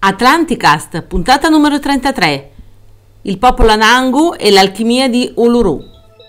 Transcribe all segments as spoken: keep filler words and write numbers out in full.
Atlanticast, puntata numero trentatré. Il popolo Anangu e l'alchimia di Uluru.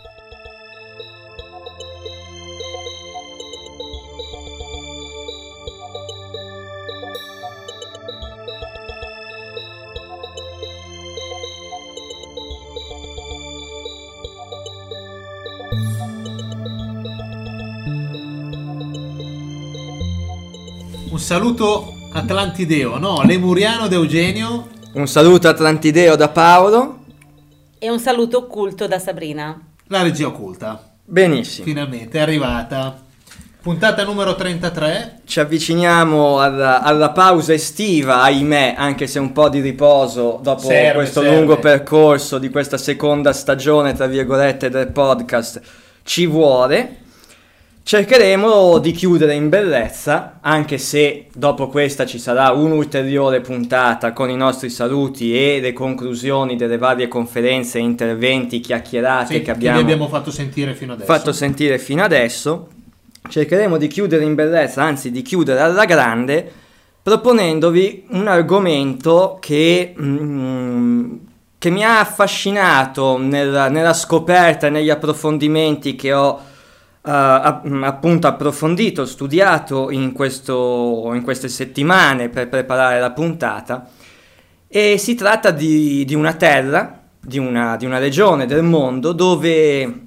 Un saluto atlantideo, no? Lemuriano da Eugenio. Un saluto atlantideo da Paolo. E un saluto occulto da Sabrina. La regia occulta. Benissimo. Finalmente è arrivata. Puntata numero trentatré. Ci avviciniamo alla, alla pausa estiva, ahimè, anche se un po' di riposo dopo serve, questo serve. lungo percorso di questa seconda stagione, tra virgolette, del podcast ci vuole. Cercheremo di chiudere in bellezza, anche se dopo questa ci sarà un'ulteriore puntata con i nostri saluti e le conclusioni delle varie conferenze, interventi, chiacchierate Sì, che abbiamo, che vi abbiamo fatto sentire fino adesso. fatto sentire fino adesso. Cercheremo di chiudere in bellezza, anzi di chiudere alla grande, proponendovi un argomento che, mm, che mi ha affascinato nella, nella scoperta e negli approfondimenti che ho Uh, appunto approfondito, studiato in, questo, in queste settimane per preparare la puntata, e si tratta di, di una terra, di una, di una regione del mondo dove,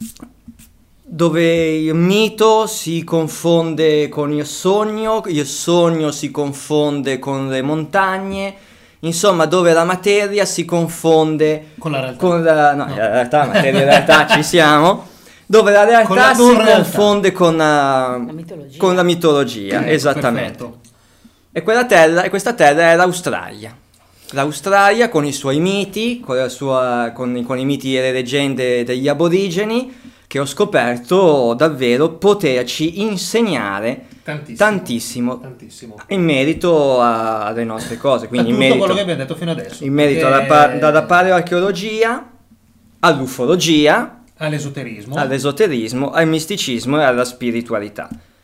dove il mito si confonde con il sogno, il sogno si confonde con le montagne, insomma dove la materia si confonde con la realtà. Con la, no, no. la realtà, materia in realtà ci siamo. Dove la realtà la si realtà. confonde con, uh, La mitologia. con la mitologia, Ecco, esattamente. perfetto. E quella terra, e questa terra è l'Australia. L'Australia con i suoi miti, con, la sua, con, con i miti e le leggende degli aborigeni, che ho scoperto davvero poterci insegnare Tantissimo. tantissimo, Tantissimo. in merito a- alle nostre cose. Quindi A in tutto merito, quello che abbiamo detto fino adesso. in merito Perché- alla pa- dalla paleoarcheologia all'ufologia, all'esoterismo. all'esoterismo, al misticismo e alla spiritualità.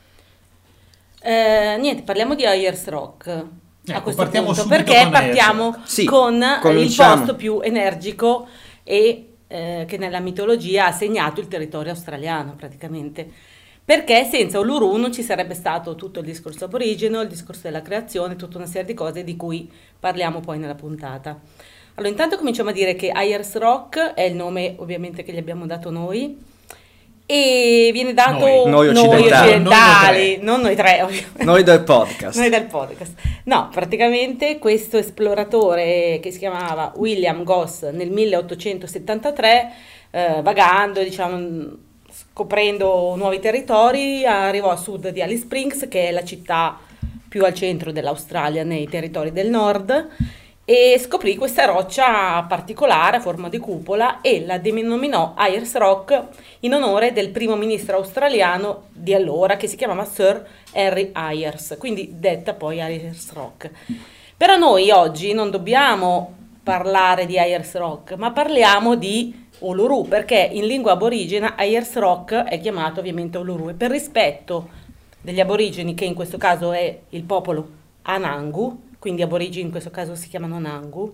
Eh, niente, parliamo di Ayers Rock a Ecco, questo partiamo punto, subito perché con Ayers partiamo Rock. Sì, con il cominciamo. posto più energico e eh, che nella mitologia ha segnato il territorio australiano praticamente. Perché senza Uluru non ci sarebbe stato tutto il discorso aborigeno, il discorso della creazione, tutta una serie di cose di cui parliamo poi nella puntata. Allora, intanto cominciamo a dire che Ayers Rock è il nome ovviamente che gli abbiamo dato noi e viene dato Noi. Noi occidentali. occidentali, non noi tre, ovviamente. Noi del podcast. Noi del podcast. No, praticamente questo esploratore che si chiamava William Goss nel milleottocentosettantatré, eh, vagando, diciamo, scoprendo nuovi territori, arrivò a sud di Alice Springs, che è la città più al centro dell'Australia nei territori del nord, e scoprì questa roccia particolare a forma di cupola e la denominò Ayers Rock in onore del primo ministro australiano di allora, che si chiamava Sir Henry Ayers, quindi detta poi Ayers Rock. Però noi oggi non dobbiamo parlare di Ayers Rock, ma parliamo di Uluru, perché in lingua aborigena Ayers Rock è chiamato ovviamente Uluru, e per rispetto degli aborigeni, che in questo caso è il popolo Anangu, quindi aborigeni in questo caso si chiamano Anangu,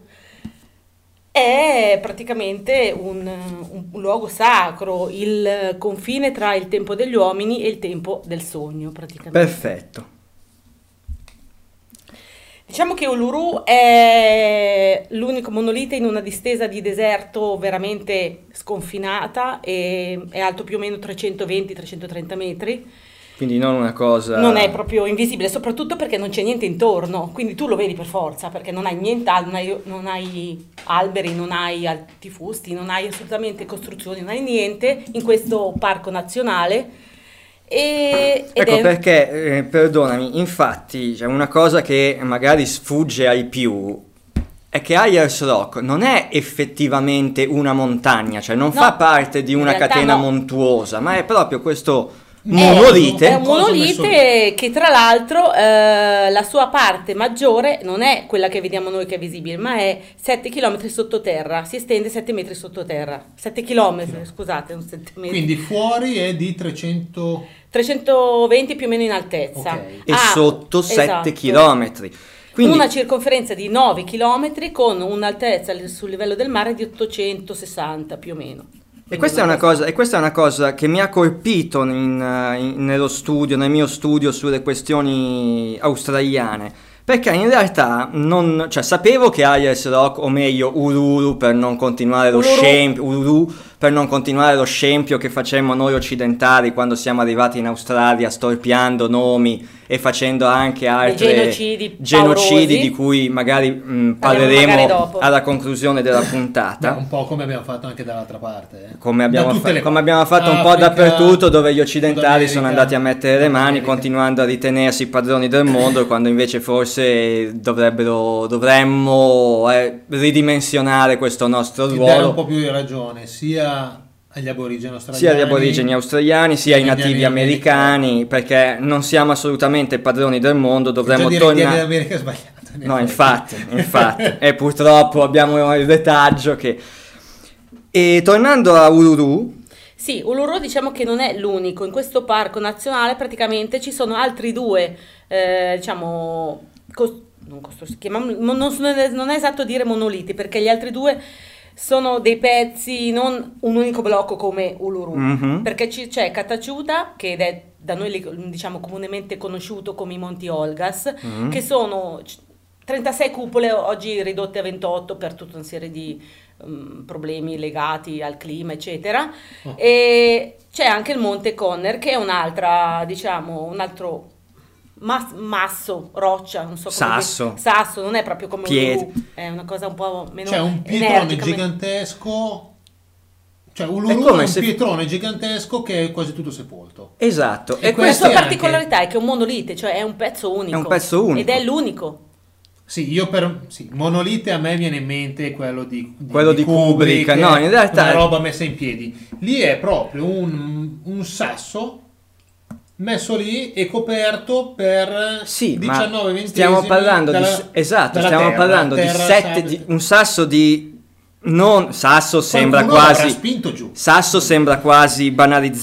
è praticamente un, un, un luogo sacro, il confine tra il tempo degli uomini e il tempo del sogno praticamente. Perfetto. Diciamo che Uluru è l'unico monolite in una distesa di deserto veramente sconfinata e è alto più o meno trecentoventi trecentotrenta metri. Quindi non una cosa... Non è proprio invisibile, soprattutto perché non c'è niente intorno, quindi tu lo vedi per forza, perché non hai niente, non hai, non hai alberi, non hai alti fusti, non hai assolutamente costruzioni, non hai niente in questo parco nazionale. E, ed Ecco è... perché, eh, perdonami, infatti c'è una cosa che magari sfugge ai più, è che Ayers Rock non è effettivamente una montagna, cioè non No, fa parte di in una realtà catena no. montuosa, ma è proprio questo È- monolite. È un monolite che tra l'altro eh, la sua parte maggiore non è quella che vediamo noi che è visibile, ma è sette chilometri sottoterra, si estende sette metri sottoterra, sette chilometri, scusate, non sette metri. Quindi fuori è di trecento. trecentoventi più o meno in altezza. Ok. E Ah, sotto esatto. sette chilometri. Quindi, una circonferenza di nove chilometri con un'altezza sul livello del mare di ottocentosessanta più o meno. E questa, è una cosa, e questa è una cosa che mi ha colpito in, in, nello studio, nel mio studio sulle questioni australiane. Perché in realtà non, cioè, sapevo che Ayers Rock, o meglio Uluru per non continuare lo Uluru. scempio, Uluru per non continuare lo scempio che facemmo noi occidentali quando siamo arrivati in Australia, storpiando nomi e facendo anche altri genocidi genocidi paurosi. di cui magari mh, Parliamo parleremo magari dopo. alla conclusione della puntata. Beh, un po' come abbiamo fatto anche dall'altra parte. Eh. Come Da abbiamo, tutte fa- le come parti. abbiamo fatto un po' Africa, dappertutto, dove gli occidentali Sud America, sono andati a mettere le mani, America. continuando a ritenersi padroni del mondo, quando invece forse dovrebbero, dovremmo eh, ridimensionare questo nostro Ti dare un ruolo, po' più di ragione, sia agli aborigeni australiani, sia agli aborigeni australiani, sia ai agli nativi indiani americani, perché non siamo assolutamente padroni del mondo, dovremmo Già dire indiani tornare... d'America è sbagliato. in No, effetti. infatti, infatti, e purtroppo abbiamo il retaggio che... E tornando a Uluru... Sì, Uluru diciamo che non è l'unico, in questo parco nazionale praticamente ci sono altri due, eh, diciamo, cos- non, costru- si chiamano- non, non sono- non è esatto dire monoliti, perché gli altri due sono dei pezzi, non un unico blocco come Uluru, Mhm. perché ci- c'è Cataciuta, che è da noi li- diciamo comunemente conosciuto come i Monti Olgas, Mhm. che sono c- trentasei cupole, oggi ridotte a ventotto per tutta una serie di um, problemi legati al clima, eccetera. Oh. E c'è anche il Monte Conner, che è un'altra, diciamo, un altro mas- masso, roccia, non so come Sasso. dire. Sasso, non è proprio come Piet- Uluru, è una cosa un po' meno C'è un pietrone energica, me- gigantesco, cioè È Uluru è, come un se- pietrone gigantesco che è quasi tutto sepolto. Esatto, E e questo La questo sua è anche- particolarità è che è un monolite, cioè è un pezzo unico. È un pezzo unico. Ed è l'unico. Sì, io per sì, monolite a me viene in mente quello di, di- Quello di Kubrick, no, in realtà una è- roba messa in piedi. Lì è proprio un, un sasso messo lì e coperto per Sì, diciannove ma ventesimi stiamo parlando di dalla- esatto, dalla stiamo terra, parlando di terra, sette sabbia. di un sasso di non sasso sembra Qualcuno l'avrà quasi spinto giù. sasso sembra quasi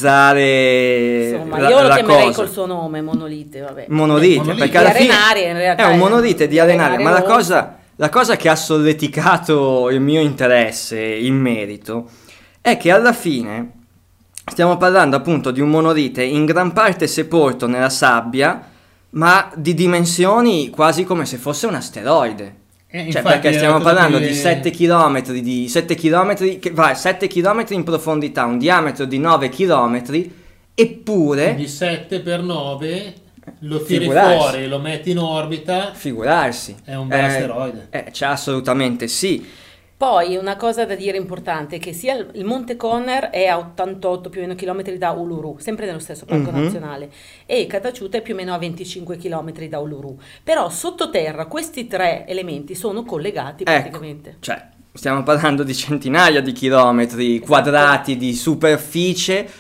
banalizzare Insomma, la, io lo la chiamerei cosa. col suo nome, monolite, vabbè. Monolite, Monolite. perché alla Di fine arenaria, in realtà, è un è monolite di di arenaria, ma la arenaria cosa, la cosa che ha solleticato il mio interesse in merito è che alla fine stiamo parlando appunto di un monolite in gran parte sepolto nella sabbia, ma di dimensioni quasi come se fosse un asteroide. Eh, Cioè, infatti, perché è stiamo la cosa parlando che- di sette chilometri, di sette chilometri, che va sette chilometri in profondità, un diametro di nove chilometri, eppure, Quindi sette per nove lo tiri Figurarsi. fuori, lo metti in orbita, figurarsi. è un bel Eh, asteroide. Eh, c'è assolutamente sì. Poi una cosa da dire importante è che sia il il Monte Conner è a ottantotto più o meno chilometri da Uluru, sempre nello stesso parco Mhm. nazionale, e Cataciuta è più o meno a venticinque chilometri da Uluru. Però sottoterra questi tre elementi sono collegati Ecco, praticamente. cioè, stiamo parlando di centinaia di chilometri Esatto. quadrati di superficie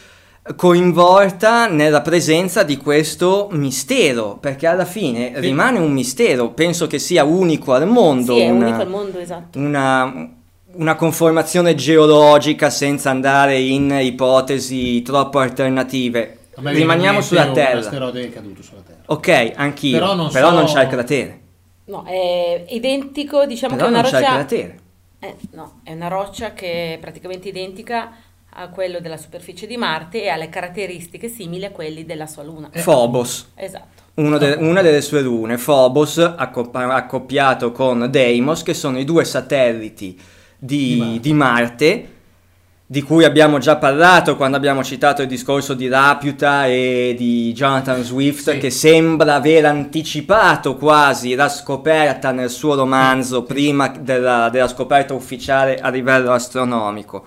coinvolta nella presenza di questo mistero, perché alla fine Sì. rimane un mistero, penso che sia unico al mondo. Sì, è una- unico al mondo, esatto. una, una conformazione geologica senza andare in ipotesi troppo alternative. A me viene Rimaniamo in mente sulla un Terra. asteroide che è caduto sulla Terra. Ok, anch'io, Però non però so- non c'è il cratere. No, è identico, diciamo Però che è una non c'è il roccia... cratere. Eh, no, è una roccia che è praticamente identica a quello della superficie di Marte e ha le caratteristiche simili a quelli della sua luna. Eh. Phobos. Esatto. Uno de- una delle sue lune, Phobos, accop- accoppiato con Deimos, che sono i due satelliti di, Di Marte. di Marte, di cui abbiamo già parlato quando abbiamo citato il discorso di Laputa e di Jonathan Swift, Sì. che sembra aver anticipato quasi la scoperta nel suo romanzo prima della, della scoperta ufficiale a livello astronomico.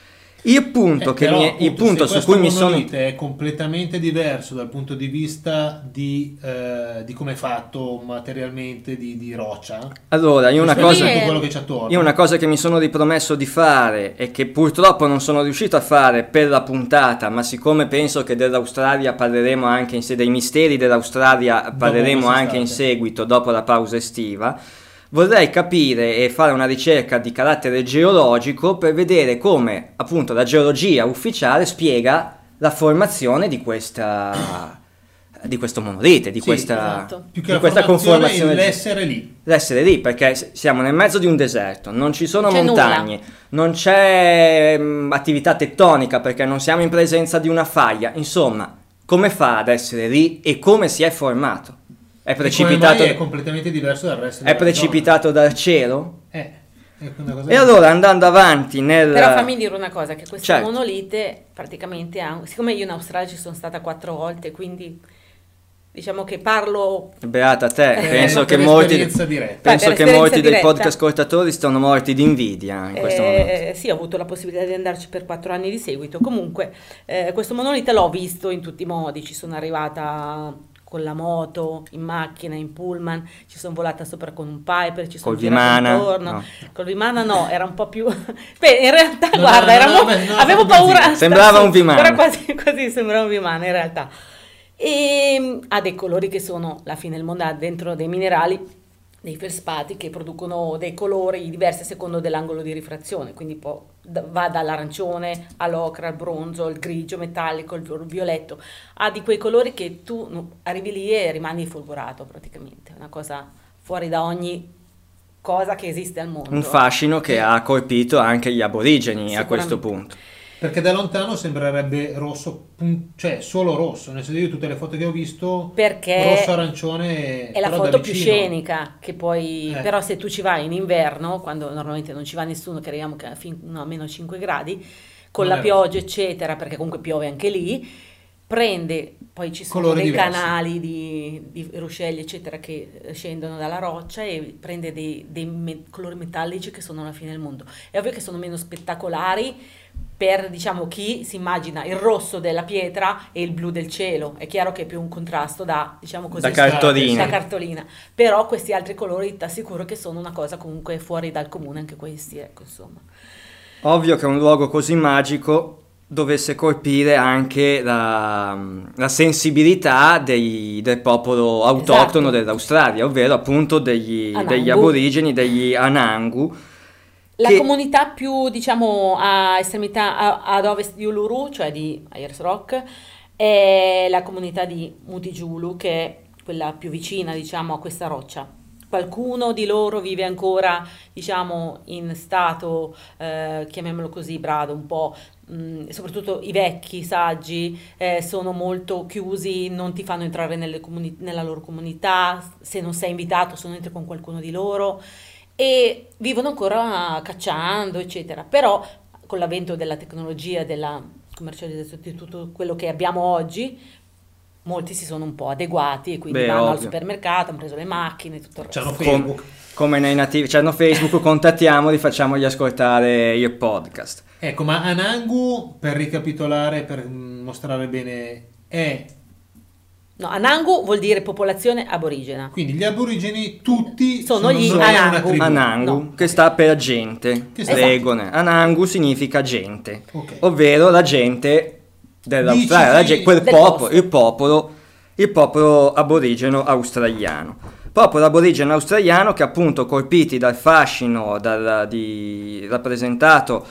Il punto, Eh, che però, mi è- il appunto, punto se su cui mi questo sono... monolite è completamente diverso dal punto di vista di, eh, di come è fatto materialmente di, di roccia. Allora, io una rispetto cosa... a Sì, tutto è- quello che c'è attorno. Io una cosa che mi sono ripromesso di fare e che purtroppo non sono riuscito a fare per la puntata, ma siccome penso che dell'Australia parleremo anche in se dei misteri dell'Australia parleremo anche in quest'estate. seguito dopo la pausa estiva, vorrei capire e fare una ricerca di carattere geologico per vedere come appunto la geologia ufficiale spiega la formazione di questa di questo monolite, di Sì, questa, esatto. Più che di la questa formazione, conformazione. l'essere lì. L'essere lì, perché s- siamo nel mezzo di un deserto, non ci sono Non c'è montagne, non c'è mm, attività tettonica perché non siamo in presenza di una faglia. Insomma, come fa ad essere lì e come si è formato? È E come precipitato, mai è completamente diverso dal resto è della precipitato dal cielo? zona. Eh, è una cosa E allora andando avanti nel... Però fammi dire una cosa, che questo Certo. monolite praticamente ha, siccome io in Australia ci sono stata quattro volte, quindi diciamo che parlo. Beata te, Eh, penso ma che per molti, esperienza diretta. penso Beh, per che molti esperienza dei diretta. podcast ascoltatori stanno morti di invidia in questo momento. Eh, sì, ho avuto la possibilità di andarci per quattro anni di seguito. Comunque, eh, questo monolite l'ho visto in tutti i modi. Ci sono arrivata con la moto, in macchina, in pullman, ci sono volata sopra con un Piper, ci sono Col girata Vimana? intorno. No. Col Vimana no, era un po' più... Beh, in realtà, No, guarda, no, era no, mo- beh, no, avevo fatto paura... benzina. Sembrava sì, un Vimana. Era quasi così, sembrava un Vimana in realtà. E ha dei colori che sono la fine del mondo, ha dentro dei minerali, dei felspati che producono dei colori diversi a secondo dell'angolo di rifrazione, quindi può, da- va dall'arancione all'ocra, al bronzo, il grigio metallico, il violetto, ha di quei colori che tu no, arrivi lì e rimani folgorato praticamente, una cosa fuori da ogni cosa che esiste al mondo. Un fascino che ha colpito anche gli aborigeni a questo Sicuramente. punto. Perché da lontano sembrerebbe rosso, pun- cioè solo rosso, nel senso io tutte le foto che ho visto Perché rosso arancione è la però da foto più vicino. scenica, che poi Eh. però se tu ci vai in inverno, quando normalmente non ci va nessuno, che arriviamo che fino a meno cinque gradi, con Non la è pioggia eccetera, perché comunque piove anche lì, prende, poi ci sono Colori dei diversi. canali di, di ruscelli eccetera che scendono dalla roccia e prende dei, dei me- colori metallici che sono la fine del mondo. È ovvio che sono meno spettacolari per, diciamo, chi si immagina il rosso della pietra e il blu del cielo. È chiaro che è più un contrasto da, diciamo così, Da cartolina. da cartolina. Però questi altri colori ti assicuro che sono una cosa comunque fuori dal comune, anche questi, ecco, insomma. Ovvio che un luogo così magico dovesse colpire anche la, la sensibilità dei- del popolo autoctono Esatto. dell'Australia, ovvero appunto degli, Anangu. degli aborigeni, degli Anangu. La che- comunità più, diciamo, a estremità a- ad ovest di Uluru, cioè di Ayers Rock, è la comunità di Mutijulu, che è quella più vicina, diciamo, a questa roccia. Qualcuno di loro vive ancora, diciamo, in stato, eh, chiamiamolo così, brado, un po', mh, soprattutto i vecchi, i saggi, eh, sono molto chiusi, non ti fanno entrare nelle comuni- nella loro comunità, se non sei invitato, se non entri con qualcuno di loro, e vivono ancora cacciando, eccetera. Però con l'avvento della tecnologia, della commercializzazione di tutto quello che abbiamo oggi, molti si sono un po' adeguati e quindi Beh, vanno al ovvio. supermercato, hanno preso le macchine, tutto il resto. C'hanno Com- Facebook. come nei nativi, c'hanno Facebook, contattiamoli, facciamogli ascoltare il podcast. Ecco, ma Anangu, per ricapitolare, per mm, mostrare bene, è No, Anangu vuol dire popolazione aborigena. quindi gli aborigeni tutti Sono gli non è una Anangu. tribù. Anangu, No. che sta per gente, Che sta- legone. Anangu significa gente, Ok. ovvero la gente dell'Australia, la Dici- ge- quel del popolo, posto. il popolo, il popolo aborigeno australiano. Popolo aborigeno australiano che appunto colpiti dal fascino dal- di- rappresentato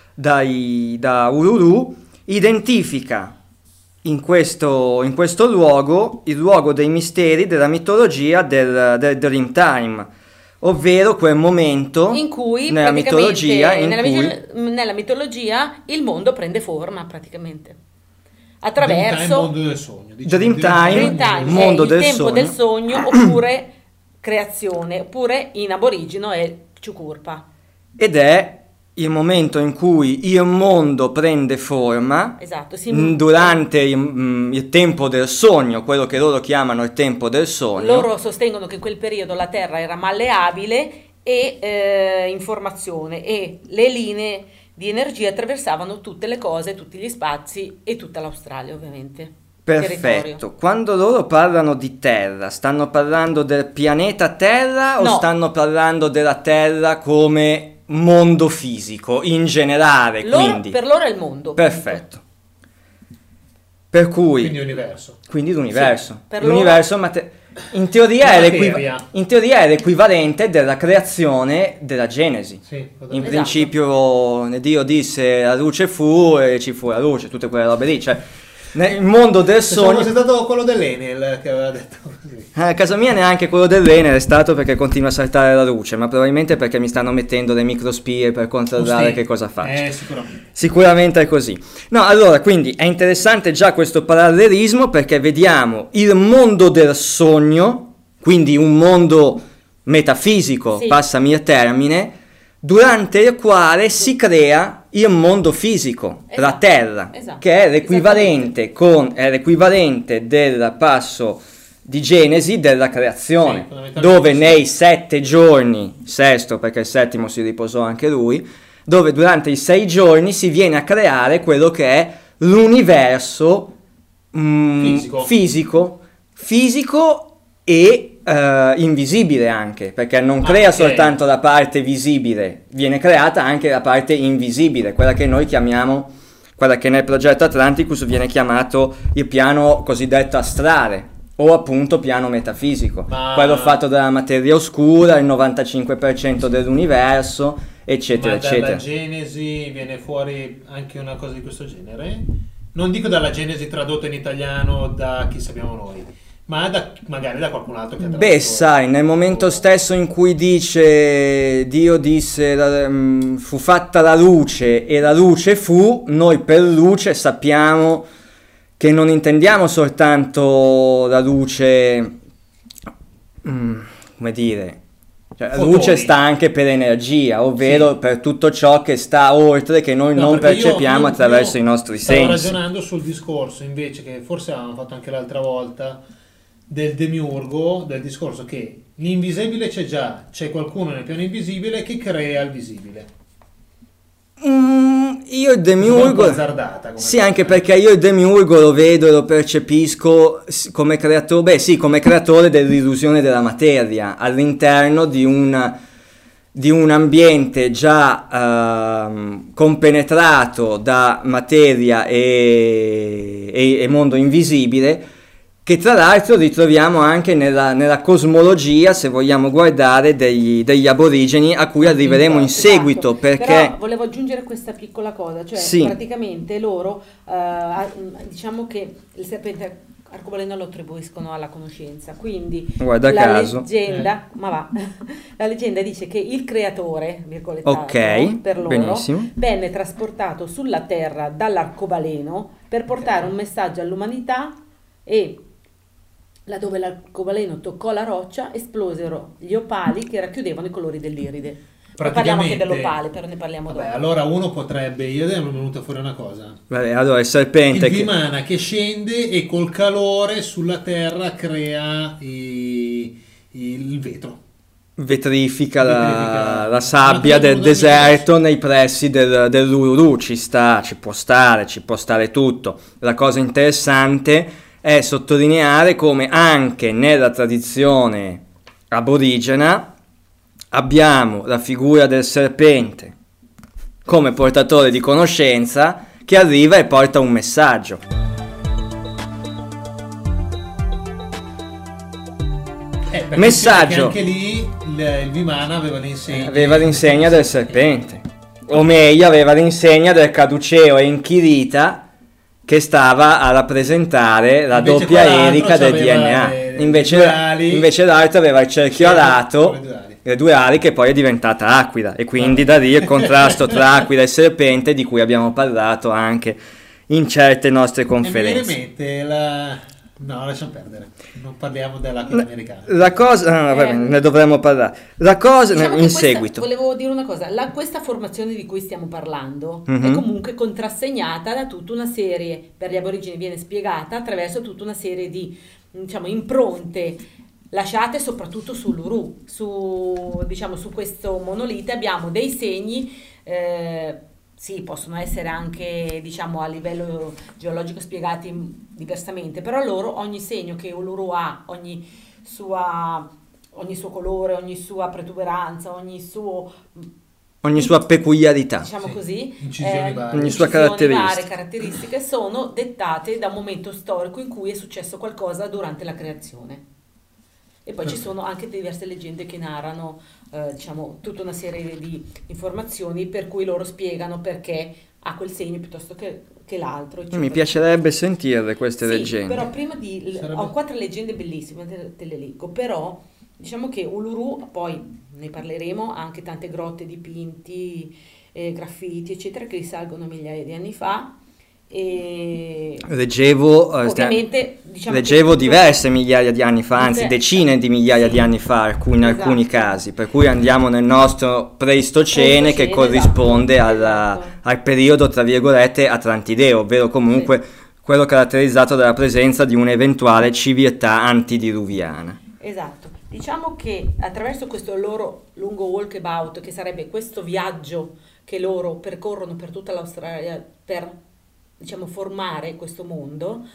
dai, da Uluru, identifica in questo, in questo luogo il luogo dei misteri della mitologia del, del Dreamtime, ovvero quel momento In cui nella praticamente, mitologia in nella, cui mitolo- nella mitologia il mondo prende forma praticamente. Dreamtime, Attraverso mondo del sogno. diciamo. Dreamtime, Dreamtime, il mondo è del il tempo sogno. del sogno oppure creazione, oppure in aborigeno è Chukurpa. ed è il momento in cui il mondo prende forma Esatto, si- mh, durante il, mh, il tempo del sogno, quello che loro chiamano il tempo del sogno. Loro sostengono che in quel periodo la Terra era malleabile e eh, in formazione e le linee di energia attraversavano tutte le cose, tutti gli spazi e tutta l'Australia ovviamente. Territorio. Perfetto. Quando loro parlano di Terra, stanno parlando del pianeta Terra o No. stanno parlando della Terra come mondo fisico in generale? Loro- quindi per loro è il mondo. perfetto. Per cui Quindi universo. quindi l'universo. Sì, per l'universo mate- in, teoria è La l'equiv- materia. in teoria è l'equivalente della creazione della Genesi. Sì, In esatto. principio Dio disse la luce fu e ci fu la luce, tutte quelle robe lì, cioè Nel mondo del sogno... Sei stato quello dell'Enel che aveva detto così. A casa mia neanche quello dell'Enel è stato perché continua a saltare la luce, ma probabilmente perché mi stanno mettendo le microspie per controllare che cosa faccio. Eh, sicuramente. Sicuramente è così. No, allora, quindi è interessante già questo parallelismo perché vediamo il mondo del sogno, quindi un mondo metafisico, Sì. passami il termine, durante il quale si crea il mondo fisico, Esatto, la Terra, esatto, che è l'equivalente, con, è l'equivalente del passo di Genesi della Sì, creazione, fondamentalmente dove sì. nei sette giorni, sesto perché il settimo si riposò anche lui, dove durante i sei giorni si viene a creare quello che è l'universo mm, Fisico. fisico, fisico e eh, invisibile anche, perché non Ah, crea ok. soltanto la parte visibile, viene creata anche la parte invisibile, quella che noi chiamiamo, quella che nel progetto Atlanticus viene chiamato il piano cosiddetto astrale, o appunto piano metafisico, Ma- quello fatto dalla materia oscura, il novantacinque per cento dell'universo, eccetera, Ma dalla eccetera. Genesi viene fuori anche una cosa di questo genere? Non dico dalla Genesi tradotta in italiano da chi sappiamo noi, ma da, magari da qualcun altro che ha Beh, tradotto. sai, nel momento stesso in cui dice Dio disse la- mm, fu fatta la luce e la luce fu, noi per luce sappiamo che non intendiamo soltanto la luce, mm, come dire, cioè, la Fotoni. luce sta anche per energia, ovvero Sì. per tutto ciò che sta oltre, che noi No, non perché io- percepiamo io- attraverso io i nostri stavo sensi. ragionando sul discorso invece che forse avevamo fatto anche l'altra volta del demiurgo, del discorso che l'invisibile c'è già, c'è qualcuno nel piano invisibile che crea il visibile. Mm, io il Un po' demiurgo... azzardata come Sì, cosa, anche eh. perché io il demiurgo lo vedo e lo percepisco s- come creatore, beh sì, come creatore dell'illusione della materia all'interno di un, di un ambiente già ehm, compenetrato da materia e, e- e mondo invisibile, che tra l'altro ritroviamo anche nella, nella cosmologia, se vogliamo guardare, degli, degli aborigeni a cui arriveremo in Esatto. seguito, perché... Però volevo aggiungere questa piccola cosa, cioè Sì. praticamente loro, eh, a- diciamo che il serpente arcobaleno lo attribuiscono alla conoscenza, quindi Guarda la caso. leggenda, ma va, la leggenda dice che il creatore, virgolettato, Ok, per loro, benissimo. venne trasportato sulla terra dall'arcobaleno per portare Ok. un messaggio all'umanità e laddove l'arcobaleno toccò la roccia esplosero gli opali che racchiudevano i colori dell'iride. Poi parliamo anche Praticamente- dell'opale, però ne parliamo Vabbè, dopo. allora uno potrebbe, io adesso mi è venuta fuori una cosa. Vabbè, allora il serpente Il che... Vimana che scende e col calore sulla terra crea i- il vetro. vetrifica la, Vetrifica. la sabbia Ma del non- deserto nei pressi del, dell'Ururu, ci sta, ci può stare, ci può stare tutto. La cosa interessante è sottolineare come anche nella tradizione aborigena abbiamo la figura del serpente come portatore di conoscenza che arriva e porta un messaggio. Eh, perché Messaggio. perché anche lì il, il Vimana aveva l'insegna. Aveva l'insegna del serpente, o meglio aveva l'insegna del caduceo e inchirita che stava a rappresentare la Invece doppia quell'altro elica del D c'aveva N A. le- le Invece, due ali. invece l'altro aveva il cerchio Certo, alato, le due ali. le due ali che poi è diventata aquila, e quindi da lì il contrasto tra aquila e serpente di cui abbiamo parlato anche in certe nostre E mi viene in conferenze. mente la... No, lasciamo perdere. Non parliamo dell'acqua americana. La cosa, ah, vabbè, Eh, ne dovremmo parlare. La cosa Diciamo in che questa- seguito. Volevo dire una cosa, la- questa formazione di cui stiamo parlando Mhm. è comunque contrassegnata da tutta una serie, per gli aborigeni viene spiegata attraverso tutta una serie di, diciamo, impronte lasciate soprattutto sull'Uru, su, diciamo, su questo monolite abbiamo dei segni, eh, sì, possono essere anche, diciamo, a livello geologico spiegati diversamente, però loro ogni segno che l'Uru ha, ogni sua, ogni suo colore, ogni sua protuberanza, ogni suo, Ogni sua peculiarità. diciamo Sì, così, incisioni varie. Ogni sua incisioni caratteristica. varie, caratteristiche sono dettate da un momento storico in cui è successo qualcosa durante la creazione. E poi ci sono anche diverse leggende che narrano, eh, diciamo, tutta una serie di informazioni per cui loro spiegano perché ha quel segno piuttosto che, che l'altro. Mi eccetera. piacerebbe sentirle queste Sì, leggende. però prima di... Sarebbe- Ho quattro leggende bellissime, te, te le leggo, però diciamo che Uluru, poi ne parleremo, ha anche tante grotte dipinti, eh, graffiti, eccetera, che risalgono a migliaia di anni fa. E Leggevo, eh, ovviamente diciamo leggevo che- diverse migliaia di anni fa, anzi Sì. decine di migliaia Sì. di anni fa alcuni- in Esatto. alcuni casi, per cui andiamo nel nostro preistocene che Preistocene, corrisponde esatto, alla- esatto. al periodo tra virgolette atlantideo, ovvero comunque quello caratterizzato dalla presenza di un'eventuale civiltà antidiluviana. Esatto, diciamo che attraverso questo loro lungo walkabout, che sarebbe questo viaggio che loro percorrono per tutta l'Australia per, diciamo, formare questo mondo,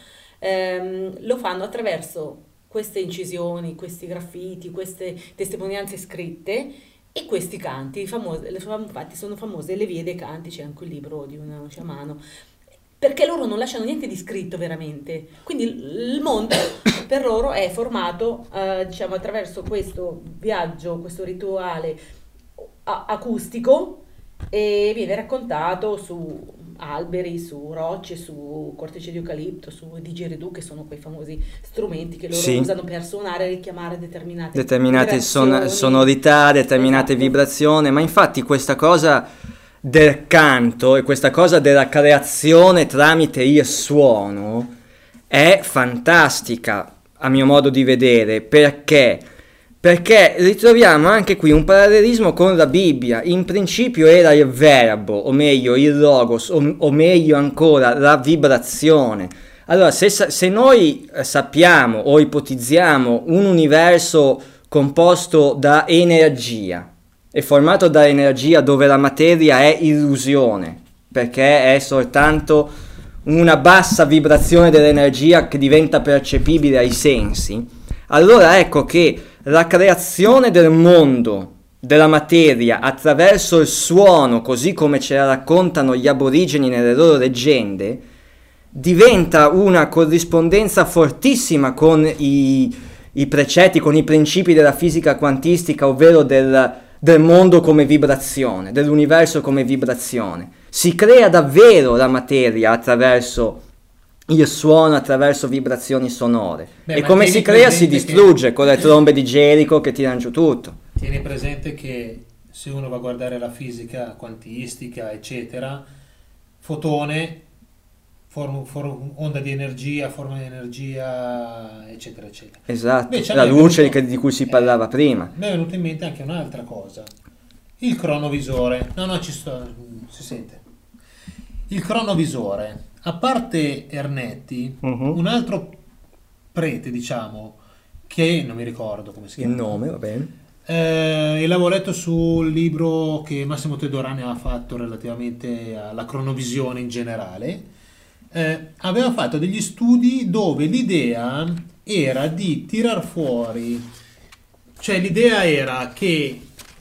ehm, lo fanno attraverso queste incisioni, questi graffiti, queste testimonianze scritte e questi canti, famose, le- infatti sono famose le vie dei canti, c'è anche il libro di uno sciamano, perché loro non lasciano niente di scritto veramente, quindi il il mondo per loro è formato eh, diciamo attraverso questo viaggio, questo rituale a- acustico, e viene raccontato su alberi, su rocce, su cortecce di eucalipto, su didgeridoo, che sono quei famosi strumenti che loro Sì. usano per suonare e richiamare determinate Determinate son- vibrazioni. sonorità, determinate Esatto. vibrazioni, ma infatti questa cosa del canto e questa cosa della creazione tramite il suono è fantastica a mio modo di vedere. Perché? Perché ritroviamo anche qui un parallelismo con la Bibbia. In principio era il verbo, o meglio il logos, o, o meglio ancora la vibrazione. Allora, se, sa- se noi eh, sappiamo o ipotizziamo un universo composto da energia, è formato da energia dove la materia è illusione, perché è soltanto una bassa vibrazione dell'energia che diventa percepibile ai sensi, allora ecco che la creazione del mondo, della materia, attraverso il suono, così come ce la raccontano gli aborigeni nelle loro leggende, diventa una corrispondenza fortissima con i, i precetti, con i principi della fisica quantistica, ovvero del, del mondo come vibrazione, dell'universo come vibrazione. Si crea davvero la materia attraverso il suono, attraverso vibrazioni sonore. Beh, e ma come tieni si crea si presente distrugge che- con le trombe di Gerico che tirano giù tutto. Tieni presente che se uno va a guardare la fisica quantistica, eccetera, fotone, forma, forma- onda di energia, forma di energia, eccetera, eccetera. Esatto, Invece a la me è luce venuto- che- di cui si eh, parlava prima. A me è venuta in mente anche un'altra cosa. Il cronovisore. No, no, ci sto, si sente. Il cronovisore. A parte Ernetti, Mhm. un altro prete, diciamo, che non mi ricordo come si Il chiama. nome, va bene. Eh, e l'avevo letto sul libro che Massimo Tedorani ha fatto relativamente alla cronovisione in generale. Eh, aveva fatto degli studi dove l'idea era di tirar fuori, cioè l'idea era che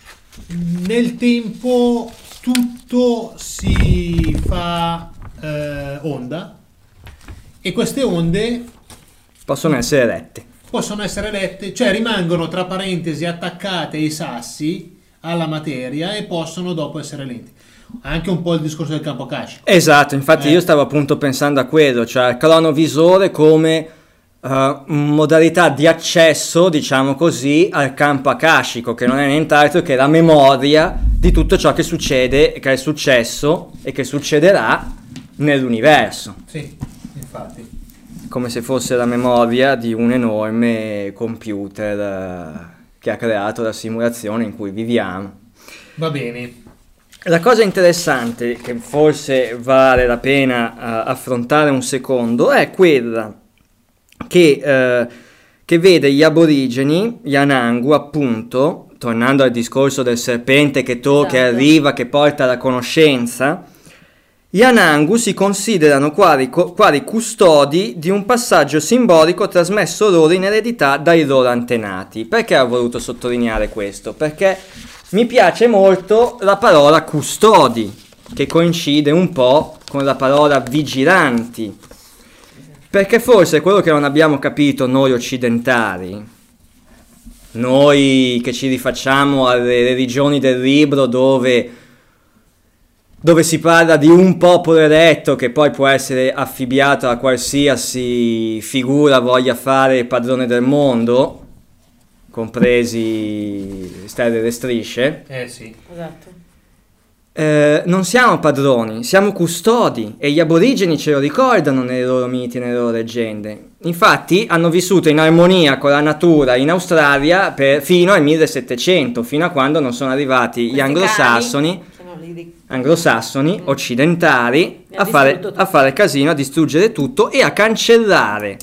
nel tempo tutto si fa eh, onda, e queste onde Possono essere lette. possono essere lette, cioè rimangono tra parentesi attaccate ai sassi, alla materia, e possono dopo essere lenti. Anche un po' il discorso del campo akashico. Esatto, infatti Eh. io stavo appunto pensando a quello, cioè al cronovisore come eh, modalità di accesso, diciamo così, al campo akashico, che non è nient'altro che la memoria di tutto ciò che succede, che è successo e che succederà nell'universo, Sì, infatti. come se fosse la memoria di un enorme computer eh, che ha creato la simulazione in cui viviamo. Va bene. La cosa interessante, che forse vale la pena uh, affrontare un secondo, è quella che, uh, che vede gli aborigeni, gli Anangu, appunto, tornando al discorso del serpente che to, che Esatto. arriva, che porta la conoscenza. Gli Anangu si considerano quali, co- quali custodi di un passaggio simbolico trasmesso loro in eredità dai loro antenati. Perché ho voluto sottolineare questo? Perché mi piace molto la parola custodi, che coincide un po' con la parola vigilanti. Perché forse quello che non abbiamo capito noi occidentali, noi che ci rifacciamo alle religioni del libro dove dove si parla di un popolo eletto che poi può essere affibbiato a qualsiasi figura voglia fare padrone del mondo, compresi stelle e le strisce. Eh sì. Esatto. Eh, non siamo padroni, siamo custodi, e gli aborigeni ce lo ricordano nei loro miti e nelle loro leggende. Infatti hanno vissuto in armonia con la natura in Australia per, fino al millesettecento, fino a quando non sono arrivati Questi gli anglosassoni, cani sono lì di- anglosassoni Mm. occidentali E ha a fare, distrutto tutto. a fare casino, a distruggere tutto e a cancellare,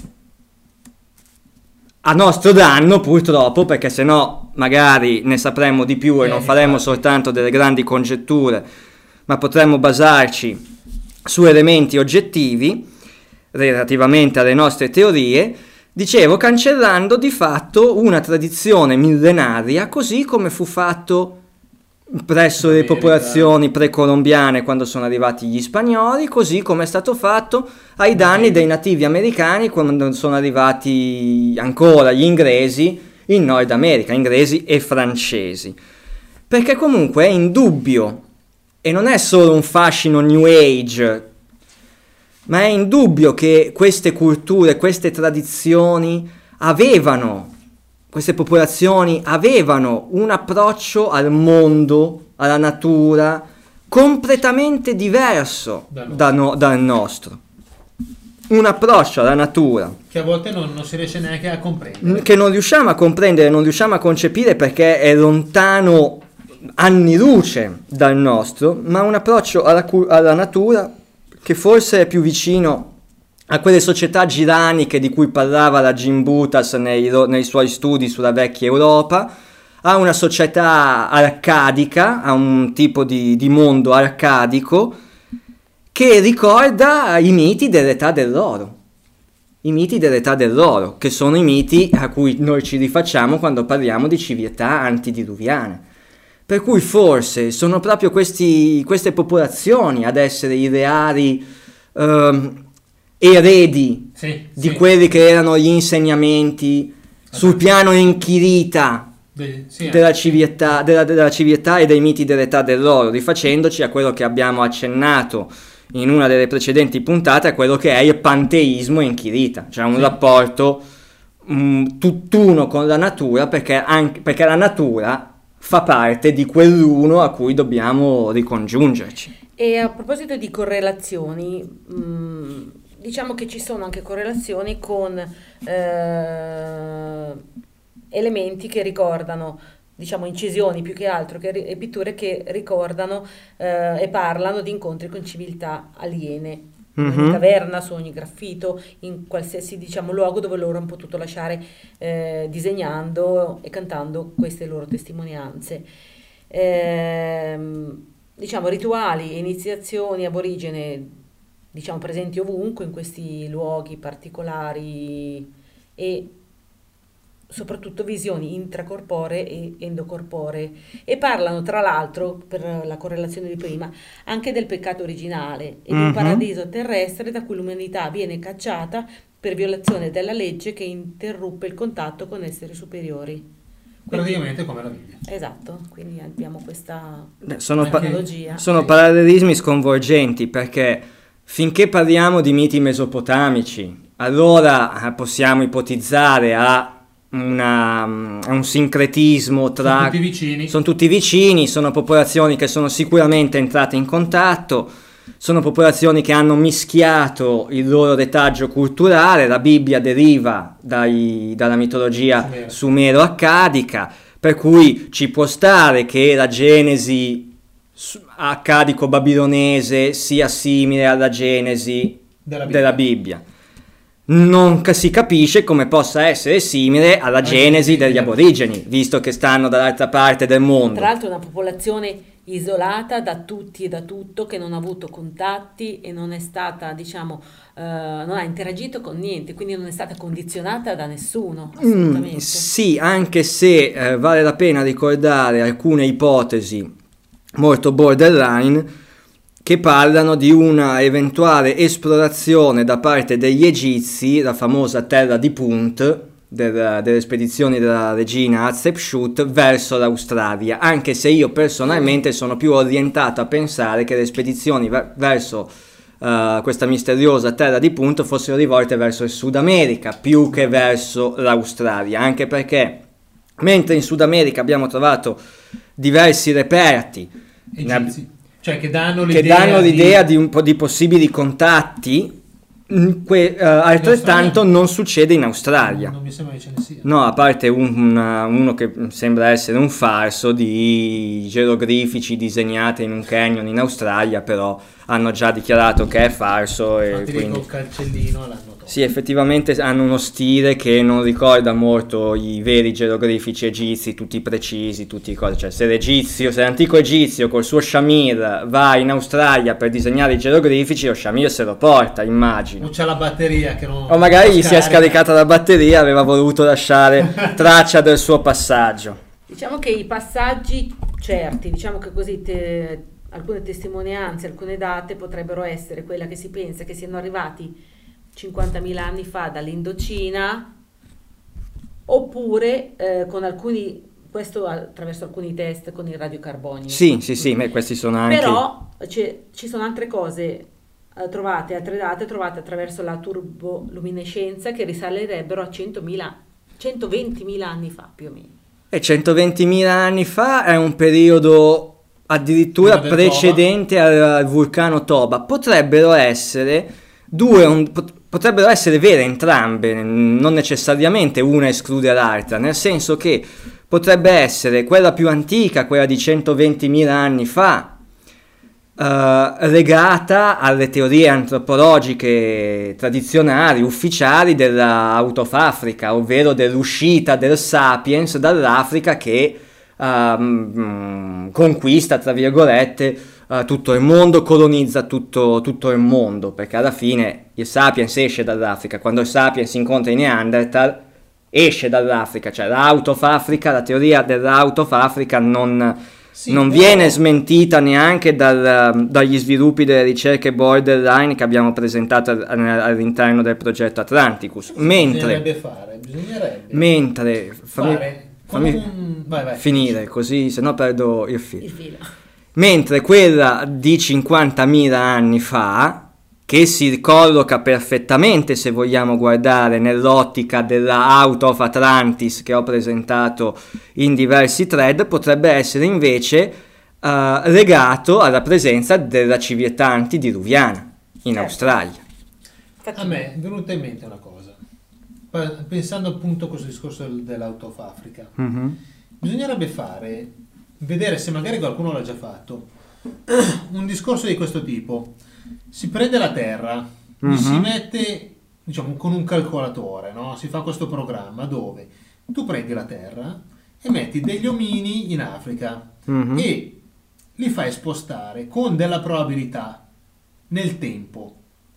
a nostro danno purtroppo, perché sennò magari ne sapremmo di più e Eh, non faremo infatti. soltanto delle grandi congetture, ma potremmo basarci su elementi oggettivi relativamente alle nostre teorie. Dicevo, cancellando di fatto una tradizione millenaria, così come fu fatto presso le America. popolazioni precolombiane quando sono arrivati gli spagnoli, così come è stato fatto ai danni dei nativi americani quando sono arrivati ancora gli inglesi in Nord America, inglesi e francesi. Perché comunque è indubbio, e non è solo un fascino New Age, ma è indubbio che queste culture, queste tradizioni avevano, queste popolazioni avevano un approccio al mondo, alla natura, completamente diverso Da noi. da no- dal nostro. Un approccio alla natura Che a volte non, non si riesce neanche a comprendere. che non riusciamo a comprendere, non riusciamo a concepire perché è lontano anni luce dal nostro, ma un approccio alla, cu- alla natura che forse è più vicino a quelle società giraniche di cui parlava la Jim Butas nei, ro- nei suoi studi sulla vecchia Europa, a una società arcadica, a un tipo di, di mondo arcadico che ricorda i miti dell'età dell'oro. I miti dell'età dell'oro, che sono i miti a cui noi ci rifacciamo quando parliamo di civiltà antidiluviane. Per cui forse sono proprio questi, queste popolazioni ad essere i reali ehm, eredi Sì, di sì. quelli che erano gli insegnamenti sul piano inchirita De- sì, della eh. civiltà, della, della civiltà e dei miti dell'età dell'oro, rifacendoci a quello che abbiamo accennato in una delle precedenti puntate, a quello che è il panteismo inchirita, cioè un Sì. rapporto mm, tutt'uno con la natura, perché, anche, perché la natura fa parte di quell'uno a cui dobbiamo ricongiungerci. E a proposito di correlazioni, mh, diciamo che ci sono anche correlazioni con eh, elementi che ricordano, diciamo incisioni più che altro, che, ri- e pitture che ricordano eh, e parlano di incontri con civiltà aliene. In ogni Mhm. caverna, su ogni graffito, in qualsiasi diciamo, luogo dove loro hanno potuto lasciare eh, disegnando e cantando queste loro testimonianze. Ehm, diciamo rituali e iniziazioni aborigene diciamo presenti ovunque in questi luoghi particolari e soprattutto visioni intracorporee e endocorporee, e parlano tra l'altro, per la correlazione di prima, anche del peccato originale e di un Mhm. paradiso terrestre da cui l'umanità viene cacciata per violazione della legge che interruppe il contatto con esseri superiori. Quindi- Praticamente come la Bibbia. esatto, quindi abbiamo questa Beh, Sono, pa- analogia. sono parallelismi sconvolgenti, perché finché parliamo di miti mesopotamici, allora eh, possiamo ipotizzare a, una, a un sincretismo tra... Sono tutti vicini. Sono tutti vicini, sono popolazioni che sono sicuramente entrate in contatto, sono popolazioni che hanno mischiato il loro retaggio culturale. La Bibbia deriva dai- dalla mitologia Sumera. sumero-accadica, per cui ci può stare che la genesi su- accadico-babilonese sia simile alla genesi Della Bibbia. della Bibbia. Non ca- si capisce come possa essere simile alla genesi genesi degli della- aborigeni, visto che stanno dall'altra parte del mondo. Tra l'altro è una popolazione isolata da tutti e da tutto, che non ha avuto contatti e non è stata, diciamo, eh, non ha interagito con niente, quindi non è stata condizionata da nessuno, Mm, assolutamente. sì, anche se eh, vale la pena ricordare alcune ipotesi molto borderline che parlano di una eventuale esplorazione da parte degli egizi, la famosa terra di Punt, del- delle spedizioni della regina Hatshepsut verso l'Australia, anche se io personalmente sono più orientato a pensare che le spedizioni ver- verso eh, questa misteriosa terra di punto fossero rivolte verso il Sud America più che verso l'Australia, anche perché mentre in Sud America abbiamo trovato diversi reperti ne ab- Egizi. Cioè che danno che l'idea, danno l'idea di un po' di possibili contatti, mm, que- eh, altrettanto Australia? non succede in Australia. Non mi sembra che ce ne sia. No, a parte un- una- uno che sembra essere un farso di geroglifici disegnati in un canyon in Australia, però hanno già dichiarato che è farso e Infatti quindi... col cancellino l'hanno tolto. Sì, effettivamente hanno uno stile che non ricorda molto i veri geroglifici egizi, tutti precisi, tutti cose. Cioè, se l'egizio, se l'antico egizio col suo shamir va in Australia per disegnare i geroglifici, lo shamir se lo porta, immagino. O c'è la batteria che non... O magari non gli si è scarica. scaricata la batteria, aveva voluto lasciare traccia del suo passaggio. Diciamo che i passaggi certi, diciamo che così te- alcune testimonianze, alcune date potrebbero essere quella che si pensa che siano arrivati cinquantamila anni fa dall'Indocina, oppure eh, con alcuni, questo attraverso alcuni test con il radiocarbonio. Sì, sì, sì, ma questi sono anche... Però c'è- ci sono altre cose eh, trovate, altre date trovate attraverso la turboluminescenza che risalerebbero a centomila, centoventimila anni fa più o meno. E centoventimila anni fa è un periodo addirittura Quello del precedente al, al vulcano Toba. Potrebbero essere due, un- pot- potrebbero essere vere entrambe, non necessariamente una esclude l'altra, nel senso che potrebbe essere quella più antica, quella di centoventimila anni fa, eh, legata alle teorie antropologiche tradizionali, ufficiali della Out of Africa, ovvero dell'uscita del Sapiens dall'Africa che ehm, conquista, tra virgolette, eh, tutto il mondo, colonizza tutto, tutto il mondo, perché alla fine il Sapiens esce dall'Africa, quando il Sapiens incontra i Neanderthal esce dall'Africa, cioè l'Out of Africa, la teoria dell'Out of Africa non... Sì, non però- viene smentita neanche dal- dagli sviluppi delle ricerche borderline che abbiamo presentato all- all'interno del progetto Atlanticus. Mentre, Bisognerebbe fare, bisognerebbe mentre fammi, fare fammi con un... vai, vai, finire così, se no perdo il filo. Il filo. Mentre quella di cinquantamila anni fa, che si colloca perfettamente, se vogliamo guardare, nell'ottica della Out of Atlantis che ho presentato in diversi thread, potrebbe essere invece eh, legato alla presenza della civiltà antidiluviana in Certo. Australia. Infatti, A me è venuta in mente una cosa, Pa- pensando appunto a questo discorso del- dell'Out of Africa. Bisognerebbe fare, vedere se magari qualcuno l'ha già fatto, un discorso di questo tipo. Si prende la Terra, Mhm. gli si mette, diciamo, con un calcolatore, no? Si fa questo programma dove tu prendi la Terra e metti degli omini in Africa Mhm. e li fai spostare con della probabilità nel tempo.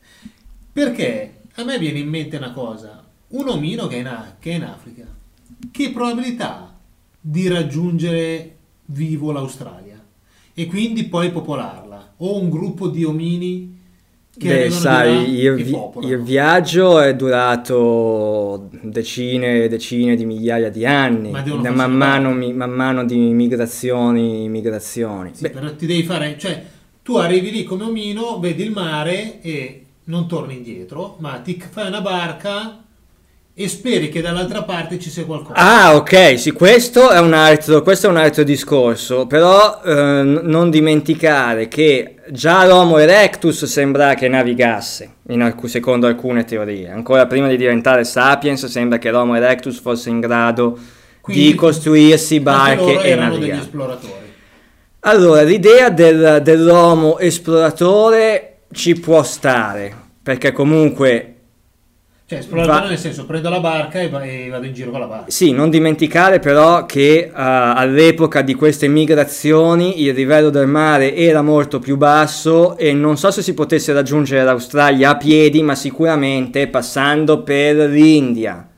Perché a me viene in mente una cosa, un omino che è in, A- che è in Africa, che probabilità ha di raggiungere vivo l'Australia e quindi poi popolarla, o un gruppo di omini che Beh, arrivano sai, di là il, e vi- popolano. il viaggio è durato decine e decine di migliaia di anni, Ma devono da farsi man mano, notare. mi- man mano di migrazioni, migrazioni. Sì, Beh, però ti devi fare, cioè tu arrivi lì come omino, vedi il mare e non torni indietro, ma ti fai una barca e speri che dall'altra parte ci sia qualcosa. Ah, ok, sì, questo è un altro, questo è un altro discorso, però eh, n- non dimenticare che già l'Homo erectus sembra che navigasse, in alcu- secondo alcune teorie. Ancora prima di diventare Sapiens sembra che l'Homo erectus fosse in grado Quindi di costruirsi anche barche loro e erano degli navigare. esploratori. Allora, l'idea del- dell'uomo esploratore ci può stare, perché comunque... Cioè, esploratore Va- nel senso, prendo la barca e, va- e vado in giro con la barca. Sì, non dimenticare però che uh, all'epoca di queste migrazioni il livello del mare era molto più basso e non so se si potesse raggiungere l'Australia a piedi, ma sicuramente passando per l'India,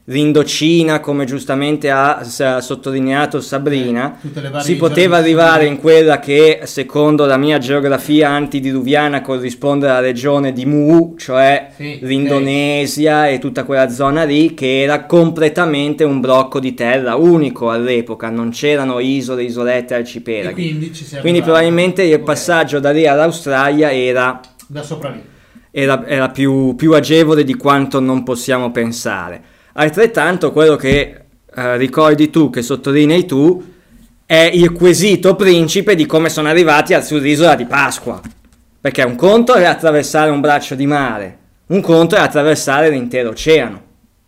l'Indocina, come giustamente ha, ha sottolineato Sabrina, eh, si poteva arrivare in quella che secondo la mia geografia antidiluviana corrisponde alla regione di Mu, cioè sì, l'Indonesia okay. e tutta quella zona lì, che era completamente un blocco di terra unico all'epoca, non c'erano isole, isolette, arcipelaghi. E quindi ci siamo quindi probabilmente il okay. passaggio da lì all'Australia era, da sopra lì. era, era più, più agevole di quanto non possiamo pensare. Altrettanto quello che eh, ricordi tu, che sottolinei tu, è il quesito principe di come sono arrivati sull'isola di Pasqua, perché un conto è attraversare un braccio di mare, un conto è attraversare l'intero oceano.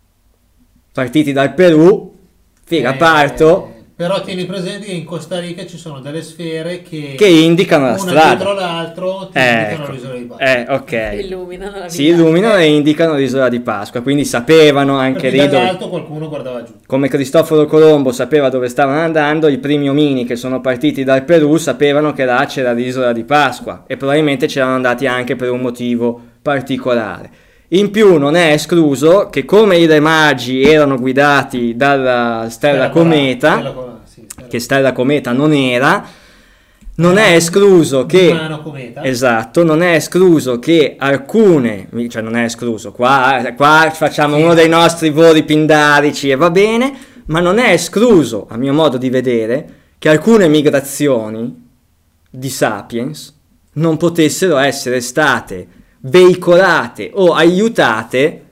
Partiti dal Perù, figa, eh, parto... Però tieni presente che in Costa Rica ci sono delle sfere che, che indicano la una strada. dietro l'altro ti eh, indicano ecco. l'isola di Pasqua. Eh, ok. Illuminano la si illuminano e indicano l'isola di Pasqua, quindi sapevano anche perché lì dove... dall'alto qualcuno guardava giù. Come Cristoforo Colombo sapeva dove stavano andando, i primi omini che sono partiti dal Perù sapevano che là c'era l'isola di Pasqua e probabilmente c'erano andati anche per un motivo particolare. In più non è escluso che come i Re Magi erano guidati dalla Stella, Stella Cometa, Stella, sì, Stella. che Stella Cometa non era, non è escluso che esatto, non è escluso che alcune, cioè non è escluso, qua, qua facciamo sì. uno dei nostri voli pindarici e va bene, ma non è escluso, a mio modo di vedere, che alcune migrazioni di Sapiens non potessero essere state veicolate o aiutate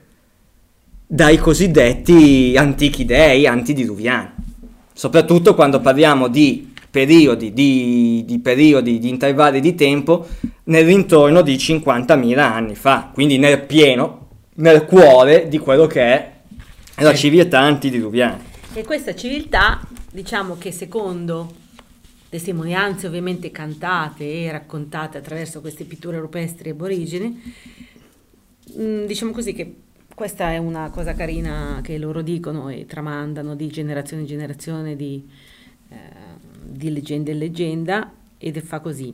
dai cosiddetti antichi dei antidiluviani, soprattutto quando parliamo di periodi di, di periodi di intervalli di tempo nell'intorno di cinquantamila anni fa, quindi nel pieno, nel cuore di quello che è la civiltà antidiluviana. E questa civiltà, diciamo che secondo testimonianze ovviamente cantate e raccontate attraverso queste pitture rupestri aborigene, mh, diciamo così che questa è una cosa carina che loro dicono e tramandano di generazione in generazione di, eh, di leggenda in leggenda, ed fa così.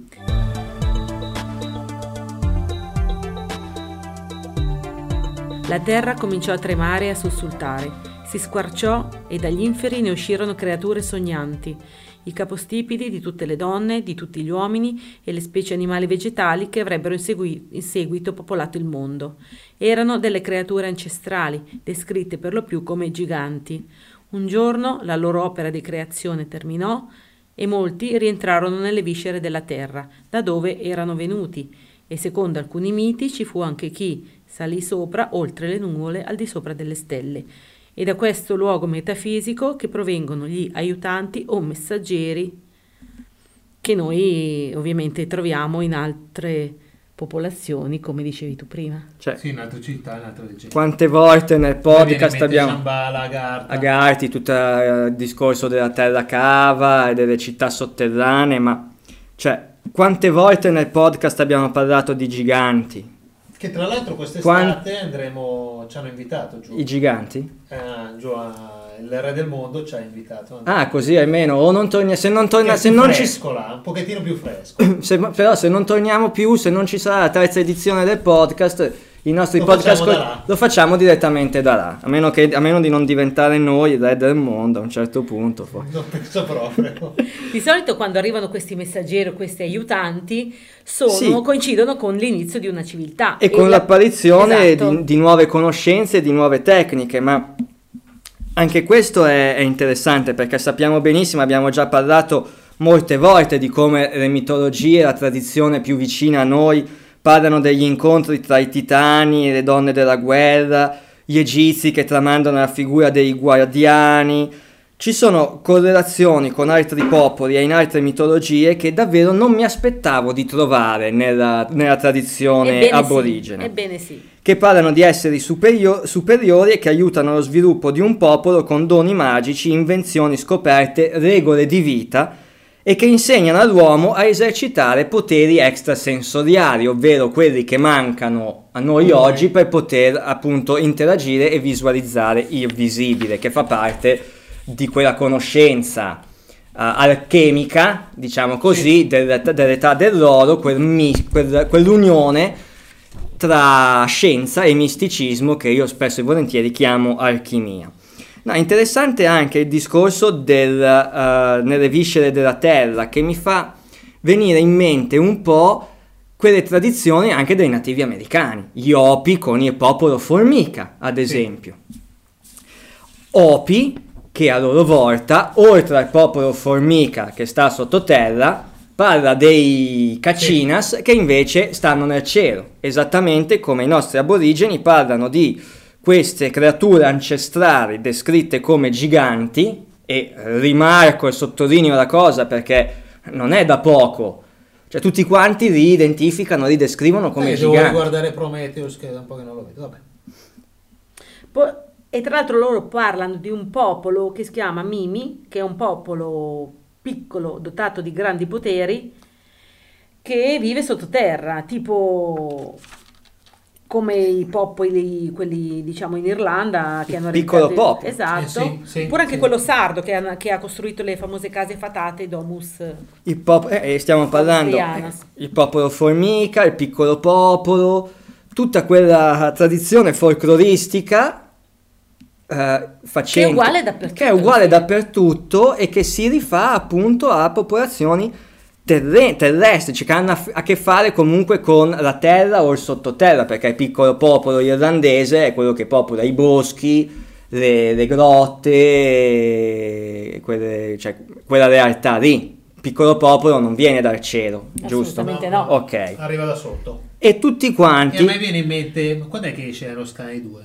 La terra cominciò a tremare e a sussultare, si squarciò e dagli inferi ne uscirono creature sognanti, i capostipiti di tutte le donne, di tutti gli uomini e le specie animali vegetali che avrebbero in, segui- in seguito popolato il mondo. Erano delle creature ancestrali, descritte per lo più come giganti. Un giorno la loro opera di creazione terminò e molti rientrarono nelle viscere della terra, da dove erano venuti, e secondo alcuni miti ci fu anche chi salì sopra, oltre le nuvole, al di sopra delle stelle. E da questo luogo metafisico che provengono gli aiutanti o messaggeri che noi ovviamente troviamo in altre popolazioni, come dicevi tu prima. Cioè, sì, in altre città, in altre regioni. Quante volte nel podcast abbiamo Shambhala, Agartha. Agartha, tutto il discorso della terra cava e delle città sotterranee, ma cioè, quante volte nel podcast abbiamo parlato di giganti? Che tra l'altro quest'estate Quant... andremo, ci hanno invitato giù. I giganti? Eh, giù a, il re del mondo ci ha invitato. Ah, così almeno, o non torna, se non torna, se non fresco, ci là, un pochettino più fresco. se, però se non torniamo più, se non ci sarà la terza edizione del podcast, i nostri lo podcast facciamo co- lo facciamo direttamente da là, a meno, che, a meno di non diventare noi il re del mondo a un certo punto. Poi. Non penso proprio. Di solito quando arrivano questi messaggeri o questi aiutanti sono, sì. coincidono con l'inizio di una civiltà. E, e con la... l'apparizione esatto. di, di nuove conoscenze, di nuove tecniche, ma anche questo è, è interessante perché sappiamo benissimo, abbiamo già parlato molte volte di come le mitologie, la tradizione più vicina a noi parlano degli incontri tra i titani e le donne della guerra, gli egizi che tramandano la figura dei guardiani. Ci sono correlazioni con altri popoli e in altre mitologie che davvero non mi aspettavo di trovare nella, nella tradizione Ebbene aborigene. Sì, ebbene sì. Che parlano di esseri superio- superiori e che aiutano lo sviluppo di un popolo con doni magici, invenzioni scoperte, regole di vita, e che insegnano all'uomo a esercitare poteri extrasensoriali, ovvero quelli che mancano a noi okay. oggi per poter appunto interagire e visualizzare il visibile, che fa parte di quella conoscenza uh, alchemica, diciamo così, sì. del, dell'età dell'oro, quel mi, quel, quell'unione tra scienza e misticismo che io spesso e volentieri chiamo alchimia. No, interessante anche il discorso del, uh, nelle viscere della terra, che mi fa venire in mente un po' quelle tradizioni anche dei nativi americani, gli Hopi con il popolo formica, ad esempio. Sì. Hopi che a loro volta, oltre al popolo formica che sta sottoterra, parla dei Kachinas, sì, che invece stanno nel cielo, esattamente come i nostri aborigeni parlano di queste creature ancestrali descritte come giganti, e rimarco e sottolineo la cosa perché non è da poco, cioè tutti quanti li identificano, li descrivono come eh, giganti. Devo riguardare Prometheus che da un po' che non lo vedo, vabbè. Poi, e tra l'altro loro parlano di un popolo che si chiama Mimi, che è un popolo piccolo, dotato di grandi poteri, che vive sottoterra, tipo come i popoli, quelli diciamo in Irlanda che hanno piccolo ereditato- popolo. esatto, Eh sì, sì, oppure anche sì. quello sardo che ha, che ha costruito le famose case fatate, Domus. Il pop- eh, stiamo parlando Trianas. il popolo formica, il piccolo popolo, tutta quella tradizione folcloristica eh, facente, Che è uguale dappertutto. che è uguale dappertutto e che si rifà appunto a popolazioni terre- terrestri, cioè che hanno a, f- a che fare comunque con la terra o il sottoterra, perché il piccolo popolo irlandese è quello che popola i boschi, le, le grotte, quelle, cioè quella realtà lì. Il piccolo popolo non viene dal cielo, giusto? Assolutamente no. Ok. Arriva da sotto. E tutti E a quanti... me viene in mente, ma quando è che esce Aero Sky due?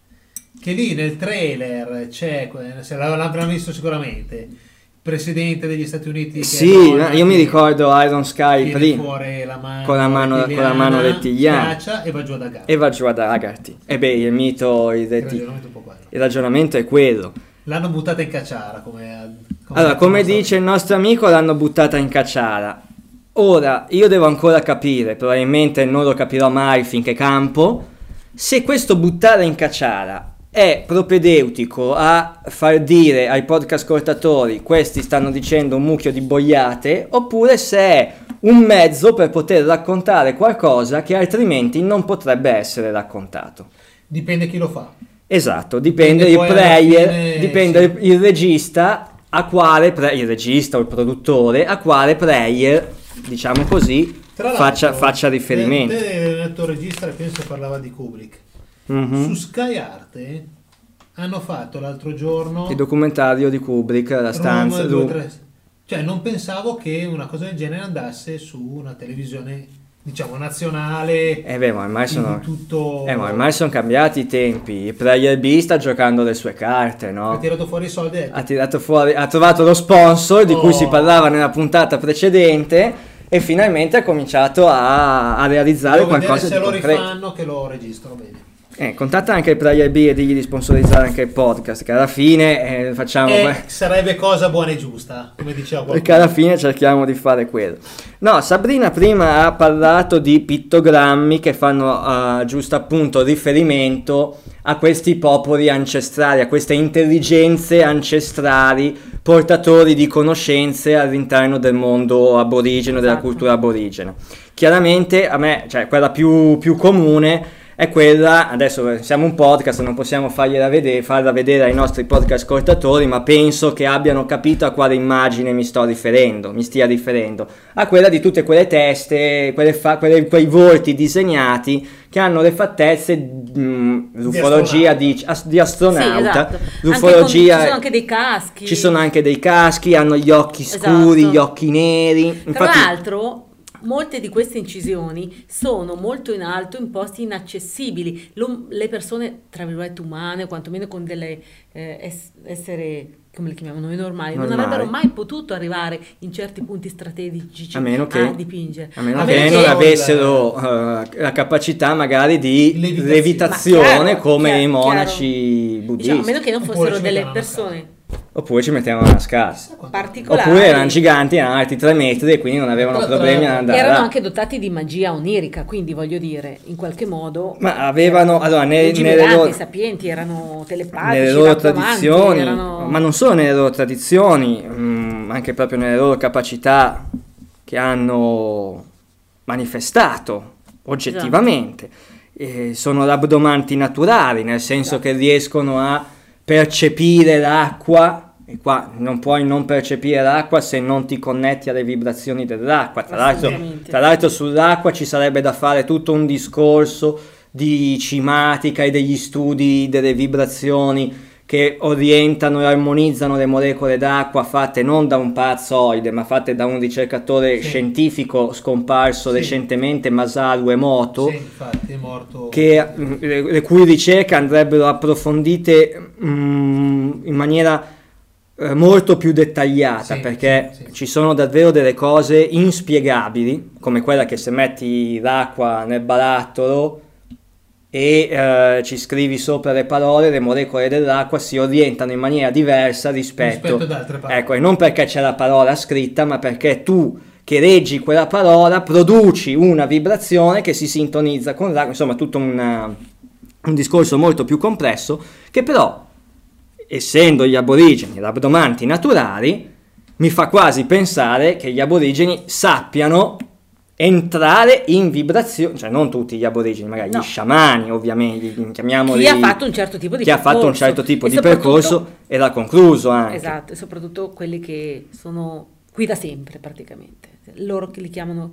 Che lì nel trailer c'è, se l'avranno visto sicuramente, il presidente degli Stati Uniti che Sì, è io mi che ricordo Iron Sky tiene prima, fuori la mano con la mano, con la mano rettigliana, schiaccia e va giù ad Agatha. e va giù ad Agarthy. E beh, il mito, il, Il retti- ragionamento è un po' quello. il ragionamento è quello. L'hanno buttata in cacciara come, come Allora, come dice il nostro amico, l'hanno buttata in cacciara. Ora, io devo ancora capire, probabilmente non lo capirò mai finché campo, se questo buttare in cacciara è propedeutico a far dire ai podcast ascoltatori questi stanno dicendo un mucchio di boiate, oppure se è un mezzo per poter raccontare qualcosa che altrimenti non potrebbe essere raccontato. Dipende chi lo fa. Esatto, dipende Dipende il poi alla player, fine, dipende sì. il, il regista a quale pre- il regista o il produttore a quale player, diciamo così, Tra faccia, l'altro, faccia riferimento. te- te- Il tuo regista penso parlava di Kubrick. Mhm. Su Sky Arte hanno fatto l'altro giorno Il documentario di Kubrick, la stanza, Room due, Room- tre. Cioè non pensavo che una cosa del genere andasse su una televisione diciamo nazionale. Eh beh, ma ormai quindi sono, tutto eh, ma ormai sono cambiati i tempi. Il player B sta giocando le sue carte, ha no? tirato fuori i soldi e ha detto, Ha tirato fuori, ha trovato lo sponsor di cui Oh. si parlava nella puntata precedente e finalmente ha cominciato a, a realizzare devo vedere qualcosa se di lo concreto. rifanno che lo registrano bene. Eh, contatta anche il player B e digli di sponsorizzare anche il podcast, che alla fine eh, facciamo... E sarebbe cosa buona e giusta, come diceva Perché qualcuno. alla fine cerchiamo di fare quello. No, Sabrina prima ha parlato di pittogrammi che fanno uh, giusto appunto riferimento a questi popoli ancestrali, a queste intelligenze ancestrali, portatori di conoscenze all'interno del mondo aborigeno, della Esatto. cultura aborigena. Chiaramente a me, cioè quella più, più comune è quella, adesso siamo un podcast, non possiamo fargliela vedere, farla vedere ai nostri podcast ascoltatori, ma penso che abbiano capito a quale immagine mi sto riferendo, mi stia riferendo, a quella di tutte quelle teste, quelle fa- quelle- quei volti disegnati che hanno le fattezze, mh, l'ufologia di, as- di astronauta, Sì, esatto. l'ufologia... Anche con- ci sono anche dei caschi. Ci sono anche dei caschi, hanno gli occhi scuri, Esatto. gli occhi neri. Tra Infatti, l'altro, molte di queste incisioni sono molto in alto, in posti inaccessibili. Lo- le persone, tra virgolette, umane, o quantomeno con delle eh, ess- essere, come le chiamiamo noi, normali, non Normali. avrebbero mai potuto arrivare in certi punti strategici A meno che- a dipingere. a meno A che meno non che- avessero eh, la capacità magari di Levitazione. levitazione, Ma chiaro, come chiaro, i monaci buddisti. Diciamo, a meno che non Oppure fossero ci delle mettono una persone Oppure ci mettevano una scala. Chissà quanto- particolari. Oppure erano giganti, erano alti tre metri e quindi non avevano Tra problemi ad l'altro, andare erano là. anche dotati di magia onirica, quindi voglio dire, in qualche modo Ma avevano, allora, ne- nelle lungimiranti, loro, sapienti, erano telepatici, nelle loro raptomanti, tradizioni, erano- ma non solo nelle loro tradizioni, mh, anche proprio nelle loro capacità che hanno manifestato oggettivamente. Eh, sono rabdomanti naturali, nel senso Esatto. che riescono a percepire l'acqua, e qua non puoi non percepire l'acqua se non ti connetti alle vibrazioni dell'acqua. Tra l'altro, tra l'altro sull'acqua ci sarebbe da fare tutto un discorso di cimatica e degli studi delle vibrazioni che orientano e armonizzano le molecole d'acqua, fatte non da un pazzoide, ma fatte da un ricercatore sì. scientifico scomparso sì. recentemente, Masaru Emoto, sì, infatti, è morto. Che, le, le cui ricerche andrebbero approfondite mh, in maniera eh, molto più dettagliata, sì, perché sì, sì. ci sono davvero delle cose inspiegabili, come quella che se metti l'acqua nel barattolo e uh, ci scrivi sopra le parole, le molecole dell'acqua si orientano in maniera diversa rispetto, rispetto ad altre parole. Ecco, e non perché c'è la parola scritta, ma perché tu che leggi quella parola produci una vibrazione che si sintonizza con l'acqua, insomma tutto una, un discorso molto più complesso, che però, essendo gli aborigeni rabdomanti naturali, mi fa quasi pensare che gli aborigeni sappiano entrare in vibrazione, cioè non tutti gli aborigeni, magari no. gli sciamani, ovviamente, chiamiamoli, chi ha fatto un certo tipo di chi percorso, ha fatto un certo tipo di percorso e l'ha concluso anche. Esatto, e soprattutto quelli che sono qui da sempre praticamente, loro che li chiamano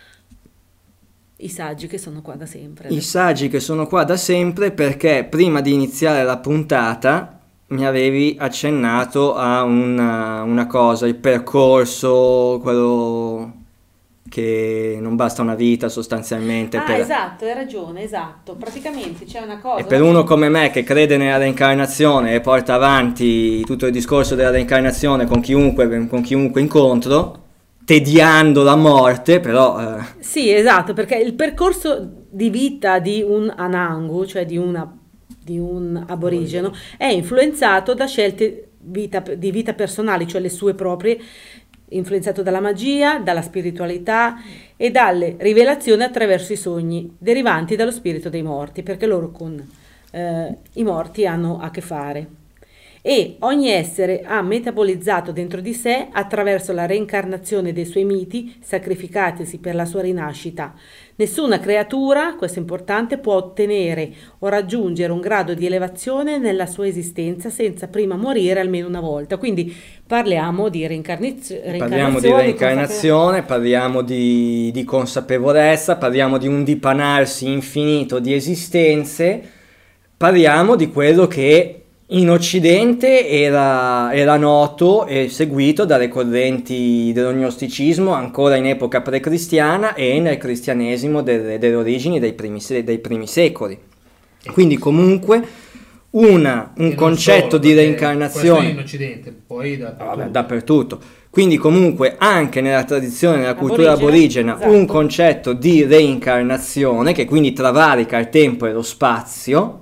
i saggi che sono qua da sempre. I saggi che sono qua da sempre, perché prima di iniziare la puntata mi avevi accennato a una, una cosa, il percorso, quello che non basta una vita sostanzialmente. Ah, per... esatto, hai ragione, esatto. Praticamente c'è una cosa. E per uno come me che crede nella reincarnazione e porta avanti tutto il discorso della reincarnazione con chiunque, con chiunque incontro, tediando la morte, però... Eh... Sì, esatto, perché il percorso di vita di un Anangu, cioè di, una, di un aborigeno, è influenzato da scelte vita, di vita personali, cioè le sue proprie, influenzato dalla magia, dalla spiritualità e dalle rivelazioni attraverso i sogni derivanti dallo spirito dei morti, perché loro con eh, i morti hanno a che fare. E ogni essere ha metabolizzato dentro di sé, attraverso la reincarnazione dei suoi miti, sacrificatisi per la sua rinascita. Nessuna creatura, questo è importante, può ottenere o raggiungere un grado di elevazione nella sua esistenza senza prima morire almeno una volta. Quindi parliamo di reincarnizio- reincarnazione. Parliamo di reincarnazione, parliamo di, di consapevolezza, parliamo di un dipanarsi infinito di esistenze, parliamo di quello che in Occidente era, era noto e seguito dalle correnti dello gnosticismo ancora in epoca precristiana e nel cristianesimo delle, delle origini dei primi, dei primi secoli. Quindi comunque una, un concetto solo, di reincarnazione in Occidente, poi dappertutto. Vabbè, dappertutto. Quindi comunque anche nella tradizione, nella cultura aborigena, esatto. un concetto di reincarnazione che quindi travalica il tempo e lo spazio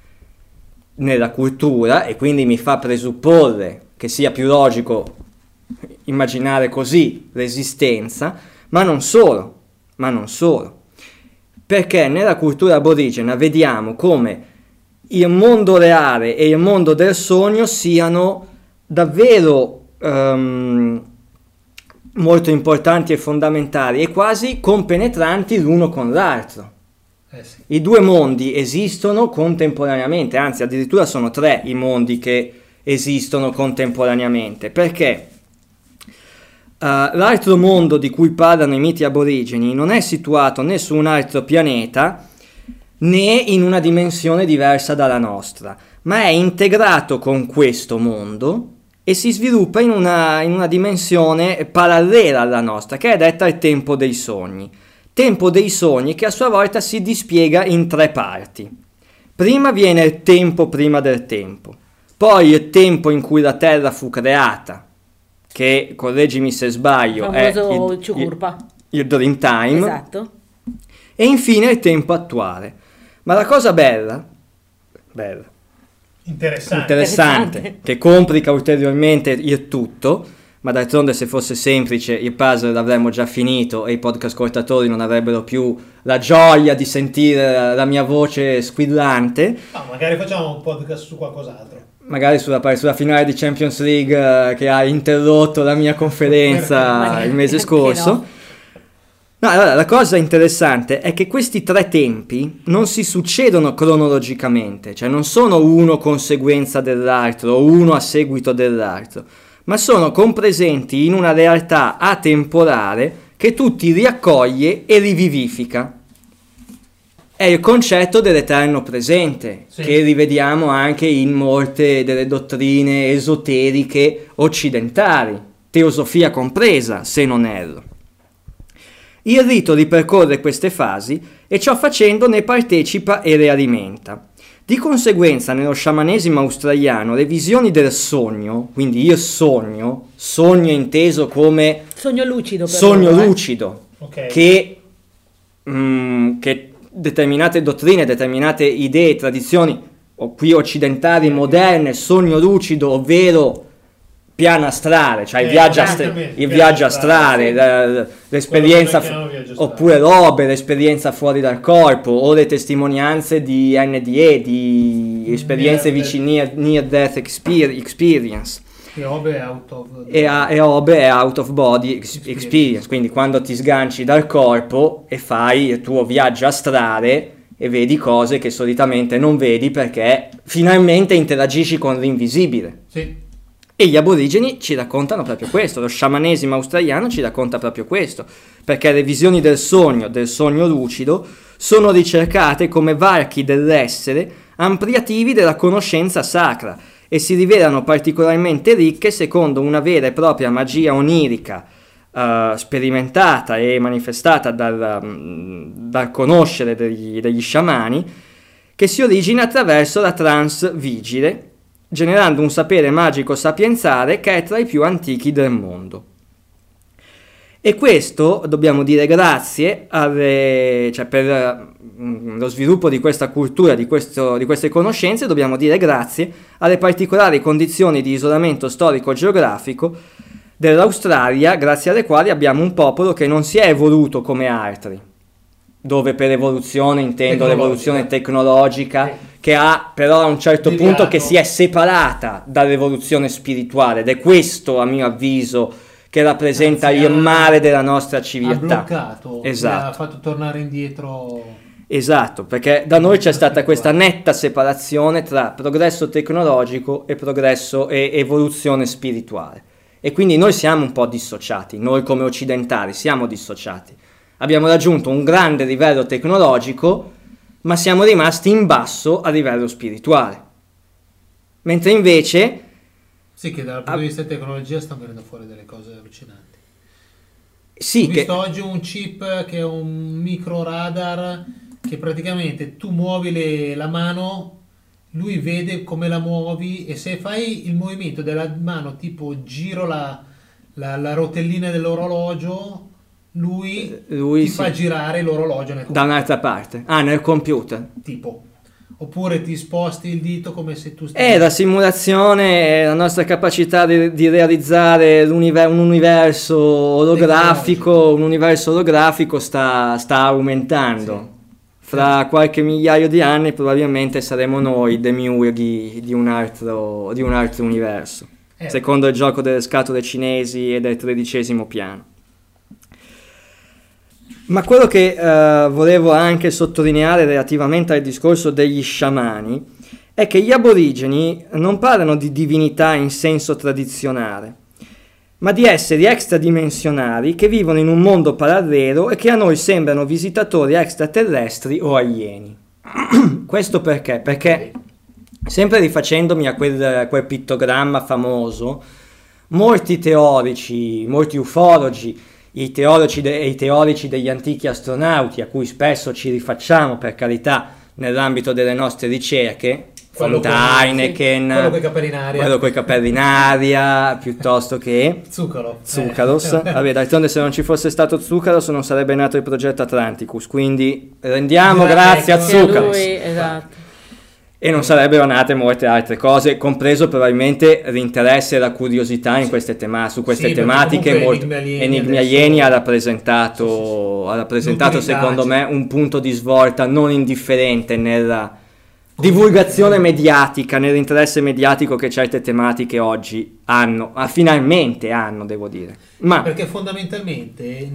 nella cultura, e quindi mi fa presupporre che sia più logico immaginare così l'esistenza, ma non solo, ma non solo, perché nella cultura aborigena vediamo come il mondo reale e il mondo del sogno siano davvero um, molto importanti e fondamentali e quasi compenetranti l'uno con l'altro. Eh sì. I due mondi esistono contemporaneamente, anzi addirittura sono tre i mondi che esistono contemporaneamente, perché uh, l'altro mondo di cui parlano i miti aborigeni non è situato né su un altro pianeta né in una dimensione diversa dalla nostra, ma è integrato con questo mondo e si sviluppa in una, in una dimensione parallela alla nostra, che è detta il tempo dei sogni. Tempo dei sogni che a sua volta si dispiega in tre parti. Prima viene il tempo prima del tempo, poi il tempo in cui la Terra fu creata, che, correggimi se sbaglio, è il, il, il Dream Time, esatto. E infine il tempo attuale. Ma la cosa bella, bella interessante. interessante, interessante, che complica ulteriormente il tutto, ma d'altronde se fosse semplice il puzzle l'avremmo già finito e i podcast ascoltatori non avrebbero più la gioia di sentire la mia voce squillante. No, magari facciamo un podcast su qualcos'altro. Magari sulla, sulla finale di Champions League uh, che ha interrotto la mia conferenza il mese scorso. No. No, allora, la cosa interessante è che questi tre tempi non si succedono cronologicamente, cioè non sono uno conseguenza dell'altro o uno a seguito dell'altro, ma sono compresenti in una realtà atemporale che tutti riaccoglie e rivivifica. È il concetto dell'eterno presente, sì, che rivediamo anche in molte delle dottrine esoteriche occidentali, teosofia compresa, se non erro. Il rito ripercorre queste fasi e ciò facendo ne partecipa e le alimenta. Di conseguenza, nello sciamanesimo australiano, le visioni del sogno, quindi il sogno, sogno inteso come sogno lucido, però, sogno eh? lucido, okay, che, mm, che determinate dottrine, determinate idee, tradizioni, o qui occidentali, moderne, sogno lucido, ovvero piano astrale, cioè il eh, viaggio, astra- il viaggio astrale, astrale sì, l'esperienza, fu- oppure robe, l'esperienza fuori dal corpo, o le testimonianze di N D E, di esperienze vicine, near, near death experience. E robe è out of e, a, e robe è out of body ex- experience, quindi quando ti sganci dal corpo e fai il tuo viaggio astrale e vedi cose che solitamente non vedi perché finalmente interagisci con l'invisibile. Sì. E gli aborigeni ci raccontano proprio questo, lo sciamanesimo australiano ci racconta proprio questo, perché le visioni del sogno, del sogno lucido, sono ricercate come varchi dell'essere ampliativi della conoscenza sacra e si rivelano particolarmente ricche secondo una vera e propria magia onirica uh, sperimentata e manifestata dal, um, dal conoscere degli, degli sciamani, che si origina attraverso la trance vigile, generando un sapere magico sapienzale che è tra i più antichi del mondo. E questo dobbiamo dire grazie alle, cioè per uh, lo sviluppo di questa cultura, di, questo, di queste conoscenze, dobbiamo dire grazie alle particolari condizioni di isolamento storico-geografico dell'Australia, grazie alle quali abbiamo un popolo che non si è evoluto come altri, dove per evoluzione intendo l'evoluzione tecnologica, sì, che ha però a un certo Deviato. punto che si è separata dall'evoluzione spirituale, ed è questo a mio avviso che rappresenta Anzi, il male della nostra civiltà. Ha bloccato, esatto, ha fatto tornare indietro. Esatto, perché da noi c'è stata questa netta separazione tra progresso tecnologico e progresso e evoluzione spirituale, e quindi noi siamo un po' dissociati, noi come occidentali siamo dissociati. Abbiamo raggiunto un grande livello tecnologico, ma siamo rimasti in basso a livello spirituale. Mentre invece... Sì, che dal punto di vista della tecnologia stanno venendo fuori delle cose allucinanti. Sì, Ho che... visto oggi un chip che è un micro radar che praticamente tu muovi le, la mano, lui vede come la muovi e se fai il movimento della mano tipo giro la, la, la rotellina dell'orologio, lui, lui ti sì. fa girare l'orologio nel da un'altra parte, ah, nel computer tipo, oppure ti sposti il dito come se tu stessi... è la simulazione, la nostra capacità di, di realizzare un universo olografico, un universo olografico sta, sta aumentando. Sì. Fra qualche migliaio di anni probabilmente saremo noi demiurghi di un altro, di un altro universo, eh. secondo il gioco delle scatole cinesi e del tredicesimo piano. Ma quello che uh, volevo anche sottolineare relativamente al discorso degli sciamani è che gli aborigeni non parlano di divinità in senso tradizionale, ma di esseri extradimensionali che vivono in un mondo parallelo e che a noi sembrano visitatori extraterrestri o alieni. Questo perché? Perché, sempre rifacendomi a quel, quel pittogramma famoso, molti teorici, molti ufologi, I teorici, de- i teorici degli antichi astronauti, a cui spesso ci rifacciamo per carità nell'ambito delle nostre ricerche, Fonteineken, quello coi capelli in aria, quello coi capelli in aria, piuttosto che Zuccaro. Zuccaros. Eh. Vabbè, d'altronde se non ci fosse stato Zuccaros non sarebbe nato il progetto Atlanticus, quindi rendiamo grazie, grazie a Zuccaros. Lui, esatto. E non sarebbero nate molte altre cose, compreso probabilmente l'interesse e la curiosità in queste tema- su queste sì, tematiche. Molto... Enigmi Alieni, Enigmi adesso... Alieni ha rappresentato, sì, sì, sì. Ha rappresentato secondo me un punto di svolta non indifferente nella divulgazione mediatica, nell'interesse mediatico che certe tematiche oggi hanno, ah, finalmente hanno, devo dire. Ma... Perché fondamentalmente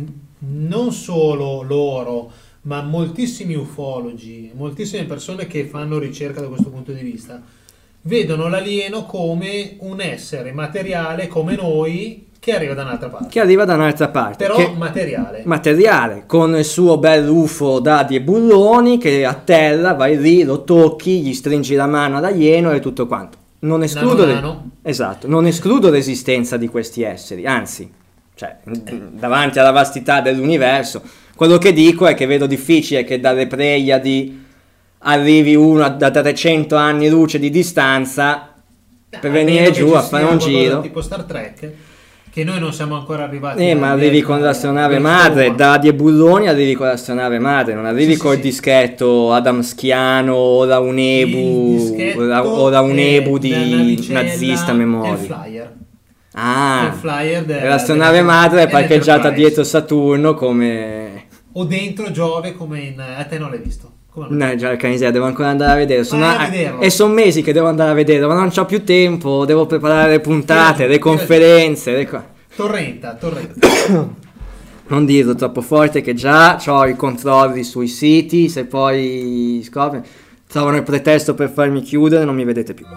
non solo loro, ma moltissimi ufologi, moltissime persone che fanno ricerca da questo punto di vista, vedono l'alieno come un essere materiale come noi che arriva da un'altra parte. Che arriva da un'altra parte. Però che... materiale. Materiale, con il suo bel U F O dadi e bulloni che atterra, vai lì, lo tocchi, gli stringi la mano all'alieno e tutto quanto. Non escludo, nano, nano. Esatto, non escludo l'esistenza di questi esseri, anzi, cioè, davanti alla vastità dell'universo, quello che dico è che vedo difficile che dalle Pleiadi arrivi uno da trecento anni luce di distanza per A venire meno giù che a ci fare sia un qualcosa giro. tipo Star Trek, che noi non siamo ancora arrivati. Eh, ma arrivi con l'astronave madre, dadi e bulloni, arrivi con l'astronave madre, non arrivi Sì, col sì, sì. dischetto adamskiano o la Unebu o la, o la Unebu di nazista memoria. Il flyer. Ah, Il flyer de- e l'astronave de- madre è parcheggiata Enterprise. dietro Saturno come... O dentro Giove come in... A te non l'hai visto? Come no? No, già il canisia, devo ancora andare a vedere. Sono Vai a a- vederlo. e sono mesi che devo andare a vedere, ma non c'ho più tempo. Devo preparare le puntate, Tira- le tira- conferenze. Le co- Torrenta, torrenta. non dirlo troppo forte, che già ho i controlli sui siti. Se poi scopri, trovano il pretesto per farmi chiudere, non mi vedete più.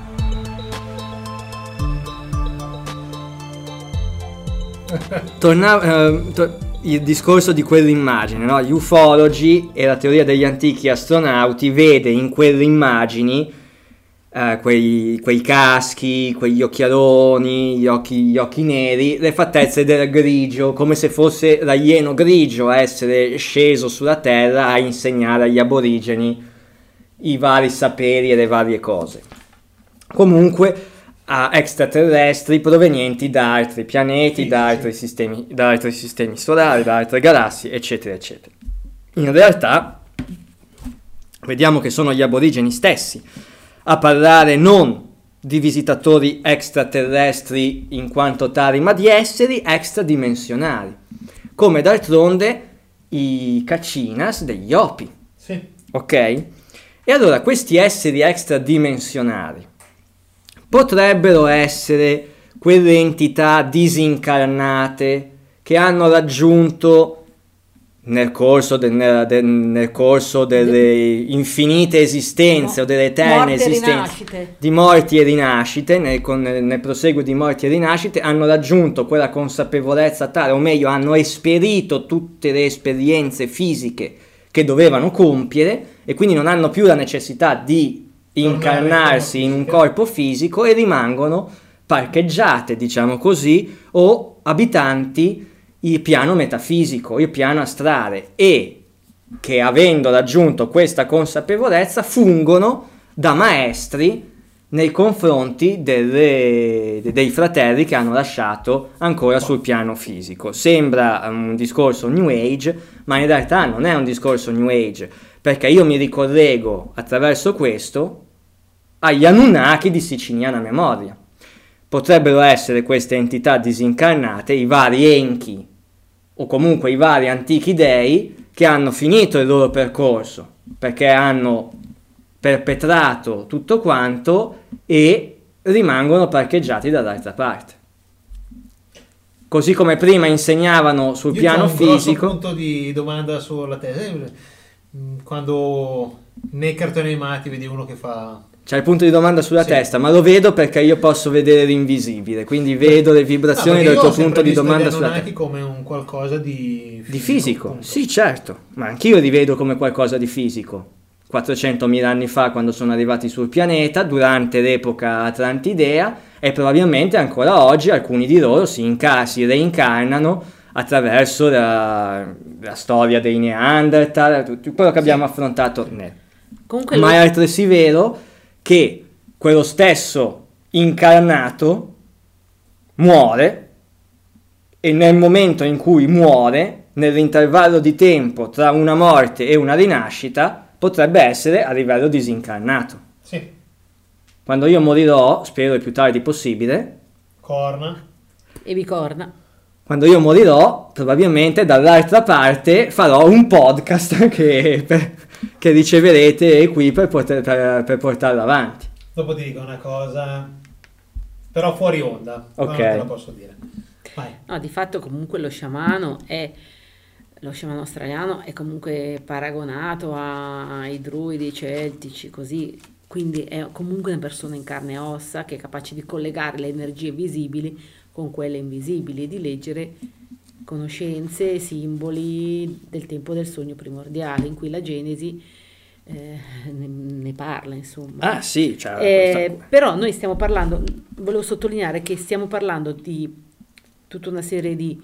Torna, eh, to- il discorso di quell'immagine, no? Gli ufologi e la teoria degli antichi astronauti vede in quelle immagini eh, quei, quei caschi, quegli occhialoni, gli occhi, gli occhi neri, le fattezze del grigio, come se fosse l'alieno grigio a essere sceso sulla Terra a insegnare agli aborigeni i vari saperi e le varie cose. Comunque a extraterrestri provenienti da altri pianeti, Sì, da, sì. altri sistemi, da altri sistemi solari, da altre galassie, eccetera, eccetera. In realtà, vediamo che sono gli aborigeni stessi a parlare non di visitatori extraterrestri in quanto tali, ma di esseri extradimensionali, come d'altronde i Kachinas degli Hopi, Sì. ok? E allora questi esseri extradimensionali potrebbero essere quelle entità disincarnate che hanno raggiunto nel corso, del, nel, del- nel corso delle infinite esistenze o delle eterne Morte e esistenze rinascite. di morti e rinascite, nel, con- nel, nel proseguo di morti e rinascite, hanno raggiunto quella consapevolezza tale, o meglio, hanno esperito tutte le esperienze fisiche che dovevano compiere e quindi non hanno più la necessità di incarnarsi in un corpo fisico e rimangono parcheggiate, diciamo così, o abitanti il piano metafisico, il piano astrale, e che avendo raggiunto questa consapevolezza fungono da maestri nei confronti delle- dei fratelli che hanno lasciato ancora sul piano fisico. Sembra un discorso New Age, ma in realtà non è un discorso New Age, perché io mi ricollego attraverso questo agli Anunnaki di siciliana memoria. Potrebbero essere queste entità disincarnate, i vari Enki, o comunque i vari antichi dei che hanno finito il loro percorso, perché hanno perpetrato tutto quanto e rimangono parcheggiati dall'altra parte. Così come prima insegnavano sul Io piano c'ho un grosso fisico. punto di domanda sulla testa. Eh, Quando nei cartoni animati vedi uno che fa... C'è il punto di domanda sulla Sì. testa, ma lo vedo perché io posso vedere l'invisibile, quindi vedo le vibrazioni Ah, del perché tuo io ho sempre punto di visto gli domanda sulla Anunnaki testa. come un qualcosa di Di fisico, appunto. sì, certo, ma anch'io li vedo come qualcosa di fisico. quattrocentomila anni fa, quando sono arrivati sul pianeta, durante l'epoca Atlantidea, e probabilmente ancora oggi alcuni di loro si, inca- si reincarnano attraverso la, la storia dei Neanderthal, tutto quello che abbiamo affrontato nel. Comunque Ma lo- è altresì vero che quello stesso incarnato muore, e nel momento in cui muore, nell'intervallo di tempo tra una morte e una rinascita, potrebbe essere a livello disincarnato. Sì, Quando io morirò, spero il più tardi possibile, corna. e bicorna. quando io morirò, probabilmente dall'altra parte farò un podcast che, per- che riceverete qui per, poter, per, per portarlo avanti. Dopo ti dico una cosa, però fuori onda. Ok. Non te la posso dire. Vai. No, di fatto comunque lo sciamano è lo sciamano australiano è comunque paragonato a- ai druidi celtici, così, quindi è comunque una persona in carne e ossa che è capace di collegare le energie visibili con quelle invisibili e di leggere conoscenze e simboli del tempo del sogno primordiale, in cui la Genesi eh, ne, ne parla, insomma. Ah sì, cioè, Eh, questa- però noi stiamo parlando, volevo sottolineare che stiamo parlando di tutta una serie di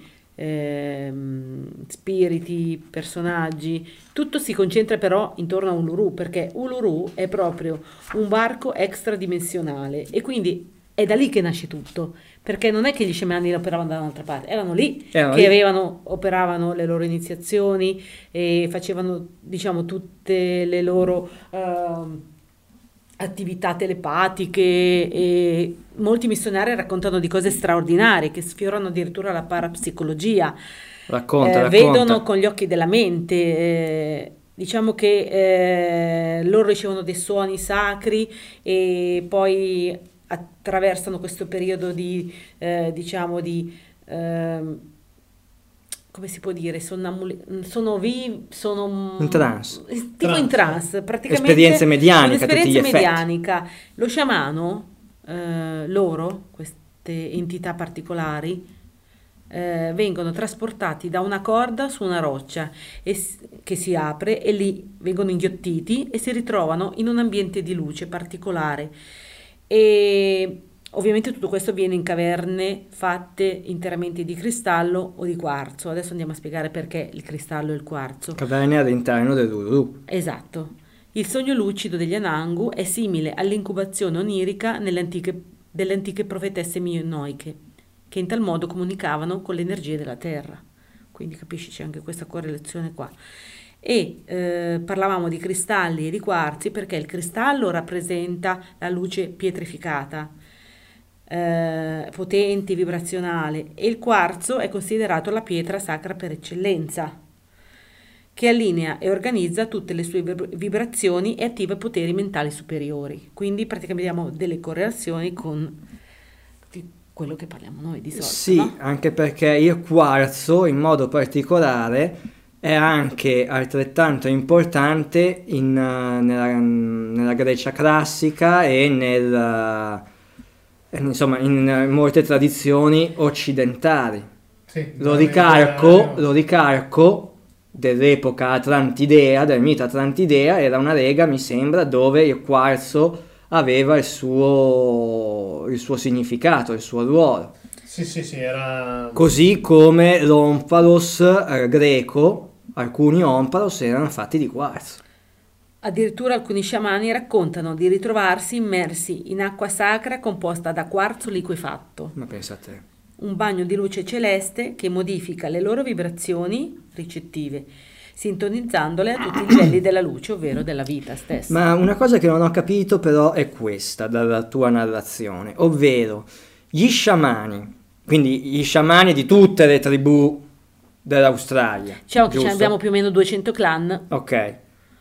ehm, spiriti, personaggi, tutto si concentra però intorno a Uluru, perché Uluru è proprio un barco extradimensionale e quindi è da lì che nasce tutto, perché non è che gli sciamani operavano da un'altra parte, erano lì Erano che lì. avevano, operavano le loro iniziazioni e facevano, diciamo, tutte le loro ehm, attività telepatiche e molti missionari raccontano di cose straordinarie che sfiorano addirittura la parapsicologia. Racconta, Eh, racconta. vedono con gli occhi della mente, eh, diciamo che eh, loro ricevono dei suoni sacri e poi attraversano questo periodo di, eh, diciamo, di, ehm, come si può dire, sonnambuli- sono vivi, sono In trance. tipo in Trance. trance, praticamente Esperienze medianiche a tutti gli un'esperienza effetti. medianica. Lo sciamano, eh, loro, queste entità particolari, eh, vengono trasportati da una corda su una roccia e s- che si apre e lì vengono inghiottiti e si ritrovano in un ambiente di luce particolare. E ovviamente tutto questo avviene in caverne fatte interamente di cristallo o di quarzo. Adesso andiamo a spiegare perché il cristallo e il quarzo. Caverne all'interno dell'Uru. Esatto. Il sogno lucido degli Anangu è simile all'incubazione onirica nelle antiche- delle antiche profetesse minoiche, che in tal modo comunicavano con le energie della terra. Quindi capisci, c'è anche questa correlazione qua. E eh, parlavamo di cristalli e di quarzi perché il cristallo rappresenta la luce pietrificata, eh, potente, vibrazionale, e il quarzo è considerato la pietra sacra per eccellenza, che allinea e organizza tutte le sue vib- vibrazioni e attiva poteri mentali superiori. Quindi praticamente abbiamo delle correlazioni con di quello che parliamo noi di solito, Sì, no? anche perché il quarzo in modo particolare è anche altrettanto importante in, eh, nella, nella Grecia classica e nel, eh, insomma, in eh, molte tradizioni occidentali. Sì, Lo nel ricalco, Mediterraneo. lo ricalco dell'epoca atlantidea, del mito atlantidea, era una lega, mi sembra, dove il quarzo aveva il suo, il suo significato, il suo ruolo. Sì, sì, sì, era... Così come l'ompalos eh, greco, alcuni ompalos erano fatti di quarzo. Addirittura alcuni sciamani raccontano di ritrovarsi immersi in acqua sacra composta da quarzo liquefatto, Ma pensa a te. un bagno di luce celeste che modifica le loro vibrazioni ricettive, sintonizzandole a tutti i livelli della luce, ovvero della vita stessa. Ma una cosa che non ho capito però è questa dalla tua narrazione, ovvero gli sciamani, quindi gli sciamani di tutte le tribù dell'Australia. Diciamo che ce ne giusto? abbiamo più o meno duecento clan. Ok.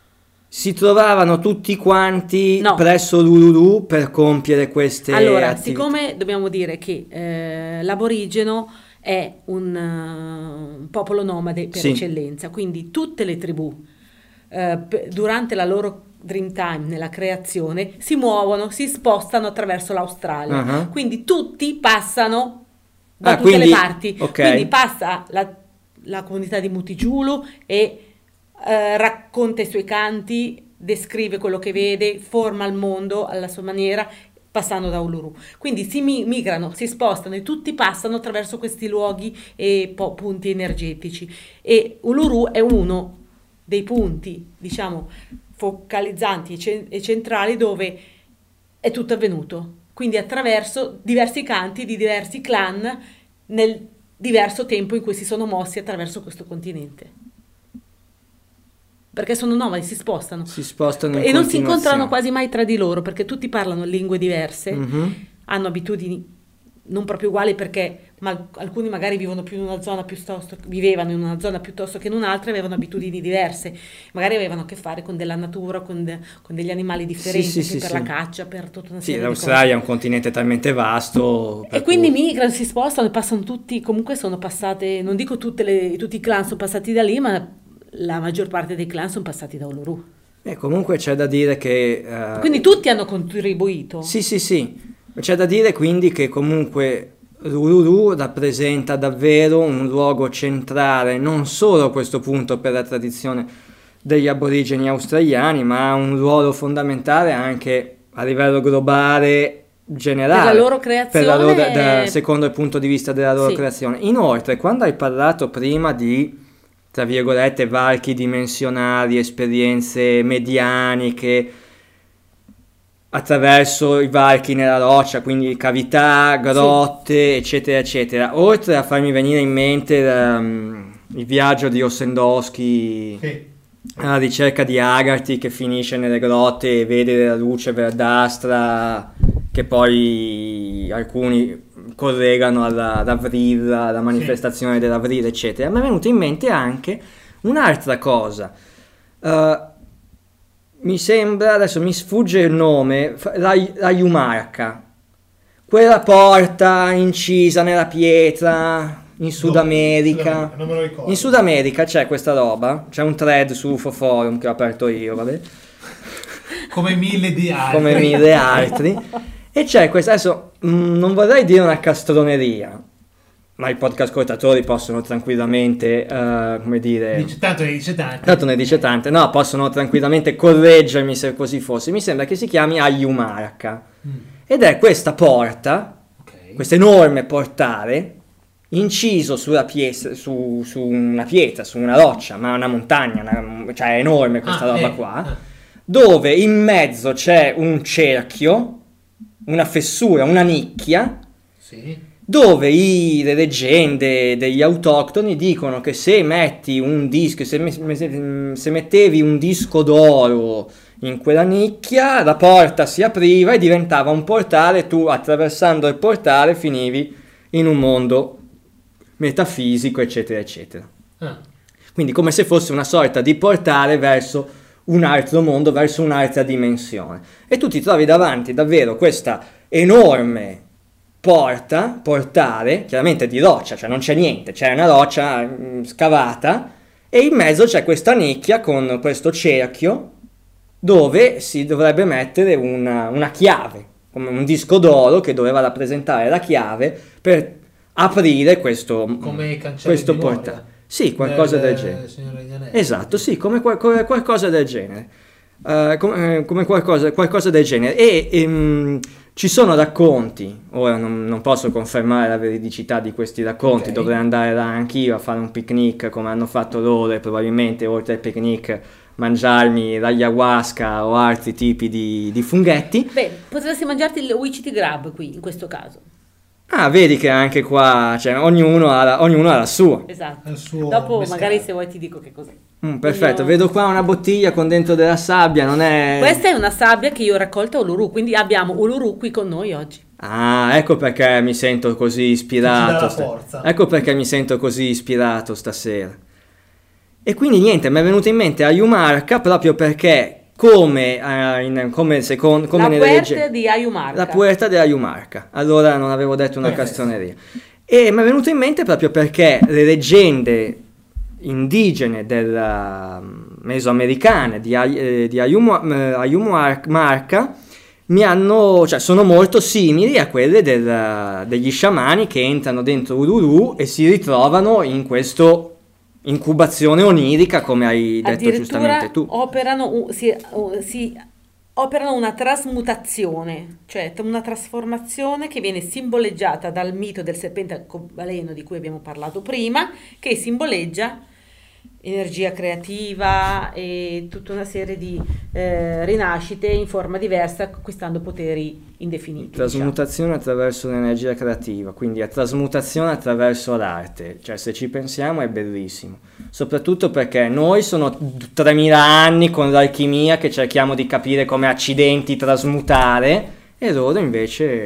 Si trovavano tutti quanti No. presso l'Uluru per compiere queste Allora, attività. siccome dobbiamo dire che eh, l'aborigeno è un, eh, un popolo nomade per Sì. eccellenza, quindi tutte le tribù eh, pe- durante la loro Dreamtime, nella creazione, si muovono, si spostano attraverso l'Australia. Ah. Quindi tutti passano da Ah, tutte quindi- le parti. ok. Quindi passa la, la comunità di Mutijulu e eh, racconta i suoi canti, descrive quello che vede, forma il mondo alla sua maniera, passando da Uluru. Quindi si mi- migrano, si spostano e tutti passano attraverso questi luoghi e po- punti energetici. E Uluru è uno dei punti, diciamo, focalizzanti e cen- e centrali dove è tutto avvenuto. Quindi attraverso diversi canti di diversi clan nel diverso tempo in cui si sono mossi attraverso questo continente. Perché sono nomadi, si spostano. Si spostano in E non si continuazione. incontrano quasi mai tra di loro perché tutti parlano lingue diverse, Mhm. hanno abitudini non proprio uguali perché ma alc- alcuni magari vivono più in una zona piuttosto, vivevano in una zona piuttosto che in un'altra, avevano abitudini diverse, magari avevano a che fare con della natura, con, de- con degli animali differenti, Sì, sì, per sì, la sì. caccia, per tutta una Sì, serie di cose. l'Australia è un continente talmente vasto. E per quindi cui- migrano, si spostano e passano tutti, comunque sono passate, non dico tutte le, tutti i clan sono passati da lì, ma la maggior parte dei clan sono passati da Uluru. E comunque c'è da dire che... eh, Quindi tutti hanno contribuito. Sì, sì, sì. C'è da dire quindi che comunque Uluru rappresenta davvero un luogo centrale, non solo a questo punto per la tradizione degli aborigeni australiani, ma ha un ruolo fondamentale anche a livello globale generale. Per la loro per la creazione. loro- da- secondo il punto di vista della loro Sì. creazione. Inoltre, quando hai parlato prima di, tra virgolette, varchi dimensionali, esperienze medianiche attraverso i varchi nella roccia, quindi cavità, grotte, eccetera, eccetera, oltre a farmi venire in mente ehm, il viaggio di Ossendowski Sì. alla ricerca di Agarthy che finisce nelle grotte e vede la luce verdastra che poi alcuni collegano alla, ad Avril, alla manifestazione dell'Avril, eccetera. Mi è venuto in mente anche un'altra cosa. Eh, mi sembra, adesso mi sfugge il nome, fa- la, la Yumarca, quella porta incisa nella pietra in Sud No, America. non me lo ricordo. In Sud America c'è questa roba, c'è un thread su U F O Forum che ho aperto io, vabbè, Come mille di altri. come mille altri. E c'è questa, adesso mh, non vorrei dire una castroneria, ma i podcast ascoltatori possono tranquillamente, eh, come dire... Dice, tanto ne dice tanto. Tanto ne dice tante, no, possono tranquillamente correggermi se così fosse. Mi sembra che si chiami Ayumarca. Mm. Ed è questa porta, Ok. questo enorme portale, inciso sulla pietra, su, su una pietra, su una roccia, ma una montagna, una- cioè è enorme questa Ah, roba eh, qua, ah. dove in mezzo c'è un cerchio, una fessura, una nicchia, Sì. dove i- le leggende degli autoctoni dicono che se metti un disco, se, me- se mettevi un disco d'oro in quella nicchia, la porta si apriva e diventava un portale, tu attraversando il portale finivi in un mondo metafisico, eccetera, eccetera. Ah. Quindi come se fosse una sorta di portale verso un altro mondo, verso un'altra dimensione. E tu ti trovi davanti davvero questa enorme porta, portale, chiaramente di roccia, cioè non c'è niente, c'è una roccia mm, scavata e in mezzo c'è questa nicchia con questo cerchio dove si dovrebbe mettere una, una chiave, come un disco d'oro che doveva rappresentare la chiave per aprire questo, Come i cancelli questo di Moria. portale. Sì, qualcosa del, genere. Signore degli Anelli. Esatto, sì, come, qual- come qualcosa del genere. Eh, come, eh, come qualcosa, qualcosa del genere. E ehm, ci sono racconti, ora non, non posso confermare la veridicità di questi racconti, Ok. dovrei andare là anch'io a fare un picnic come hanno fatto loro e probabilmente oltre al picnic mangiarmi l'ayahuasca o altri tipi di, di funghetti. Beh, potresti mangiarti il Wichita Grab qui, in questo caso. Ah, vedi che anche qua, cioè, ognuno ha la, ognuno ha la sua. Esatto. Al suo Dopo mescale. magari se vuoi ti dico che cos'è. Mm, perfetto, Io- vedo qua una bottiglia con dentro della sabbia, non è... Questa è una sabbia che io ho raccolto a Uluru, quindi abbiamo Uluru qui con noi oggi. Ah, ecco perché mi sento così ispirato. Ti dà la sta- forza. Ecco perché mi sento così ispirato stasera. E quindi niente, mi è venuto in mente Ayumarca proprio perché come, eh, in- come, secon- come La nelle puerta leggende... di Ayumarca. La puerta di Ayumarca. Allora non avevo detto una Perfetto. castroneria. E mi è venuto in mente proprio perché le leggende indigene della mesoamericane di, Ay- eh, di Ayumu- eh, Ayumarca mi hanno, cioè sono molto simili a quelle del- degli sciamani che entrano dentro Uluru e si ritrovano in questo incubazione onirica, come hai detto Addirittura giustamente tu. operano, u- si, u- si operano una trasmutazione, cioè t- una trasformazione che viene simboleggiata dal mito del serpente arcobaleno di cui abbiamo parlato prima, che simboleggia energia creativa e tutta una serie di eh, rinascite in forma diversa, acquistando poteri indefiniti. diciamo. Trasmutazione attraverso l'energia creativa, quindi a trasmutazione attraverso l'arte, cioè se ci pensiamo è bellissimo, soprattutto perché noi sono tremila anni con l'alchimia che cerchiamo di capire come accidenti trasmutare e loro invece...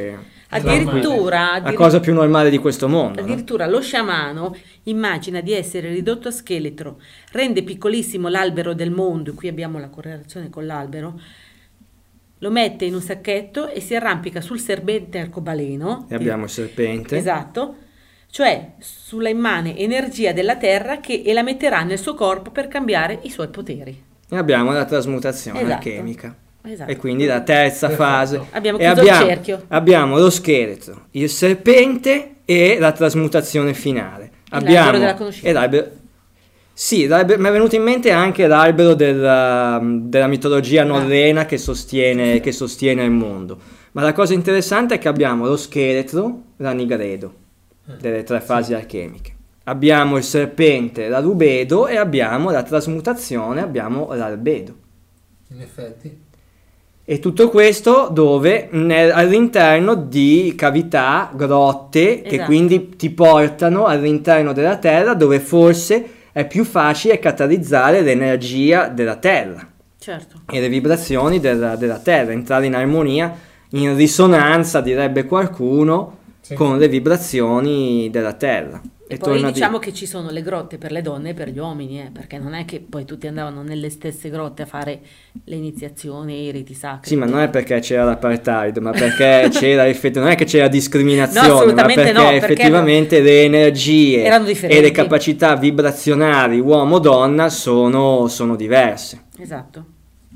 Addirittura, la cosa più normale di questo mondo. Addirittura no? lo sciamano immagina di essere ridotto a scheletro, rende piccolissimo l'albero del mondo, qui abbiamo la correlazione con l'albero, lo mette in un sacchetto e si arrampica sul serpente arcobaleno. E abbiamo il serpente. Esatto, cioè sulla immane energia della terra che e la metterà nel suo corpo per cambiare i suoi poteri. E abbiamo la trasmutazione Esatto. alchemica. Esatto. E quindi la terza Perfetto. fase. Abbiamo e chiuso abbiamo, il cerchio. abbiamo lo scheletro, il serpente e la trasmutazione finale. l'albero abbiamo della conoscenza. e l'albero. Sì, l'albero- mi è venuto in mente anche l'albero della, della mitologia norrena che sostiene, che sostiene il mondo. Ma la cosa interessante è che abbiamo lo scheletro, la nigredo, delle tre fasi alchemiche. Abbiamo il serpente, la rubedo e abbiamo la trasmutazione, abbiamo l'albedo. In effetti. E tutto questo dove? Nel- all'interno di cavità, grotte, che Esatto. quindi ti portano all'interno della terra dove forse è più facile catalizzare l'energia della terra Certo. e le vibrazioni della, della terra, entrare in armonia, in risonanza, direbbe qualcuno, Sì. con le vibrazioni della terra. E, E poi torna a diciamo dire- che ci sono le grotte per le donne e per gli uomini, eh, perché non è che poi tutti andavano nelle stesse grotte a fare le iniziazioni, i riti sacri. Sì, ma non è perché c'era l'apartheid, ma perché c'era effett- non è che c'era discriminazione, No, ma assolutamente perché no, perché effettivamente le energie erano e differenti. le capacità vibrazionali uomo-donna sono, sono diverse. Esatto.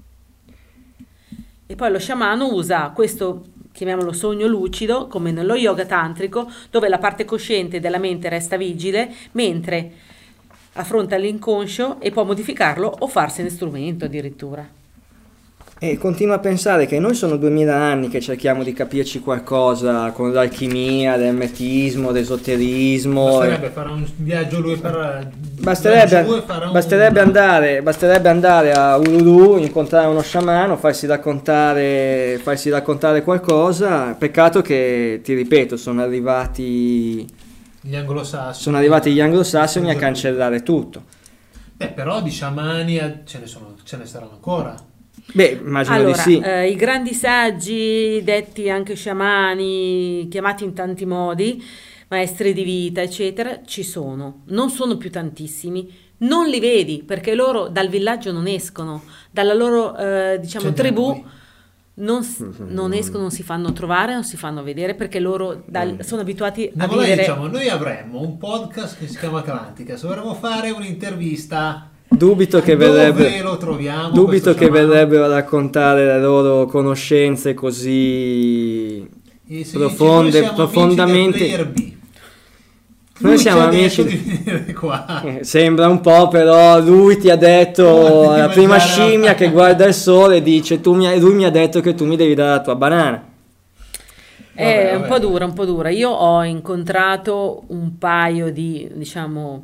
E poi lo sciamano usa questo, chiamiamolo sogno lucido, come nello yoga tantrico, dove la parte cosciente della mente resta vigile, mentre affronta l'inconscio e può modificarlo o farsene strumento addirittura. E continuo a pensare che noi sono duemila anni che cerchiamo di capirci qualcosa con l'alchimia, l'ermetismo, l'esoterismo. Basterebbe fare un viaggio lui per Basterebbe, giù e fare un- basterebbe andare, basterebbe andare a Uluru, incontrare uno sciamano, farsi raccontare, farsi raccontare qualcosa. Peccato che, ti ripeto, sono arrivati, gli anglosassoni. sono arrivati gli anglosassoni a cancellare tutto. Beh, però di sciamani eh, ce ne sono, ce ne saranno ancora. Beh, immagino Allora, di sì. eh, i grandi saggi, detti anche sciamani, chiamati in tanti modi, maestri di vita, eccetera, ci sono. Non sono più tantissimi, non li vedi perché loro dal villaggio non escono, dalla loro, eh, diciamo, Ce n'è tribù qui. non, s- non escono, non si fanno trovare, non si fanno vedere perché loro dal- sono abituati a Andiamo là e vivere. diciamo, noi avremmo un podcast che si chiama Atlantica, se dovremmo fare un'intervista, Dubito che dove verrebbe, lo troviamo? dubito questo che sciamano? verrebbero a raccontare le loro conoscenze così E se profonde, dice, noi siamo profondamente. amici del player B. Noi Lui siamo ci ha amici detto di- di venire qua. Eh, Sembra un po', però lui ti ha detto, Oh, devi la prima mangiare la- scimmia che guarda il sole e dice, tu mi hai- lui mi ha detto che tu mi devi dare la tua banana. È Vabbè, un vabbè. po' dura, un po' dura. Io ho incontrato un paio di, diciamo,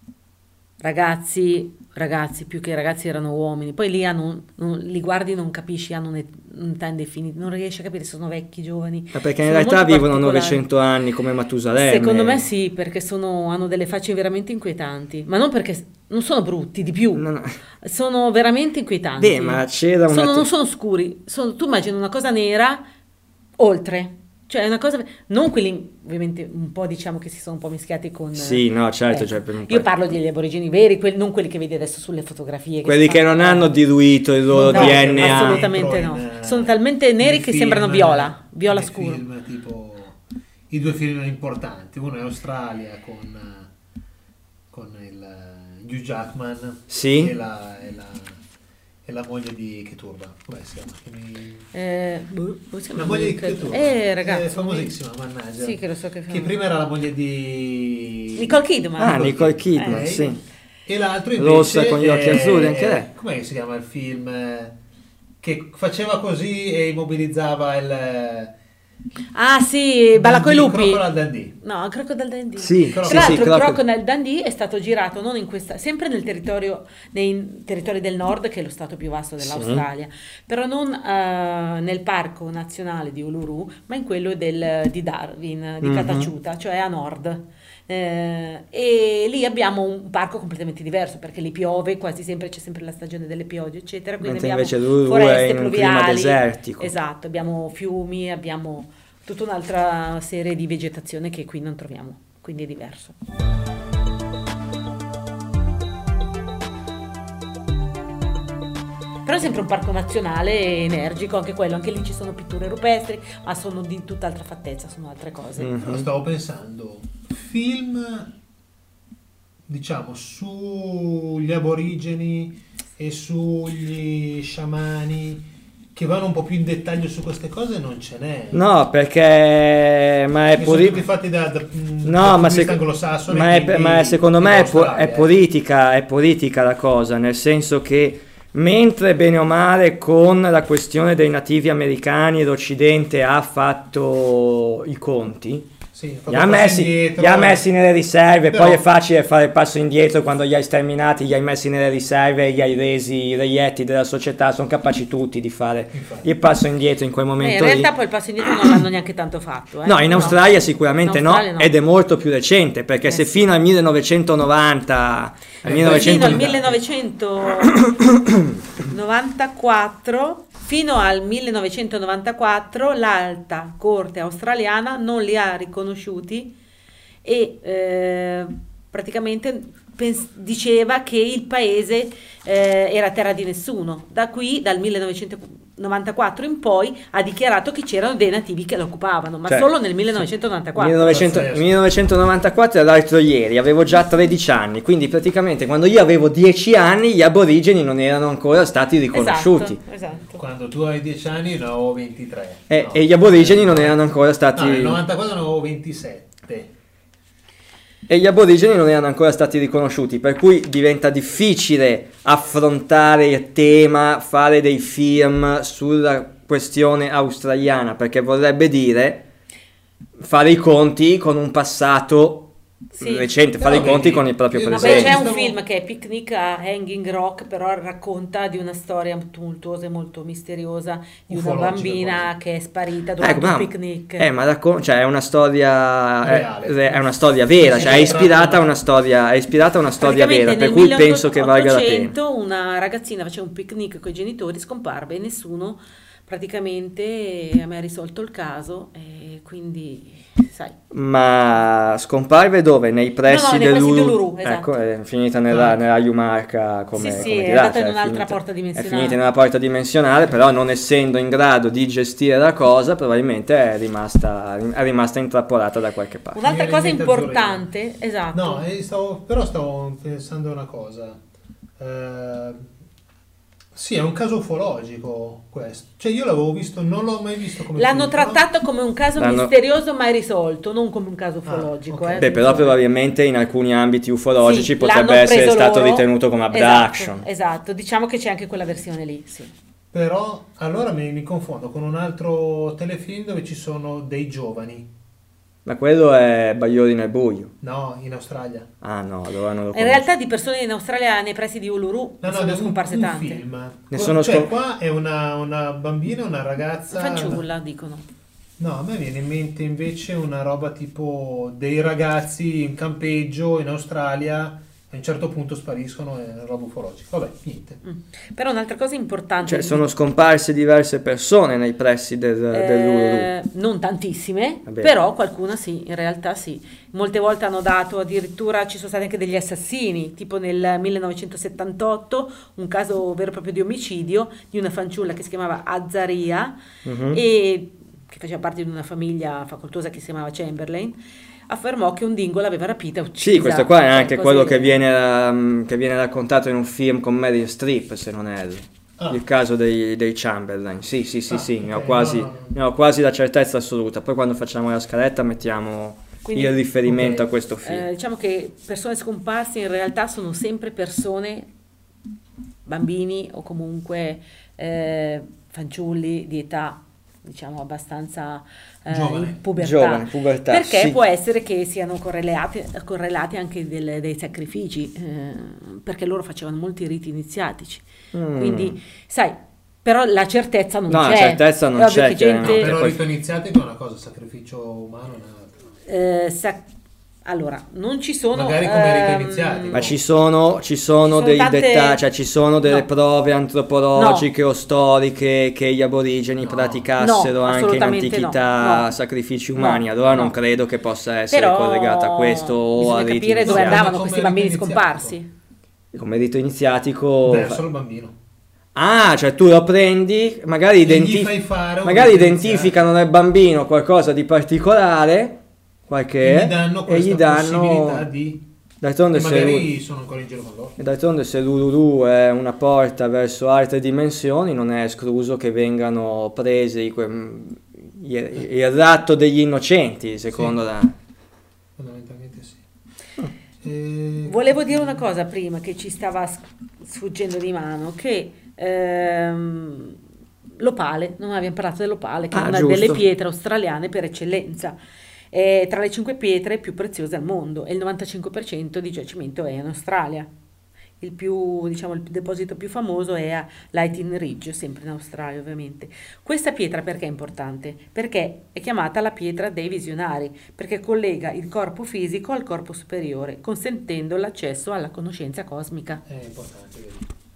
ragazzi, ragazzi, più che ragazzi erano uomini. Poi lì hanno, non- li guardi non capisci, hanno un'et- un'età indefinita, non riesci a capire se sono vecchi, giovani. Ma perché in Sono realtà molto vivono particolari. novecento anni come Matusalemme. Secondo me sì, perché sono, hanno delle facce veramente inquietanti, ma non perché non sono brutti, di più, No, no. sono veramente inquietanti. Beh, ma c'era una... Sono- non sono scuri, sono- tu immagini una cosa nera oltre, cioè è una cosa, non quelli ovviamente un po' diciamo che si sono un po' mischiati con... Sì, no, certo, ecco. cioè, per un po'. Io parlo degli aborigeni veri, quelli- non quelli che vedi adesso sulle fotografie. Quelli si che fanno- non hanno diluito il loro No, D N A. assolutamente no. Dentro in, eh, Sono talmente neri nei che sembrano film, viola, viola nei scuro. film, tipo i due film importanti, uno è Australia con, eh, con il eh, Hugh Jackman Sì. e, la, e, la, e la moglie di Keturba. Come si chiama? Che mi- Eh, boh, come si chiama? La moglie di Keturba. Eh, ragazzi. È famosissima, mannaggia. Sì, che lo so che fa. Che prima era la moglie di Nicole Kidman. Ah, Nicole Kidman, Eh, sì. E l'altro invece Rossa con gli occhi è- azzurri, anche lei. Come si chiama il film eh, che faceva così e immobilizzava il Ah sì, Balla coi Dundee, lupi. Crocodile Dundee. No, Crocodile Dundee. Sì, Tra sì, Tra sì, l'altro, Croco- Crocodile Dundee è stato girato non in questa, sempre nel territorio, nei territori del nord, che è lo stato più vasto dell'Australia, però non eh, nel parco nazionale di Uluru, ma in quello del- di Darwin, di Mhm. Cataciuta, cioè a nord. Eh, e lì abbiamo un parco completamente diverso perché lì piove quasi sempre, c'è sempre la stagione delle piogge, eccetera. Quindi Mentre abbiamo invece l'Uluru è foreste in un clima pluviali. desertico. Esatto, abbiamo fiumi, abbiamo tutta un'altra serie di vegetazione che qui non troviamo, quindi è diverso. Però è sempre un parco nazionale energico, anche quello, anche lì ci sono pitture rupestri, ma sono di tutt'altra fattezza, sono altre cose. Mm-hmm. Stavo pensando, film, diciamo, sugli aborigeni e sugli sciamani, che vanno un po' più in dettaglio su queste cose, non ce n'è. No, perché ma è Che poli- sono tutti fatti da, da, no, da ma, sec- anglosassone, ma, è, quindi ma secondo me è, po- Australia, è eh. politica, è politica la cosa, nel senso che mentre bene o male con la questione dei nativi americani l'Occidente ha fatto i conti, sì, li ha messi, indietro, li ha messi nelle riserve, però, poi è facile fare il passo indietro quando li hai sterminati, li hai messi nelle riserve e li hai resi reietti della società, sono capaci tutti di fare infatti. il passo indietro in quel Eh, momento in realtà lì. poi il passo indietro non l'hanno neanche tanto fatto. Eh. No, in Australia sicuramente In Australia no, no. ed è molto più recente, perché Eh se sì. fino al millenovecentonovanta, al Eh, millenovecento Fino al millenovecentonovantaquattro, fino al millenovecentonovantaquattro l'alta corte australiana non li ha riconosciuti e eh, praticamente pens- diceva che il paese eh, era terra di nessuno. Da qui, dal millenovecentonovantaquattro in poi, ha dichiarato che c'erano dei nativi che lo occupavano, ma Cioè, solo nel millenovecentonovantaquattro. millenovecento millenovecentonovantaquattro è l'altro ieri, avevo già tredici anni, quindi praticamente quando io avevo dieci anni gli aborigeni non erano ancora stati riconosciuti. Esatto, esatto. Quando tu hai dieci anni ne avevo ventitré. E, No. e gli aborigeni non erano ancora stati... No, nel novantaquattro ne avevo ventisette. E gli aborigeni non erano ancora stati riconosciuti, per cui diventa difficile affrontare il tema, fare dei film sulla questione australiana, perché vorrebbe dire fare i conti con un passato Sì. recente, fare No, i conti vedi, con il proprio io- Vabbè, presente. c'è un Stavo- film che è Picnic a Hanging Rock, però racconta di una storia tumultuosa e molto misteriosa di una Ufologica bambina quasi. che è sparita durante Ecco, ma, un picnic. eh, ma raccon- cioè, è una storia è, Reale. è una storia vera, Sì, cioè è sì, ispirata a una storia, è ispirata a una storia vera, Praticamente per nel cui penso che valga la pena. milleottocento una ragazzina faceva un picnic con i genitori, scomparve e nessuno praticamente ha mai risolto il caso e quindi sai. Ma scomparve dove? Nei pressi No, no, nei pressi dell'Ulu- dell'Ulu, esatto. Ecco, è finita nella, Ah. nella Iumarca come, Sì, sì, come è ti dà, andata in cioè, un'altra finita- porta dimensionale. È finita in una porta dimensionale, però non essendo in grado di gestire la cosa, probabilmente è rimasta, è rimasta intrappolata da qualche parte. Un'altra Mi cosa viene in mente importante, esatto. No, eh, stavo- però stavo pensando una cosa. Eh, sì, è un caso ufologico questo. Cioè io l'avevo visto, non l'ho mai visto come L'hanno film, però- trattato come un caso L'hanno- misterioso mai risolto, non come un caso ufologico. ok. eh, Beh, però attenzione. probabilmente in alcuni ambiti ufologici Sì, potrebbe l'hanno essere preso stato loro. ritenuto come abduction. Esatto, esatto, diciamo che c'è anche quella versione lì, sì. Però allora mi, mi confondo con un altro telefilm dove ci sono dei giovani. Ma quello è Bagliori nel buio. No, in Australia. Ah no, allora non lo In conosco. realtà di persone in Australia nei pressi di Uluru No, no, sono è un, scomparse un tante. film. Ne Qua- sono cioè scom- qua è una, una bambina, una ragazza. Fanciulla, dicono. No, a me viene in mente invece una roba tipo dei ragazzi in campeggio in Australia e a un certo punto spariscono e roba ufologica. Vabbè, niente. Mm. Però un'altra cosa importante... Cioè sono scomparse diverse persone nei pressi del, dell'Uluru. Eh, non tantissime, Vabbè. però qualcuna sì, in realtà sì. Molte volte hanno dato, addirittura ci sono stati anche degli assassini, tipo nel millenovecentosettantotto, un caso vero e proprio di omicidio di una fanciulla che si chiamava Azaria Mhm. e che faceva parte di una famiglia facoltosa che si chiamava Chamberlain, affermò che un dingo l'aveva rapita e uccisa. Sì, questo qua è Cioè, anche così- quello che viene, um, che viene raccontato in un film con Meryl Streep, se non erro. Ah. Il caso dei, dei Chamberlain. Sì, sì, sì, Ah, sì, ne, ho ok, quasi, no, no, no. ne ho quasi la certezza assoluta. Poi quando facciamo la scaletta mettiamo Quindi- il riferimento ok. a questo film. Eh, diciamo che persone scomparse in realtà sono sempre persone, bambini o comunque eh, fanciulli di età diciamo abbastanza eh, Giovane. in pubertà. Giovane, pubertà, Perché sì. può essere che siano correlati, correlati anche del- dei sacrifici, eh, perché loro facevano molti riti iniziatici. Mm. Quindi, sai, però la certezza non No, la c'è. certezza non È ovvio c'è, che chiaramente. gente, Però poi- rito iniziatico è una cosa, sacrificio umano è un'altra. eh, sa- Allora, non ci sono... Magari come rito ehm, iniziatico. Ma ci sono, ci sono, Ci sono dei tante- dettagli, cioè ci sono delle No. prove antropologiche o storiche che gli aborigeni No. praticassero No, anche in assolutamente antichità no, no. sacrifici umani, No, allora no. non credo che possa essere Però collegata a questo o bisogna a riti capire dove iniziatici. andavano Come questi bambini rito scomparsi. Come rito iniziatico... Verso il bambino. Ah, cioè tu lo prendi, magari, E gli identif- fai fare un magari rito identificano nel bambino qualcosa di particolare, qualche, E gli danno e questa gli danno... possibilità di... D'altronde E se, magari sono ancora in giro con loro. e d'altronde se l'Uluru è una porta verso altre dimensioni, non è escluso che vengano presi que- il, il ratto degli innocenti, secondo Sì. la... Fondamentalmente sì. Eh, Volevo dire una cosa prima che ci stava s- sfuggendo di mano, che ehm, l'opale, non abbiamo parlato dell'opale, che Ah, è una giusto. delle pietre australiane per eccellenza. È tra le cinque pietre più preziose al mondo e il novantacinque per cento di giacimento è in Australia. Il più, diciamo, il deposito più famoso è a Lightning Ridge, sempre in Australia ovviamente. Questa pietra perché è importante? Perché è chiamata la pietra dei visionari, perché collega il corpo fisico al corpo superiore, consentendo l'accesso alla conoscenza cosmica. È importante, vedi.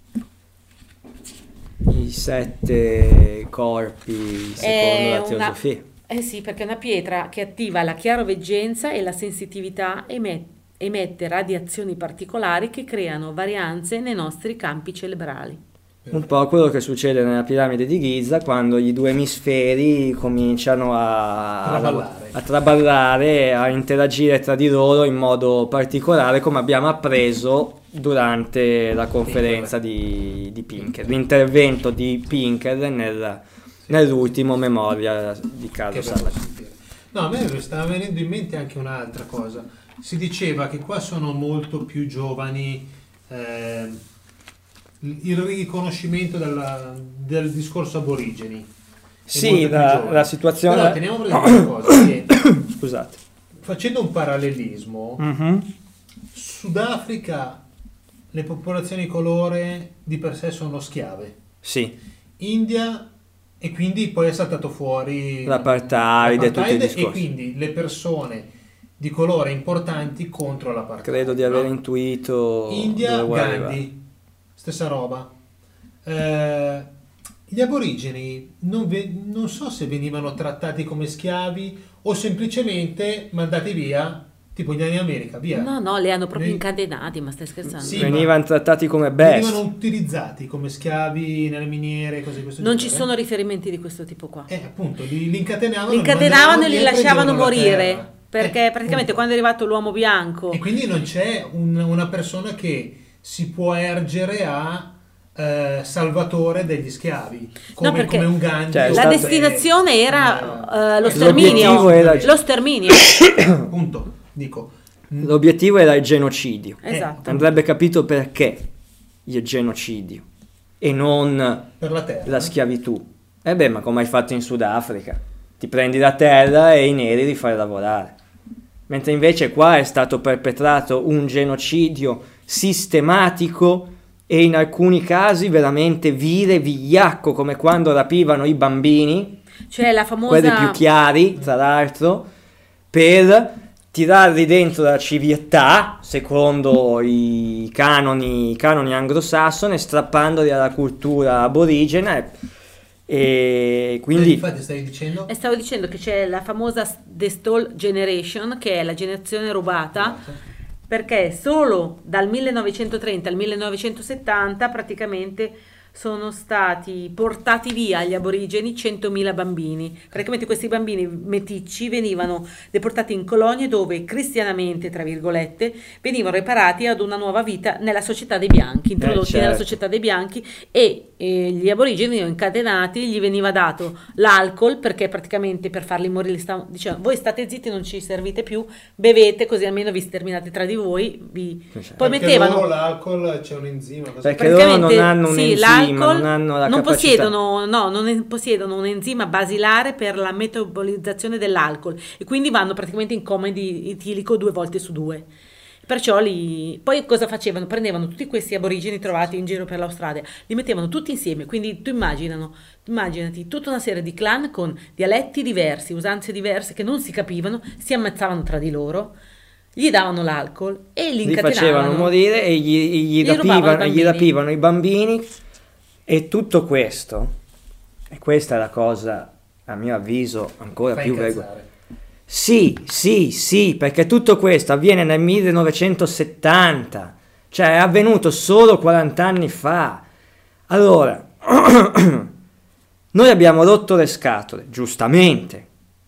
i sette corpi secondo È la una- teosofia. Eh sì, perché è una pietra che attiva la chiaroveggenza e la sensitività e emet- emette radiazioni particolari che creano varianze nei nostri campi cerebrali. Un po' quello che succede nella piramide di Giza quando i due emisferi cominciano a, Traballare. a traballare, a interagire tra di loro in modo particolare, come abbiamo appreso durante la conferenza di, di Pinker, l'intervento di Pinker nel- nell'ultimo memoria di Carlo Che abbiamo Sabatini. sentito. No, a me mi stava venendo in mente anche un'altra cosa. Si diceva che qua sono molto più giovani, eh, il riconoscimento della- del discorso aborigeni. È Sì, molto più la, giovane. la situazione... Però teniamo presente una cosa, che Scusate. facendo un parallelismo, Mhm. Sudafrica, le popolazioni colore di per sé sono schiave. Sì, India, e quindi poi è saltato fuori l'apartheid e tutti i l'apartheid, e discorsi. quindi le persone di colore importanti contro l'apartheid. Credo di aver no? intuito India, dove vuoi Gandhi, arrivare. stessa roba. Eh, gli aborigeni non, ve- non so se venivano trattati come schiavi o semplicemente mandati via, tipo gli anni in America, via. No, no, li hanno proprio Ne- incatenati, ma stai scherzando? Sì, Venivano trattati come Venivano bestie. utilizzati come schiavi nelle miniere, cose di questo Non genere. ci sono riferimenti di questo tipo qua. Eh, appunto, li, li incatenavano, Li incatenavano e li mandavano via, lasciavano prendevano la morire, terra. perché Eh, praticamente appunto. quando è arrivato l'uomo bianco... E quindi non c'è un- una persona che si può ergere a eh, salvatore degli schiavi, come, No, perché come un Gandhi. Cioè, è o La stato- come- destinazione era eh, lo eh, sterminio. L'obiettivo era- Lo sterminio. appunto, dico, mh, L'obiettivo era il genocidio. Esatto. Andrebbe capito perché il genocidio e non per la terra. la schiavitù. E beh, ma come hai fatto in Sudafrica? Ti prendi la terra e i neri li fai lavorare. Mentre invece qua è stato perpetrato un genocidio sistematico e in alcuni casi veramente vile, vigliacco, come quando rapivano i bambini, Cioè la famosa... quelli più chiari, tra l'altro, per tirarli dentro la civiltà, secondo i canoni, i canoni anglosassoni, strappandoli alla cultura aborigena. E Eh, quindi infatti stavi dicendo? E stavo dicendo che c'è la famosa The Stole Generation, che è la generazione rubata, perché solo dal millenovecentotrenta al millenovecentosettanta praticamente sono stati portati via agli aborigeni centomila bambini. Praticamente questi bambini meticci venivano deportati in colonie dove cristianamente, tra virgolette, venivano reparati ad una nuova vita nella società dei bianchi, introdotti certo. nella società dei bianchi, e eh, gli aborigeni venivano incatenati, gli veniva dato l'alcol perché praticamente per farli morire stavano dicendo: voi state zitti, non ci servite più, bevete così almeno vi sterminate tra di voi. Vi... Certo. Poi Perché mettevano... loro l'alcol c'è un enzima. cosa- Perché loro non Praticamente, hanno un sì, enzima, l'alcol non hanno la non capacità. possiedono, no, non è- possiedono un enzima basilare per la metabolizzazione dell'alcol e quindi vanno praticamente in coma di etilico due volte su due. Perciò li... Poi cosa facevano? Prendevano tutti questi aborigeni trovati in giro per l'Australia, li mettevano tutti insieme, quindi tu immaginano, immaginati tutta una serie di clan con dialetti diversi, usanze diverse che non si capivano, si ammazzavano tra di loro. gli davano l'alcol e li li incatenavano. facevano morire e gli, gli, Gli rubavano rapivano, i bambini. gli rapivano i bambini. E tutto questo, e questa è la cosa a mio avviso ancora Fa più incazzare. vergognosa. Sì, sì, sì, perché tutto questo avviene nel millenovecentosettanta, cioè è avvenuto solo quaranta anni fa. Allora, noi abbiamo rotto le scatole, giustamente,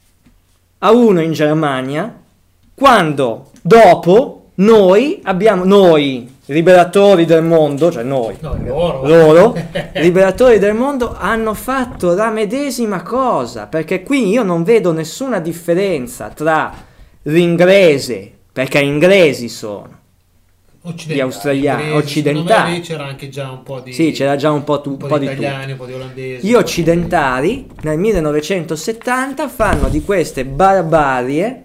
a uno in Germania, quando dopo noi abbiamo, noi, liberatori del mondo, cioè noi, No, loro. loro, liberatori del mondo, hanno fatto la medesima cosa, perché qui io non vedo nessuna differenza tra l'inglese, perché inglesi sono, Occidentali, gli australiani, inglesi, occidentali. secondo me lì c'era anche già un po' di Sì, c'era già un po', tu, un po' po' di di italiani, tutto. un po' di olandesi. Gli un po' di- occidentali nel millenovecentosettanta fanno di queste barbarie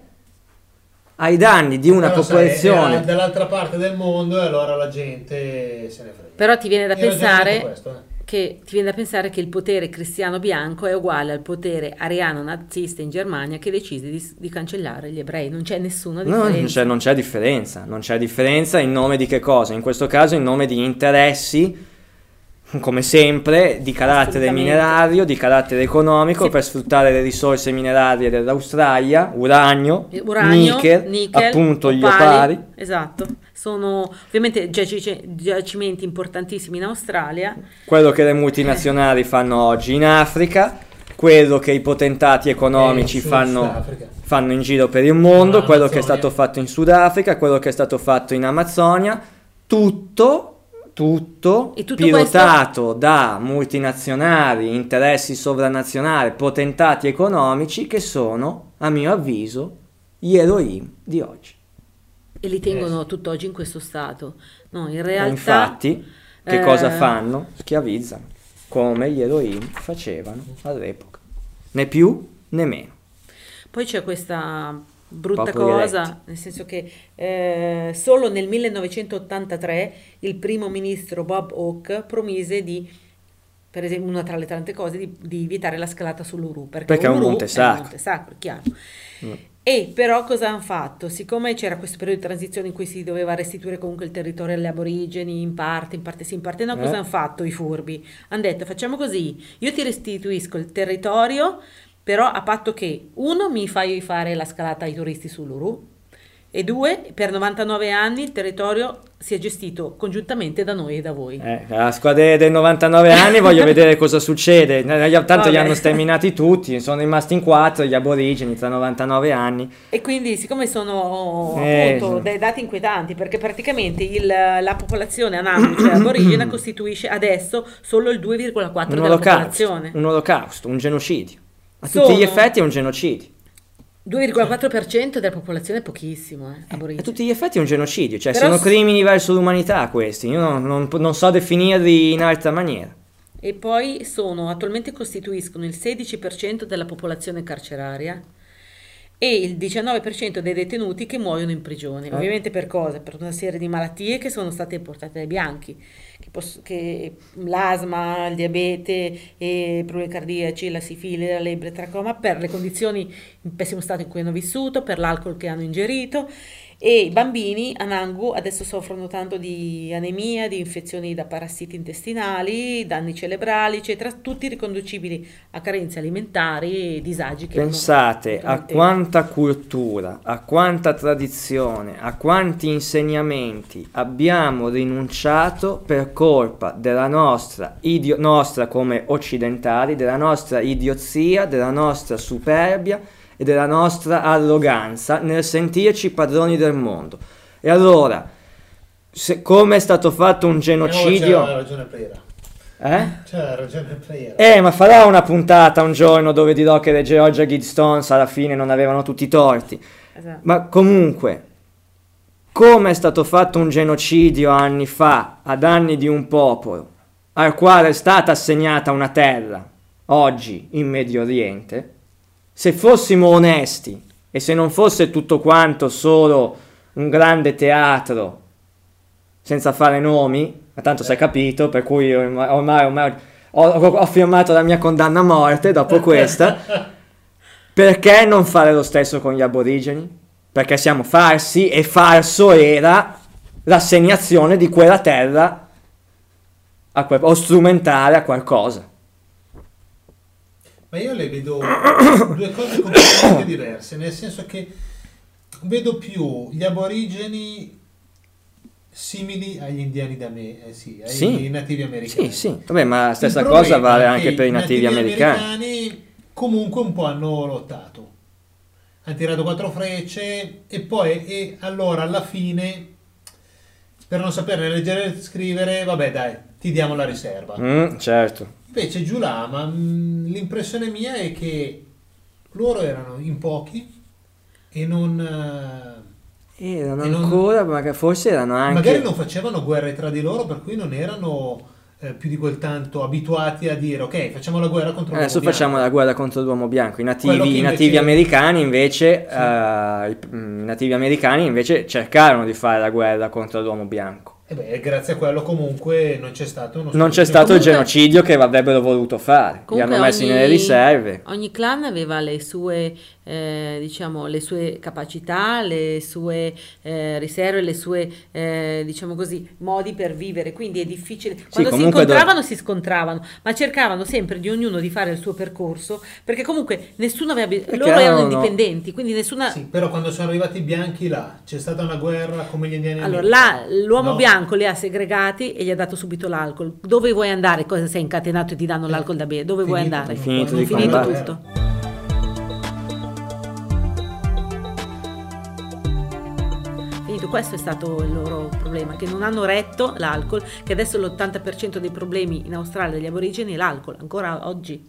ai danni di una Però, sai, popolazione. era dall'altra parte del mondo e allora la gente se ne frega. Però ti viene da Era già pensare detto questo, eh. che ti viene da pensare che il potere cristiano bianco è uguale al potere ariano nazista in Germania che decise di, di cancellare gli ebrei. Non c'è nessuna No, differenza. non c'è, non c'è differenza, non c'è differenza in nome di che cosa? In questo caso in nome di interessi, come sempre, di carattere Assolutamente. minerario, di carattere economico, Sì. per sfruttare le risorse minerarie dell'Australia, uranio, Uranio, nickel, nickel, appunto gli opali. opari. Esatto. Sono ovviamente giacice- giacimenti importantissimi in Australia. Quello che le multinazionali fanno oggi in Africa, quello che i potentati economici Eh, Sud fanno, Africa. fanno in giro per il mondo, No, quello che è Amazzonia. stato fatto in Sudafrica, quello che è stato fatto in Amazzonia, tutto, tutto E tutto pilotato da multinazionali, interessi sovranazionali, potentati economici che sono, a mio avviso, gli eroi di oggi. E li tengono Eh. tutt'oggi in questo stato. No, in E realtà... infatti, che eh, cosa fanno? Schiavizzano, come gli eroi facevano all'epoca. Né più né meno. Poi c'è questa brutta Popoli cosa, eletti. nel senso che eh, solo nel millenovecentottantatré il primo ministro Bob Hawke promise di, per esempio, una tra le tante cose, di, di vietare la scalata sull'Uru, perché, Perché è un Uluru monte È sacro. un monte sacro, chiaro. Mm. E però cosa hanno fatto? Siccome c'era questo periodo di transizione in cui si doveva restituire comunque il territorio agli aborigeni, in parte, in parte sì, in parte no, cosa Eh. hanno fatto i furbi? Hanno detto facciamo così, io ti restituisco il territorio, però a patto che uno mi fai fare la scalata ai turisti sull'Uru e due, per novantanove anni il territorio sia gestito congiuntamente da noi e da voi. Eh, la squadra del novantanove anni voglio vedere cosa succede. Eh, Tanto Vabbè. li hanno sterminati tutti, sono rimasti in quattro gli aborigeni tra novantanove anni. E quindi, siccome sono Eh, appunto sì. dei dati inquietanti, perché praticamente il- la popolazione anambu, cioè aborigena, costituisce adesso solo il due virgola quattro Un della olocausto, popolazione. un olocausto, un genocidio. A Sono- tutti gli effetti è un genocidio. due virgola quattro per cento della popolazione è pochissimo, eh, A aborigena. tutti gli effetti è un genocidio, cioè Però sono s- crimini verso l'umanità questi, io non, non- non so definirli in altra maniera. E poi sono, attualmente costituiscono il sedici per cento della popolazione carceraria e il diciannove per cento dei detenuti che muoiono in prigione. Eh. Ovviamente per cosa? Per una serie di malattie che sono state portate dai bianchi, che poss- che l'asma, il diabete, e i problemi cardiaci, la sifilide, la lebbre, il tracoma, per le condizioni in pessimo stato in cui hanno vissuto, per l'alcol che hanno ingerito. E i bambini a Nangu adesso soffrono tanto di anemia, di infezioni da parassiti intestinali, danni cerebrali, eccetera, tutti riconducibili a carenze alimentari e disagi che hanno Pensate avuto a nel tempo. quanta cultura, a quanta tradizione, a quanti insegnamenti abbiamo rinunciato per colpa della nostra, idio- nostra come occidentali, della nostra idiozia, della nostra superbia e della nostra arroganza nel sentirci padroni del mondo. E allora, se, come è stato fatto un Eh, genocidio... c'era ragione Prera. Eh? C'era ragione Prera. Eh, ma farò una puntata un giorno dove dirò che le Georgia Guidestones alla fine non avevano tutti i torti. Esatto. Ma comunque, come è stato fatto un genocidio anni fa, a danni di un popolo, al quale è stata assegnata una terra, oggi in Medio Oriente, se fossimo onesti e se non fosse tutto quanto solo un grande teatro, senza fare nomi, ma tanto si è capito, per cui ormai, ormai, ormai ho, ho firmato la mia condanna a morte dopo questa, perché non fare lo stesso con gli aborigeni? perché siamo farsi e farso era l'assegnazione di quella terra a que- o strumentale a qualcosa. Ma io le vedo due cose completamente diverse, nel senso che vedo più gli aborigeni simili agli indiani da me, eh sì, ai Sì. nativi americani. Sì, sì, vabbè, ma la stessa Il cosa problema vale è anche che per i nativi americani. americani comunque un po' hanno lottato, hanno tirato quattro frecce e poi e allora alla fine, per non saperne leggere e scrivere, vabbè dai, ti diamo la riserva. Mm, certo. Invece Giulama, mh, l'impressione mia è che loro erano in pochi e non... eh, Erano E non- ancora, ma forse erano anche... magari non facevano guerre tra di loro, per cui non erano eh, più di quel tanto abituati a dire ok, facciamo la guerra contro l'uomo Adesso bianco. facciamo la guerra contro l'uomo bianco. I Quello che nativi, i invece- nativi americani invece, Sì. eh, i, mm, i nativi americani invece cercarono di fare la guerra contro l'uomo bianco. E beh, grazie a quello comunque non c'è stato uno Non c'è sterminio. stato il Comunque- genocidio che avrebbero voluto fare. Li Comunque hanno messi ogni- nelle riserve. Ogni clan aveva le sue, eh, diciamo, le sue capacità, le sue eh, riserve, le sue, eh, diciamo così, modi per vivere. Quindi è difficile. Quando si comunque do- incontravano si scontravano, ma cercavano sempre di ognuno di fare il suo percorso, perché comunque nessuno aveva, bi- Perché loro erano erano- indipendenti, quindi nessuna... Sì, però quando sono arrivati i bianchi là, c'è stata una guerra come gli indiani Allora, là americani. l'uomo No. bianco li ha segregati e gli ha dato subito l'alcol. Dove vuoi andare? Cosa sei incatenato e ti danno l'alcol da bere? Dove vuoi Finito, andare? È finito È di finito combattere. tutto. Finito. Questo è stato il loro problema, che non hanno retto l'alcol, che adesso l'ottanta per cento dei problemi in Australia degli aborigeni è l'alcol, ancora oggi.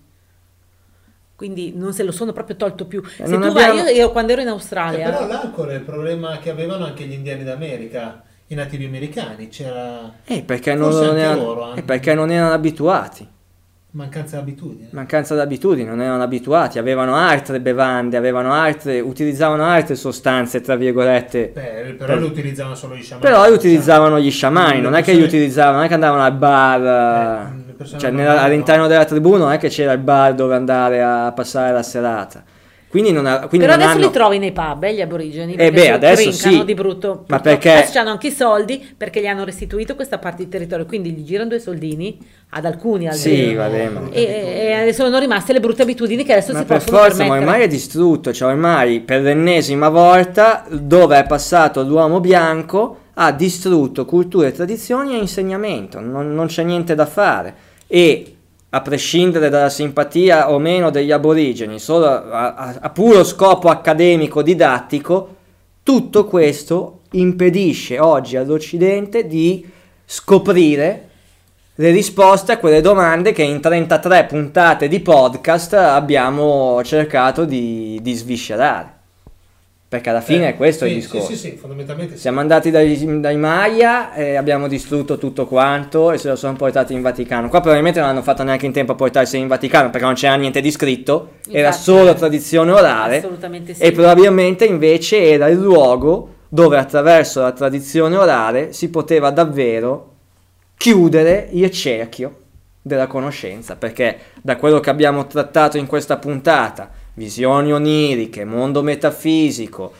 Quindi non se lo sono proprio tolto più. Se non tu abbiamo- vai, io, io quando ero in Eh, Australia... però l'alcol è il problema che avevano anche gli indiani d'America, i nativi americani, c'era Eh, perché non, Forse non anche erano, loro hanno- eh, perché non erano abituati. mancanza di abitudine. Mancanza d'abitudini, non erano abituati, avevano altre bevande, avevano altre, utilizzavano altre sostanze, tra virgolette. Beh, però per- li utilizzavano solo gli sciamani. Però li utilizzavano gli sciamani, Le non è che li persone- utilizzavano, non è che andavano al bar, Eh, le persone cioè normali, nella- no. all'interno della tribù non è che c'era il bar dove andare a passare la serata. Quindi non, ha- quindi Però non adesso hanno... li trovi nei pub, eh, gli aborigeni. Eh perché beh, si adesso trincano sì. di brutto. Ma purtroppo. perché- Adesso hanno anche i soldi perché gli hanno restituito questa parte di territorio, quindi gli girano due soldini ad alcuni al Sì, giorno. vabbè, ma- E, e adesso sono rimaste le brutte abitudini che adesso Ma si per possono forza, ma permettere. ormai è distrutto, cioè ormai per l'ennesima volta dove è passato l'uomo bianco ha distrutto culture, tradizioni e insegnamento, non, non c'è niente da fare. E a prescindere dalla simpatia o meno degli aborigeni, solo a, a- a puro scopo accademico, didattico, tutto questo impedisce oggi all'Occidente di scoprire le risposte a quelle domande che in trentatré puntate di podcast abbiamo cercato di, di sviscerare. Perché alla fine è questo sì, il discorso. Sì, sì, sì, fondamentalmente sì. Siamo andati dai, dai Maya e abbiamo distrutto tutto quanto e se lo sono portati in Vaticano. Qua probabilmente non hanno fatto neanche in tempo a portarsi in Vaticano perché non c'era niente di scritto, era Infatti, solo tradizione orale. Assolutamente sì. E probabilmente invece era il luogo dove attraverso la tradizione orale si poteva davvero chiudere il cerchio della conoscenza, perché da quello che abbiamo trattato in questa puntata, visioni oniriche, mondo metafisico,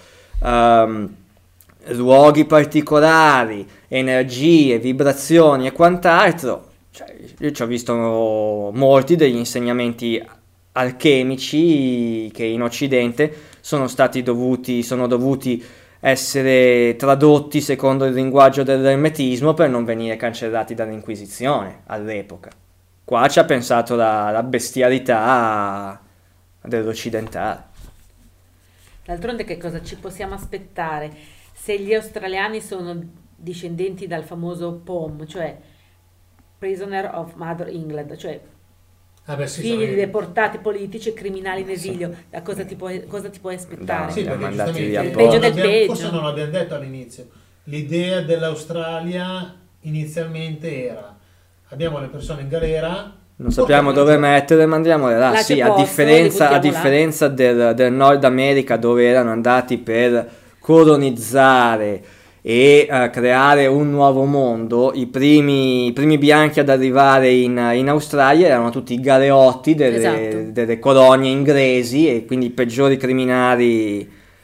ehm, luoghi particolari, energie, vibrazioni e quant'altro, cioè, io ci ho visto molti degli insegnamenti alchemici che in Occidente sono stati dovuti, sono dovuti essere tradotti secondo il linguaggio dell'ermetismo per non venire cancellati dall'Inquisizione all'epoca. Qua ci ha pensato la, la bestialità dell'occidentale. D'altronde che cosa ci possiamo aspettare se gli australiani sono discendenti dal famoso P O M, cioè Prisoner of Mother England, cioè Ah, beh, sì, figli sono- di deportati politici e criminali in esilio. Da cosa ti puoi, cosa ti puoi aspettare? Dai, Sì, li ha perché mandati giustamente via Il apposta. peggio del abbiamo- peggio. Forse non l'abbiamo detto all'inizio. L'idea dell'Australia inizialmente era: abbiamo le persone in galera, Non sappiamo dove mettere, mandiamole là. Là Sì, c'è a posto, differenza, li a buttiamo là. differenza del, del Nord America dove erano andati per colonizzare e eh, creare un nuovo mondo, i primi, i primi bianchi ad arrivare in, in Australia erano tutti i galeotti delle, Esatto. delle colonie inglesi e quindi i peggiori criminali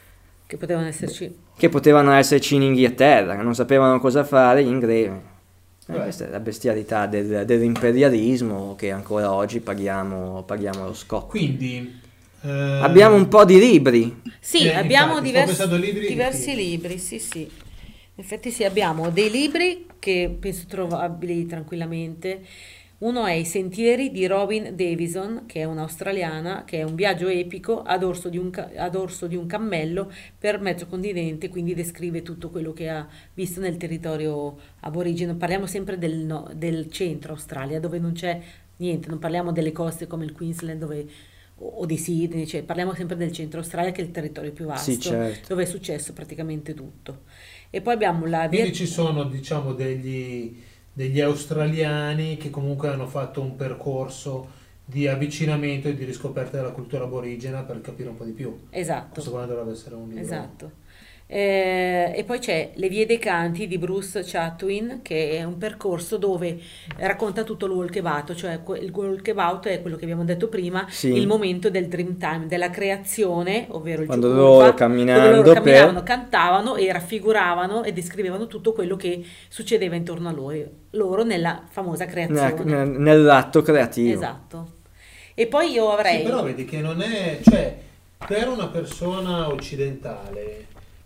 che potevano esserci. Che potevano esserci in Inghilterra, che non sapevano cosa fare gli inglesi. Eh, questa è la bestialità del, dell'imperialismo che ancora oggi paghiamo, paghiamo lo scotto. Quindi eh, abbiamo un po' di libri. Sì, eh, abbiamo infatti, diversi, sto pensando a libri diversi che- libri, sì, sì. In effetti sì, abbiamo dei libri che penso trovabili tranquillamente. Uno è I Sentieri di Robin Davison, che è un'australiana, che è un viaggio epico ad orso di un, ca- ad orso di un cammello per mezzo continente, quindi descrive tutto quello che ha visto nel territorio aborigeno. Parliamo sempre del, no- del centro Australia, dove non c'è niente, non parliamo delle coste come il Queensland dove, o, o di Sydney, cioè parliamo sempre del centro Australia che è il territorio più vasto, Sì, certo. dove è successo praticamente tutto. E poi abbiamo la via... Quindi ci sono, diciamo, degli, degli australiani che comunque hanno fatto un percorso di avvicinamento e di riscoperta della cultura aborigena per capire un po' di più. Esatto. Questo qua dovrebbe essere un libro. Esatto. Eh, e poi c'è Le vie dei canti di Bruce Chatwin, che è un percorso dove racconta tutto il walkabout, cioè que- il walkabout è quello che abbiamo detto prima, Sì. il momento del dream time, della creazione, ovvero il Quando gioco loro urba, camminando dove loro per- camminavano, cantavano e raffiguravano e descrivevano tutto quello che succedeva intorno a loro, loro nella famosa creazione. Nel- nell'atto creativo. Esatto. E poi io Sì, avrei... però vedi che non è, cioè, per una persona occidentale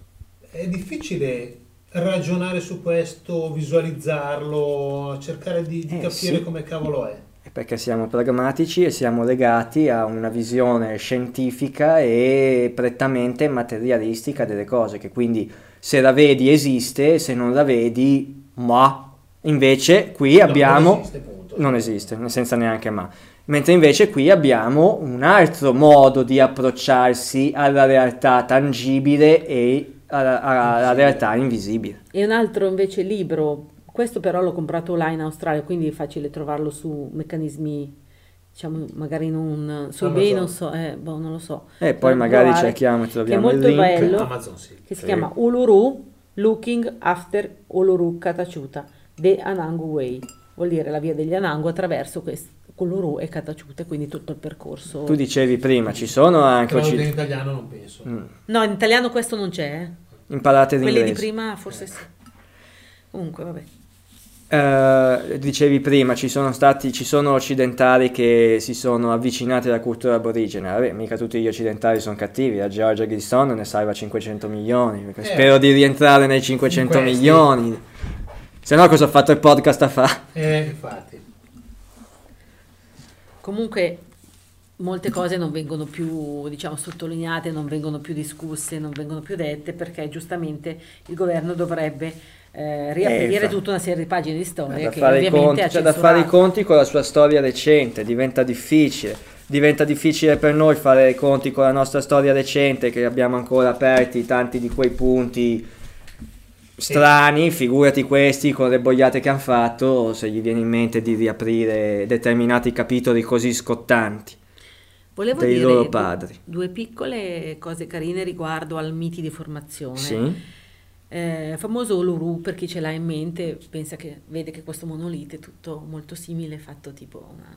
è difficile ragionare su questo, visualizzarlo, cercare di, di Eh, capire sì. come cavolo è. Perché siamo pragmatici e siamo legati a una visione scientifica e prettamente materialistica delle cose, che quindi se la vedi esiste, se non la vedi, ma. Invece qui No, abbiamo... non esiste, punto. Non esiste, senza neanche ma. Mentre invece qui abbiamo un altro modo di approcciarsi alla realtà tangibile e alla, alla- alla realtà invisibile. E un altro invece libro, questo però l'ho comprato là in Australia, quindi è facile trovarlo su meccanismi, diciamo, magari non, su eBay, Amazon. non so, eh, boh, non lo so. E poi Dovremmo magari provare, cerchiamo e che è troviamo il molto link. bello, Amazon sì. che si Sì. chiama Uluru, Looking After Uluru Katachuta, The Anangu Way, vuol dire la via degli Anangu attraverso questo, Uluru e Katachuta, quindi tutto il percorso. Tu dicevi prima, ci sono anche... Tradotto in occ- italiano non penso. Mm. No, in italiano questo non c'è, eh. Imparate Quelli di l'inglese. prima forse sì. Comunque, vabbè. Eh, dicevi prima, ci sono stati, ci sono occidentali che si sono avvicinati alla cultura aborigena. Vabbè, mica tutti gli occidentali sono cattivi. La Georgia Gleason ne salva cinquecento milioni. Perché Eh. spero di rientrare nei cinquecento In questi. milioni. Se no, cosa ho fatto il podcast a fare? Eh, infatti. Comunque molte cose non vengono più, diciamo, sottolineate, non vengono più discusse, non vengono più dette perché giustamente il governo dovrebbe eh, riaprire Eh, fa- tutta una serie di pagine di storia da che fare i ovviamente conti, ha c'è da fare i censurato. conti con la sua storia recente, diventa difficile. Diventa difficile per noi fare i conti con la nostra storia recente, che abbiamo ancora aperti tanti di quei punti strani, figurati questi con le boiate che hanno fatto, se gli viene in mente di riaprire determinati capitoli così scottanti Volevo dei dire loro du- padri. due piccole cose carine riguardo al miti di formazione. Sì? Eh, famoso Uluru, per chi ce l'ha in mente, pensa che vede che questo monolite è tutto molto simile, fatto tipo una,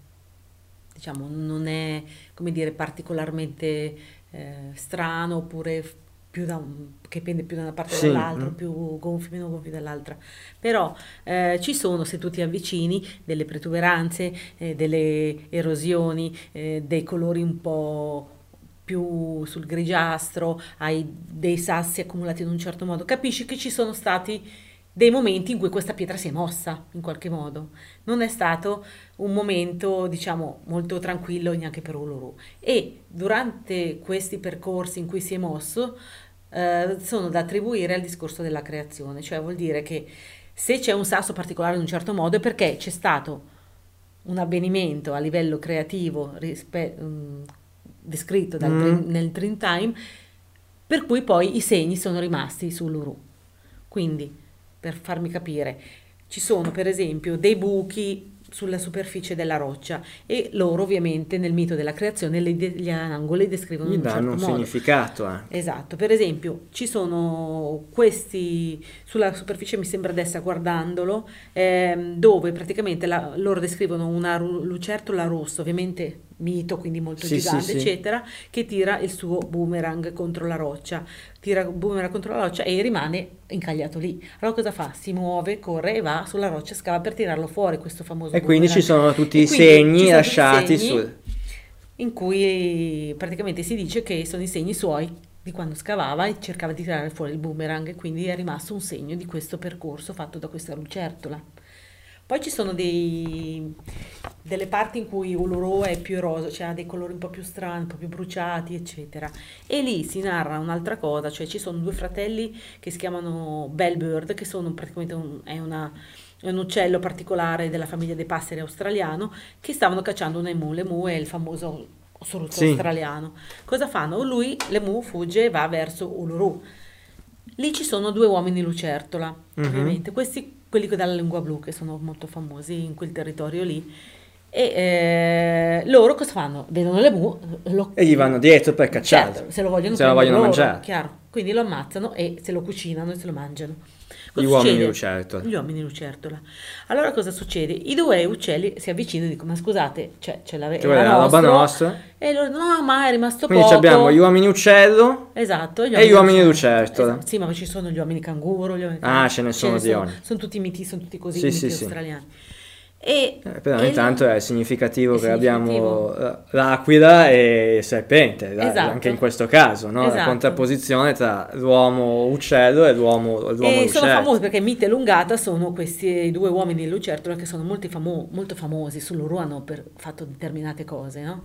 diciamo, non è, come dire, particolarmente eh, strano oppure f- più da un- che pende più da una parte o Sì, dall'altra, mm. più gonfi, meno gonfi dall'altra. Però eh, ci sono, se tu ti avvicini, delle protuberanze, eh, delle erosioni, eh, dei colori un po' più sul grigiastro, hai dei sassi accumulati in un certo modo, capisci che ci sono stati dei momenti in cui questa pietra si è mossa in qualche modo. Non è stato un momento, diciamo, molto tranquillo neanche per Uluru. E durante questi percorsi in cui si è mosso, eh, sono da attribuire al discorso della creazione, cioè vuol dire che se c'è un sasso particolare in un certo modo è perché c'è stato un avvenimento a livello creativo rispe- mm, descritto dal Mm. dream- nel Dream Time, per cui poi i segni sono rimasti sull'Uru. Quindi, per farmi capire, ci sono per esempio dei buchi sulla superficie della roccia e loro ovviamente nel mito della creazione le- gli angoli descrivono Gli in un danno certo un modo. significato anche. Esatto, per esempio ci sono questi, sulla superficie mi sembra adesso guardandolo, ehm, dove praticamente la- loro descrivono una ru- lucertola rossa, ovviamente mito, quindi molto Sì, gigante, sì, sì. eccetera, che tira il suo boomerang contro la roccia, tira il boomerang contro la roccia e rimane incagliato lì. Allora cosa fa? Si muove, corre e va sulla roccia, scava per tirarlo fuori questo famoso E quindi ci boomerang. sono tutti E i quindi ci segni sono tutti i lasciati segni sul... in cui praticamente si dice che sono i segni suoi di quando scavava e cercava di tirare fuori il boomerang, e quindi è rimasto un segno di questo percorso fatto da questa lucertola. Poi ci sono dei, delle parti in cui Uluru è più eroso, cioè ha dei colori un po' più strani, un po' più bruciati, eccetera. E lì si narra un'altra cosa, cioè ci sono due fratelli che si chiamano Bellbird, che sono praticamente un, è una, è un uccello particolare della famiglia dei passeri australiano, che stavano cacciando un emu. L'emu è il famoso soruzzo Sì. australiano. Cosa fanno? Lui, l'emu, fugge e va verso Uluru. Lì ci sono due uomini lucertola, Mhm. ovviamente, questi quelli dalla lingua blu che sono molto famosi in quel territorio lì. E eh, loro cosa fanno? Vedono l'emu, lo, E gli vanno dietro per cacciarlo. certo, se lo vogliono Se lo prendere vogliono loro, mangiare. chiaro. Quindi lo ammazzano e se lo cucinano e se lo mangiano. Gli Cosa uomini succede? lucertola. Gli uomini lucertola. Allora cosa succede? I due uccelli si avvicinano e dicono: ma scusate, cioè, c'è la, Cioè, era la roba nostro. nostra. E loro: no, ma è rimasto Quindi poco. abbiamo gli uomini uccello. Esatto, E gli uomini lucertola. Esatto, sì, ma ci sono gli uomini canguro, gli uomini Ah, ce ne sono di ogni. sono tutti miti, sono tutti così, Sì, miti sì, sì. australiani. E, Eh, però e intanto lo- è significativo è che abbiamo significativo. eh, l'aquila e il serpente, la- Esatto. anche in questo caso, no? La Esatto. contrapposizione tra l'uomo uccello e l'uomo, l'uomo E sono lucertola. famosi perché Mite e Lungata sono questi due uomini di lucertola che sono molti famo- molto famosi, su loro hanno per- fatto determinate cose, no?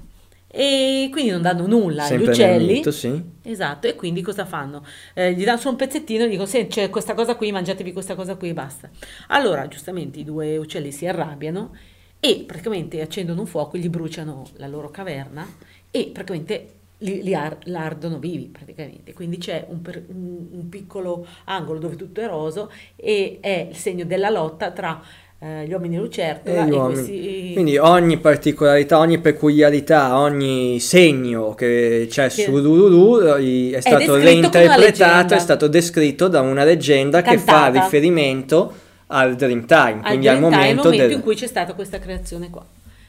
E quindi non danno nulla agli Sempre nel uccelli. mito, sì. Esatto, e quindi cosa fanno? Eh, gli danno solo un pezzettino e dicono: se c'è questa cosa qui, mangiatevi questa cosa qui e basta. Allora, giustamente, i due uccelli si arrabbiano e praticamente accendono un fuoco, gli bruciano la loro caverna e praticamente li, li ar- l'ardono vivi, praticamente. Quindi c'è un, per- un- un piccolo angolo dove tutto è roso e è il segno della lotta tra eh, gli uomini lucertola E e, gli uomini. questi... Quindi ogni particolarità, ogni peculiarità, ogni segno che c'è Che- su Lululu è stato descritto come una reinterpretato, leggenda. è stato descritto da una leggenda che fa Cantata. riferimento al Dreamtime, al quindi al Dreamtime, momento, momento del... in cui c'è stata questa creazione qua.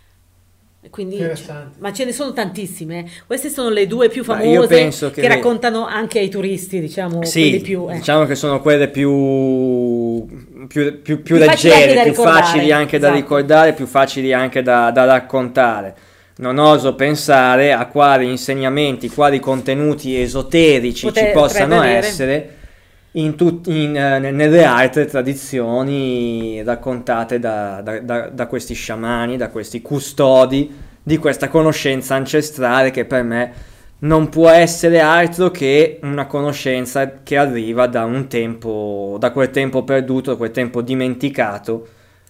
E quindi, Interessante. ma ce ne sono tantissime. Queste sono le due più Ma famose io penso che- che raccontano anche ai turisti, diciamo, Sì, quelli più... eh. diciamo che sono quelle più, più, più, più Più facili anche leggere, da più ricordare, facili anche da esatto. ricordare, più facili anche da, da raccontare. Non oso pensare a quali insegnamenti, quali contenuti esoterici ci Potre- possano potrebbe avere. essere in tut- in, eh, nelle altre tradizioni raccontate da, da- da- da questi sciamani, da questi custodi di questa conoscenza ancestrale che per me non può essere altro che una conoscenza che arriva da un tempo, da quel tempo perduto, da quel tempo dimenticato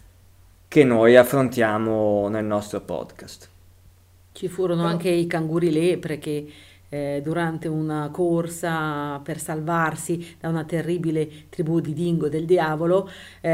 che noi affrontiamo nel nostro podcast. Ci furono anche i canguri lepre che eh, durante una corsa per salvarsi da una terribile tribù di dingo del diavolo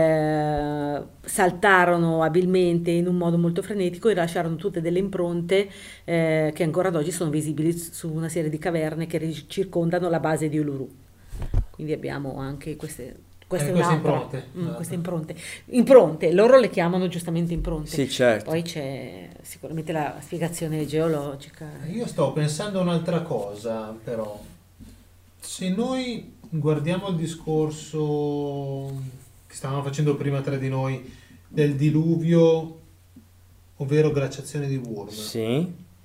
eh, saltarono abilmente in un modo molto frenetico e lasciarono tutte delle impronte eh, che ancora ad oggi sono visibili su una serie di caverne che ri- circondano la base di Uluru. Quindi abbiamo anche queste... Questa Eh, è queste un'altra. impronte. Mm, queste impronte. Impronte, loro le chiamano giustamente impronte. Sì, certo. Poi c'è sicuramente la spiegazione geologica. Io sto pensando a un'altra cosa, però. Se noi guardiamo il discorso che stavamo facendo prima tra di noi del diluvio, ovvero glaciazione di Würm, Sì,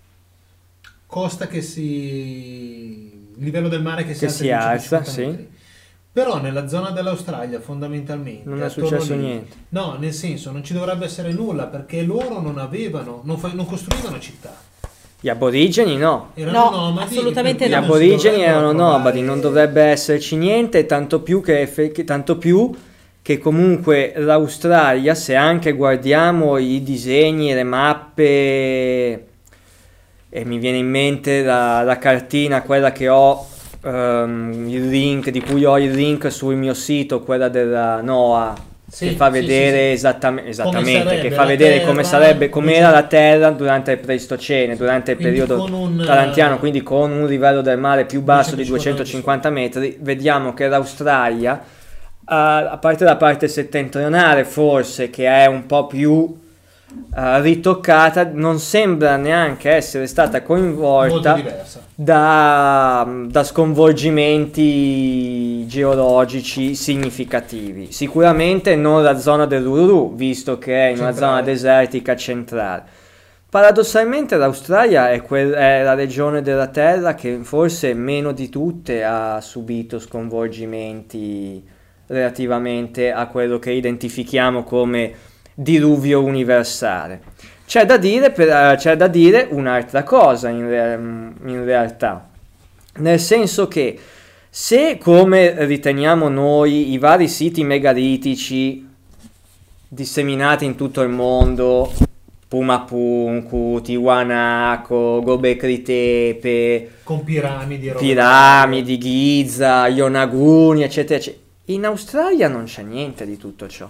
costa che si... il livello del mare che si Che alza si di alza, centocinquanta sì. metri. Però nella zona dell'Australia fondamentalmente non è attorno successo lì- niente. No, nel senso non ci dovrebbe essere nulla perché loro non avevano, non, fa- non costruivano città. Gli aborigeni no. Erano No, nomadi. assolutamente per Gli cui no. non si aborigeni dovrebbero erano trovare- nomadi, non dovrebbe esserci niente, tanto più che, effe- che- tanto più che comunque l'Australia, se anche guardiamo i disegni, le mappe, e mi viene in mente la, la cartina, quella che ho, ehm, il link, di cui ho il link sul mio sito, quella della NOAA, Sì, che fa sì, vedere sì, sì. esattame- esattamente, sarebbe che fa la vedere Terra, come sarebbe, come com'era c'è- la Terra durante il Pleistocene, durante il Quindi periodo con un, talantiano, eh, quindi con un livello del mare più basso di duecentocinquanta duecentocinquanta metri, vediamo che l'Australia, a a parte la parte settentrionale forse, che è un po' più uh, ritoccata, non sembra neanche essere stata coinvolta da, da sconvolgimenti geologici significativi. Sicuramente non la zona dell'Ururu, visto che è in centrale. Una zona desertica centrale. Paradossalmente l'Australia è, quel, è la regione della Terra che forse meno di tutte ha subito sconvolgimenti relativamente a quello che identifichiamo come diluvio universale. C'è da dire, per, c'è da dire un'altra cosa in, re, in realtà, nel senso che se, come riteniamo noi, i vari siti megalitici disseminati in tutto il mondo, Pumapunku, Tiwanaku, Gobekli Tepe, con piramidi, piramidi, Giza, Yonaguni, eccetera, eccetera. In Australia non c'è niente di tutto ciò.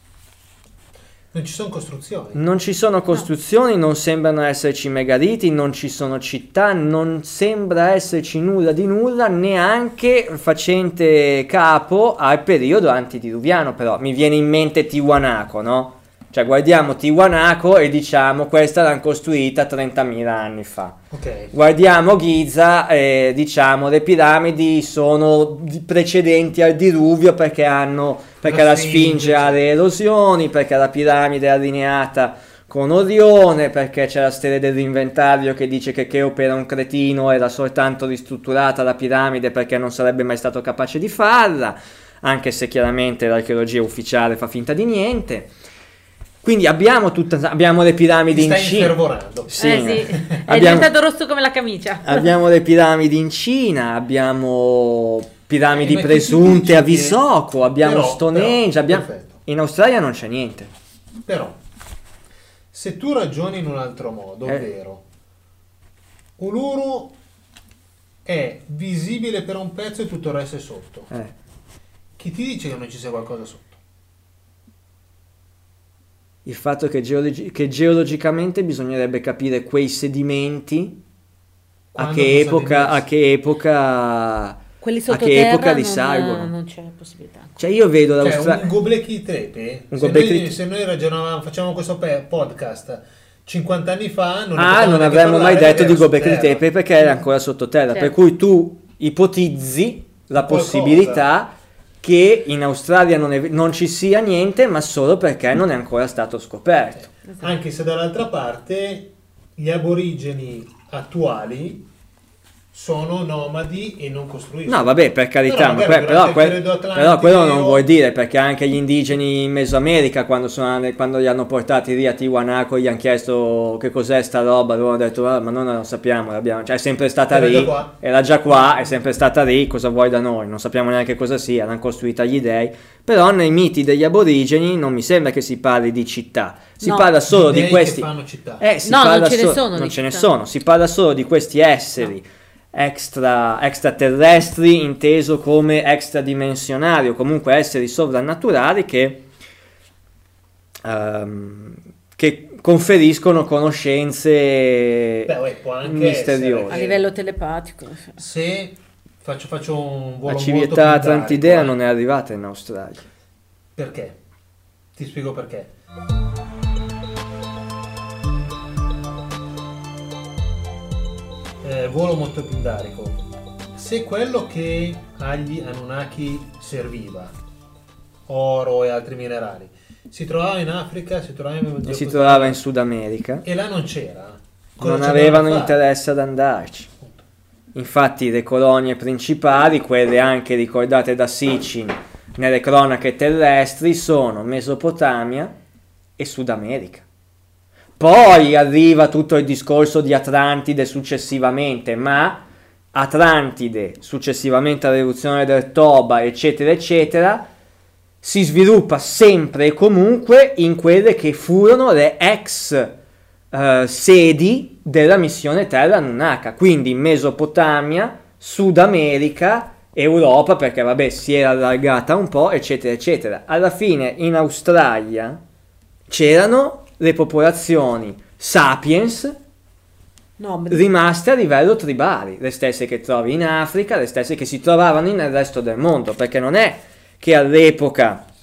Non ci sono costruzioni. Non ci sono costruzioni, no. Non sembrano esserci megaliti, non ci sono città, non sembra esserci nulla di nulla, neanche facente capo al periodo antediluviano, però mi viene in mente Tiwanaku, no? Cioè guardiamo Tiwanaku e diciamo questa l'hanno costruita trentamila anni fa. Okay. Guardiamo Giza e diciamo le piramidi sono precedenti al diluvio perché hanno perché la, la Sfinge ha le erosioni, perché la piramide è allineata con Orione, perché c'è la stele dell'inventario che dice che Cheope era un cretino, era soltanto ristrutturata la piramide perché non sarebbe mai stato capace di farla, anche se chiaramente l'archeologia ufficiale fa finta di niente. Quindi abbiamo tutta, abbiamo le piramidi in Cina. Infervorando. Sì, eh sì. È abbiamo, diventato rosso come la camicia. Abbiamo le piramidi in Cina, abbiamo piramidi eh, presunte a Visoko, abbiamo però, Stonehenge, però, abbiamo... in Australia non c'è niente. Però, se tu ragioni in un altro modo, eh. ovvero Uluru è visibile per un pezzo e tutto il resto è sotto. Eh. Chi ti dice che non ci sia qualcosa sotto? Il fatto che, geologi- che geologicamente bisognerebbe capire quei sedimenti a che, epoca, a che epoca quelli a che epoca risalgono. Non, non c'è possibilità. Cioè io vedo cioè, l'Australia un Gobekli Tepe, un se, Gobekli... noi, se noi ragionavamo, facciamo questo pe- podcast cinquanta anni fa non, ah, non avremmo mai detto di Gobekli Tepe perché era ancora sottoterra, certo. Per cui tu ipotizzi la qualcosa. Possibilità che in Australia non, è, non ci sia niente, ma solo perché non è ancora stato scoperto. Esatto. Anche se dall'altra parte gli aborigeni attuali sono nomadi e non costruiscono. No, vabbè, per carità, però, que- però, que- però quello non vuol dire, perché anche gli indigeni in Mesoamerica, quando, sono, quando li hanno portati lì a Tiwanaku, gli hanno chiesto che cos'è sta roba, loro hanno detto, ah, ma noi non lo sappiamo, l'abbiamo... cioè è sempre stata era lì, già era già qua, è sempre stata lì, cosa vuoi da noi? Non sappiamo neanche cosa sia, l'hanno costruita gli dei, però nei miti degli aborigeni non mi sembra che si parli di città, si no, parla solo di questi... Che fanno città. Eh, si no, parla non ce so- ne sono. Non ce città. ne sono, si parla solo di questi esseri. No. Extra, extraterrestri inteso come extradimensionali o comunque esseri sovrannaturali che, um, che conferiscono conoscenze Beh, può anche misteriose a livello telepatico. Se faccio, faccio un volo la civiltà molto atlantidea eh. non è arrivata in Australia. Perché? Ti spiego perché. Eh, volo molto pindarico. Se quello che agli Anunnaki serviva, oro e altri minerali, si trovava in Africa, si trovava in, si trovava in Sud America e là non c'era, non avevano interesse ad andarci. Infatti le colonie principali, quelle anche ricordate da Sitchin nelle cronache terrestri, sono Mesopotamia e Sud America. Poi arriva tutto il discorso di Atlantide successivamente, ma Atlantide, successivamente all'eruzione del Toba, eccetera, eccetera, si sviluppa sempre e comunque in quelle che furono le ex uh, sedi della missione Terra Anunnaka, quindi Mesopotamia, Sud America, Europa, perché vabbè si era allargata un po', eccetera, eccetera. Alla fine in Australia c'erano le popolazioni sapiens no, rimaste a livello tribali, le stesse che trovi in Africa, le stesse che si trovavano nel resto del mondo, perché non è che all'epoca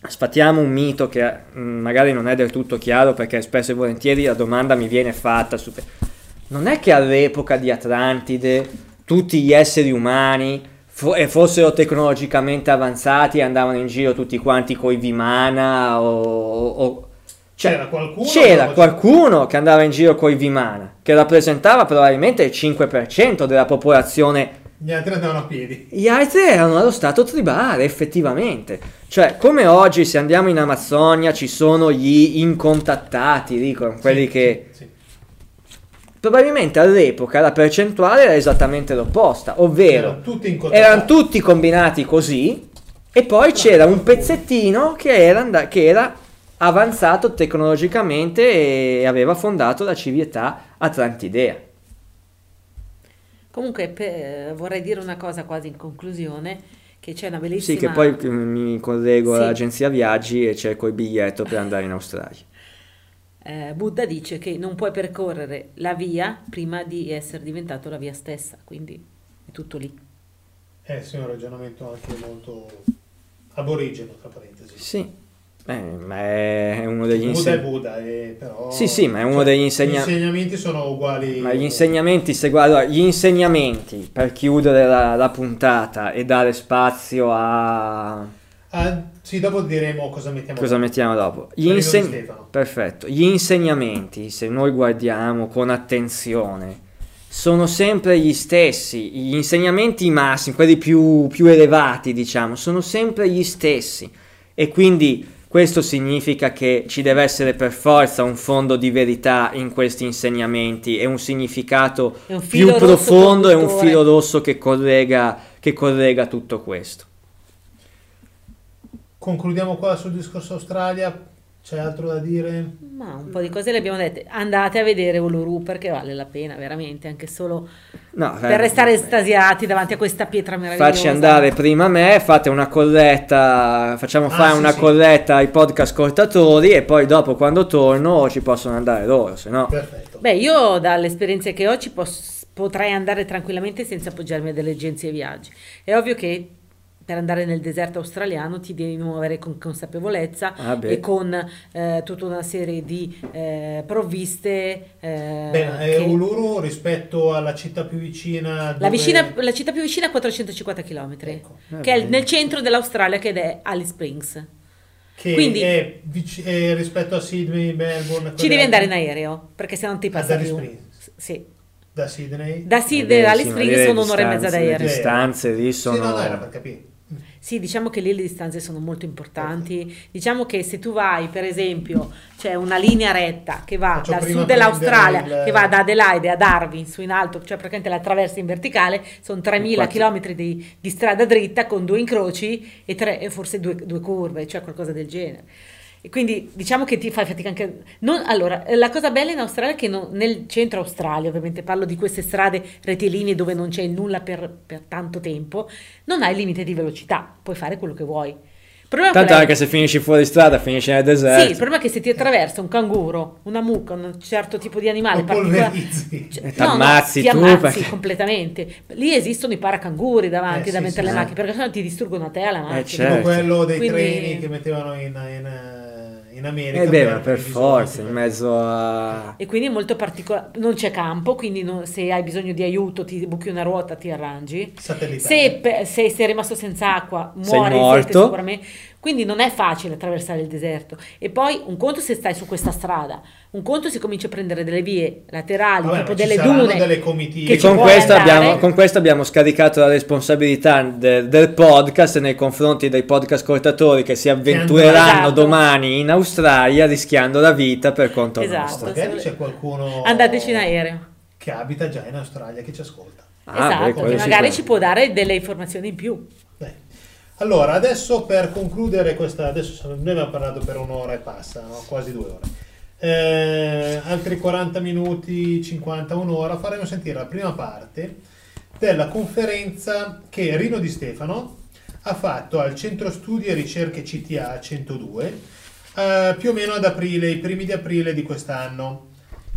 sfatiamo un mito che mh, magari non è del tutto chiaro, perché spesso e volentieri la domanda mi viene fatta su... Non è che all'epoca di Atlantide tutti gli esseri umani fo- e fossero tecnologicamente avanzati e andavano in giro tutti quanti coi Vimana o... o cioè, c'era qualcuno, c'era qualcuno che andava in giro coi Vimana, che rappresentava probabilmente il cinque per cento della popolazione. Gli altri andavano a piedi. Gli altri erano allo stato tribale, effettivamente. Cioè, come oggi, se andiamo in Amazzonia, ci sono gli incontattati, dicono, quelli Sì, che... sì, sì. Probabilmente all'epoca la percentuale era esattamente l'opposta, ovvero Erano tutti incontattati. erano tutti combinati così, e poi c'era un pezzettino che era, and- che era avanzato tecnologicamente e aveva fondato la civiltà atlantidea. Comunque per- vorrei dire una cosa quasi in conclusione, che c'è una bellissima... Sì, che poi eh, mi collego Sì. all'agenzia viaggi e cerco il biglietto per andare in Australia. eh, Buddha dice che non puoi percorrere la via prima di essere diventato la via stessa, quindi è tutto lì. Eh sì, è un ragionamento anche molto aborigeno, tra parentesi. Sì, eh, ma è uno degli Buddha è insegnamenti. Buddha, eh, però... Sì, sì, ma è uno cioè, degli Gli insegna- insegnamenti sono uguali. Ma gli insegnamenti, se guarda, gli insegnamenti per chiudere la, la puntata e dare spazio a Ah, sì, dopo diremo cosa mettiamo. cosa mettiamo dopo. Gli Prego di inseg- Stefano. Perfetto. Gli insegnamenti, se noi guardiamo con attenzione, sono sempre gli stessi. Gli insegnamenti massimi, quelli più, più elevati, diciamo, sono sempre gli stessi. E quindi questo significa che ci deve essere per forza un fondo di verità in questi insegnamenti e un significato È un filo più rosso profondo e un conduttore. filo rosso che collega, che collega tutto questo. Concludiamo qua sul discorso Australia. C'è altro da dire? Ma un po' di cose le abbiamo dette. Andate a vedere Uluru perché vale la pena, veramente, anche solo No, per eh, restare estasiati davanti a questa pietra meravigliosa. Facci andare prima me, fate una colletta, facciamo Ah, fare sì, una sì. colletta ai podcast ascoltatori e poi dopo quando torno ci possono andare loro, se no... Perfetto. Beh, io dalle esperienze che ho ci pos- potrei andare tranquillamente senza appoggiarmi a delle agenzie viaggi. È ovvio che per andare nel deserto australiano ti devi muovere con consapevolezza Ah, beh. e con eh, tutta una serie di eh, provviste. eh, Bene, eh, che- Uluru rispetto alla città più vicina. la, dove- vicina- la città più vicina è quattrocentocinquanta chilometri, Ecco. che è nel centro dell'Australia, che è Alice Springs. Che Quindi- è, vic- è rispetto a Sydney, Melbourne. Ci quelle devi andare in altre? aereo, perché se non ti Ah, passa da più. Springs. Sì. Da Sydney. Da Sydney Eh, a sì, Alice ma Springs le sono un'ora e mezza distanze- d'aereo. Le distanze lì Sì, sono... no, no, era per capire. Sì, diciamo che lì le distanze sono molto importanti. Diciamo che se tu vai, per esempio, c'è una linea retta che va Faccio dal prima sud dell'Australia, prendere il- che va da Adelaide a Darwin su in alto, cioè praticamente la attraversa in verticale, sono tremila Quattro- chilometri di, di strada dritta con due incroci e, tre, e forse due, due curve, cioè qualcosa del genere. E quindi diciamo che ti fai fatica anche... Non, allora, la cosa bella in Australia è che non- nel centro Australia, ovviamente parlo di queste strade rettilinee dove non c'è nulla per, per tanto tempo, non hai limite di velocità, puoi fare quello che vuoi. Il problema Tanto qual è? anche se finisci fuori strada, finisci nel Sì, il deserto. problema è che se ti attraversa un canguro, una mucca, un certo tipo di animale Lo particolare, polverizzi. cioè, E t'ammazzi ti tu, ammazzi perché- completamente. Lì esistono i paracanguri davanti Eh, da sì, mettere sì, le sì. macchine, perché sennò ti distruggono a te la macchina. certo. Tipo quello dei Quindi- treni che mettevano in, in, in America. Eh beh, ma per i forza, bisogni. in mezzo a... E quindi è molto particolare, non c'è campo, quindi non- se hai bisogno di aiuto ti buchi una ruota, ti arrangi. Satellitare. Se, pe- se sei rimasto senza acqua, Sei muori morto. siete sicuramente. Quindi non è facile attraversare il deserto. E poi un conto se stai su questa strada, un conto se cominci a prendere delle vie laterali, Vabbè, tipo ma ci delle saranno dune. delle comitive. che E ci con puoi questo, andare. abbiamo, con questo abbiamo scaricato la responsabilità de- del podcast nei confronti dei podcast ascoltatori che si avventureranno Esatto. domani in Australia rischiando la vita per conto Esatto. nostro. Magari c'è qualcuno Andateci in aereo. che abita già in Australia che ci ascolta. Ah, esatto, beh, che quello magari sicuro. ci può dare delle informazioni in più. Beh. Allora, adesso per concludere questa, adesso noi abbiamo parlato per un'ora e passa, no? Quasi due ore. Eh, altri quaranta minuti, cinquanta, un'ora, faremo sentire la prima parte della conferenza che Rino Di Stefano ha fatto al Centro Studi e Ricerche C T A centodue, eh, più o meno ad aprile, i primi di aprile di quest'anno,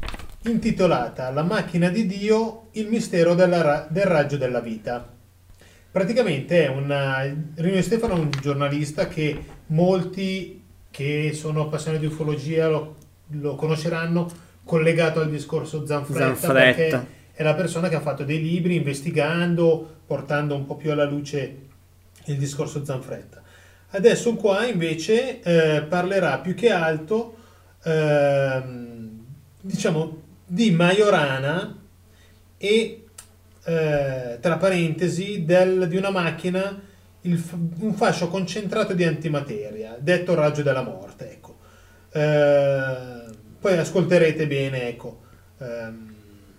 intitolata La macchina di Dio, il mistero della ra- del raggio della vita. Praticamente è una, Rino Di Stefano è un giornalista che molti che sono appassionati di ufologia lo, lo conosceranno collegato al discorso Zanfretta, Zanfretta. perché è la persona che ha fatto dei libri investigando, portando un po' più alla luce il discorso Zanfretta. Adesso qua invece eh, parlerà più che altro ehm, diciamo di Majorana e eh, tra parentesi del, di una macchina, il, un fascio concentrato di antimateria detto raggio della morte, ecco. Eh, poi ascolterete bene, ecco, ehm,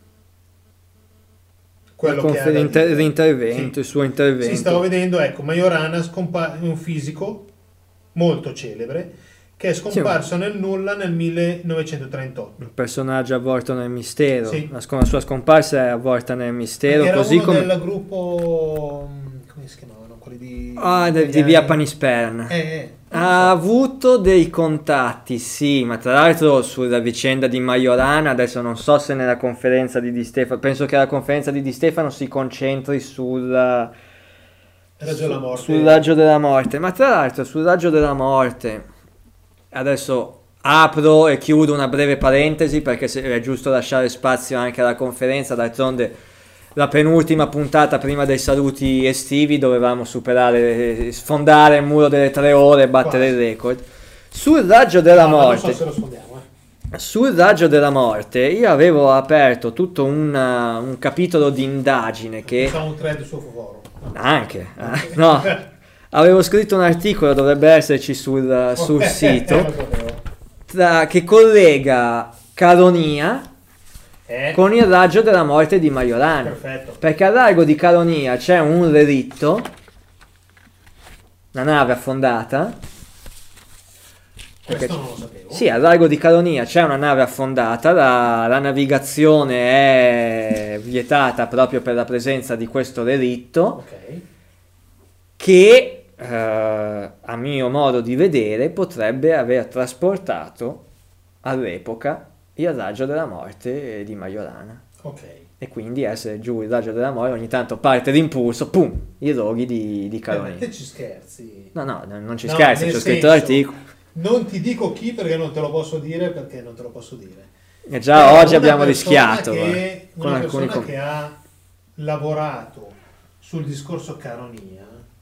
quello Conf- che ha da l'inter- dire. l'intervento, Sì. il suo intervento. Sì, stavo vedendo, ecco, Majorana scompa- è un fisico molto celebre che è scomparso nel nulla nel millenovecentotrentotto. Un personaggio avvolto nel mistero. Sì. La, sc- la sua scomparsa è avvolta nel mistero, Era così uno come del gruppo, come si chiamavano quelli di ah, de- di italiani? via Panisperna. Eh, eh. Ha avuto dei contatti, sì, ma tra l'altro sulla vicenda di Majorana, adesso non so se nella conferenza di Di Stefano, penso che la conferenza di Di Stefano si concentri sul Raggio della morte. sul raggio della morte, ma tra l'altro sul raggio della morte, adesso apro e chiudo una breve parentesi perché se- è giusto lasciare spazio anche alla conferenza, d'altronde la penultima puntata prima dei saluti estivi dovevamo superare, sfondare il muro delle tre ore e battere Quasi. il record. Sul raggio della No, ma non morte, so se lo sfondiamo, eh. sul raggio della morte, io avevo aperto tutto una- un capitolo di indagine che Facciamo un thread su Foforo. anche, eh, no, avevo scritto un articolo, dovrebbe esserci sul, sul Eh, sito, lo sapevo. tra- che collega Caronia Eh, con il raggio della morte di Majorana. perfetto. Perché a largo di Caronia c'è un relitto, una nave affondata. Questo Perché- non lo sapevo. Sì, a largo di Caronia c'è una nave affondata, la, la navigazione è vietata proprio per la presenza di questo relitto Ok. che, eh, a mio modo di vedere, potrebbe aver trasportato all'epoca il raggio della morte di Majorana. Ok. E quindi essere giù il raggio della morte, ogni tanto parte l'impulso, pum, i roghi di, di Eh, ma Caronia. te ci scherzi. No, no, no, non ci No, scherzi, nel c'ho scritto senso, l'articolo. Non ti dico chi perché non te lo posso dire perché non te lo posso dire. E già Però oggi una abbiamo persona rischiato che, eh, con una alcuni persona com- che ha lavorato sul discorso Caronia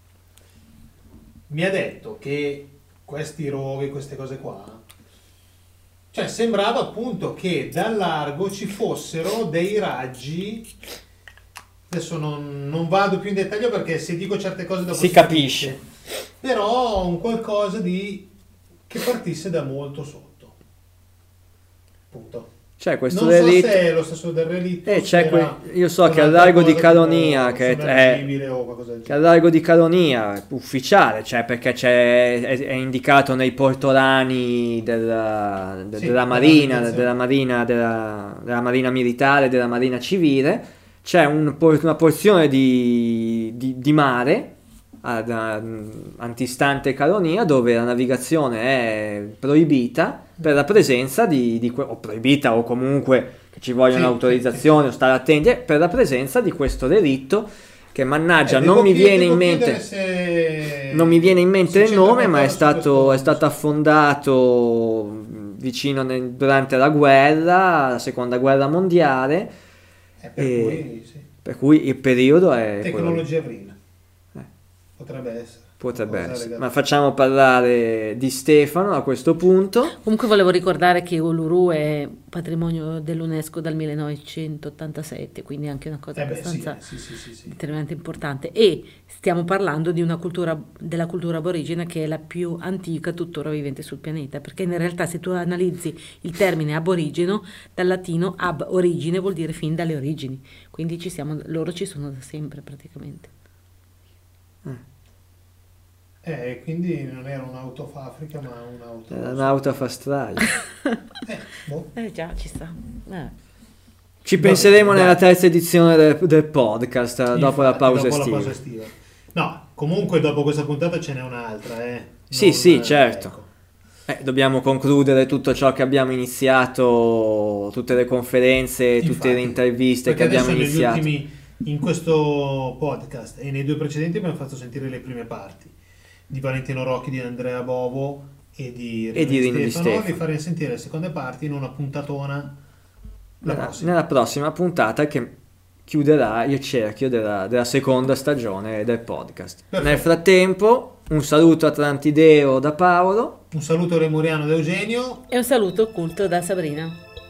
mi ha detto che questi roghi, queste cose qua, cioè sembrava appunto che dal largo ci fossero dei raggi. Adesso non, non vado più in dettaglio perché se dico certe cose dopo Si capisce. però un qualcosa di che partisse da molto sotto, punto. C'è questo Non so relitto. se è lo stesso del relitto, Eh, se c'è que- era io so che al un'altra largo di cosa Caronia, tipo che è, sommergibile o qualcosa del che genere. al largo di Caronia, ufficiale, cioè perché c'è, è, è indicato nei portolani della, de- Sì, della marina, della della marina, della, della marina militare, della marina civile, c'è un por- una porzione di, di- di mare ad, ad- antistante Caronia dove la navigazione è proibita per la presenza di, di que- o proibita o comunque che ci vogliono Sì, autorizzazioni o stare attenti per la presenza di questo relitto che mannaggia Eh, non devo mi chied- viene in devo mente chiedere se- non mi viene in mente se il c'è nome, ma è qualcosa su stato, questo- è stato affondato mh, vicino nel- durante la guerra, la seconda guerra mondiale, Eh, per e- cui sì. per cui il periodo è quello lì. Tecnologia green. Eh. Potrebbe essere. Potrebbe Cosa essere. legata- Ma facciamo parlare di Stefano a questo punto. Comunque volevo ricordare che Uluru è patrimonio dell'UNESCO dal millenovecentottantasette, quindi anche una cosa Eh beh, sì, abbastanza eh, sì, sì, sì, sì. estremamente importante. E stiamo parlando di una cultura, della cultura aborigena che è la più antica tuttora vivente sul pianeta, perché in realtà se tu analizzi il termine aborigeno, dal latino ab origine vuol dire fin dalle origini, quindi ci siamo, loro ci sono da sempre praticamente. Eh, quindi non era un'auto fa Africa, ma un'auto. Era un'auto fa strada. Eh, boh. Eh già, ci sta. Eh. Ci penseremo Dai. nella terza edizione del, del podcast, eh, dopo la Infatti, pausa dopo la estiva. pausa estiva. No, comunque dopo questa puntata ce n'è un'altra, eh. Sì, Non- sì, eh, certo. ecco. Eh, dobbiamo concludere tutto ciò che abbiamo iniziato, tutte le conferenze, tutte le Infatti, interviste che perché abbiamo adesso negli iniziato. ultimi, in questo podcast e nei due precedenti abbiamo fatto sentire le prime parti. di Valentino Rocchi, di Andrea Bovo e di E di Rino Di Stefano. Stefano. Vi faremo sentire le seconde parti in una puntatona la nella, prossima. nella prossima puntata che chiuderà il cerchio della, della seconda stagione del podcast. Perfetto. Nel frattempo, un saluto atlantideo da Paolo. Un saluto lemuriano da Eugenio. E un saluto occulto da Sabrina.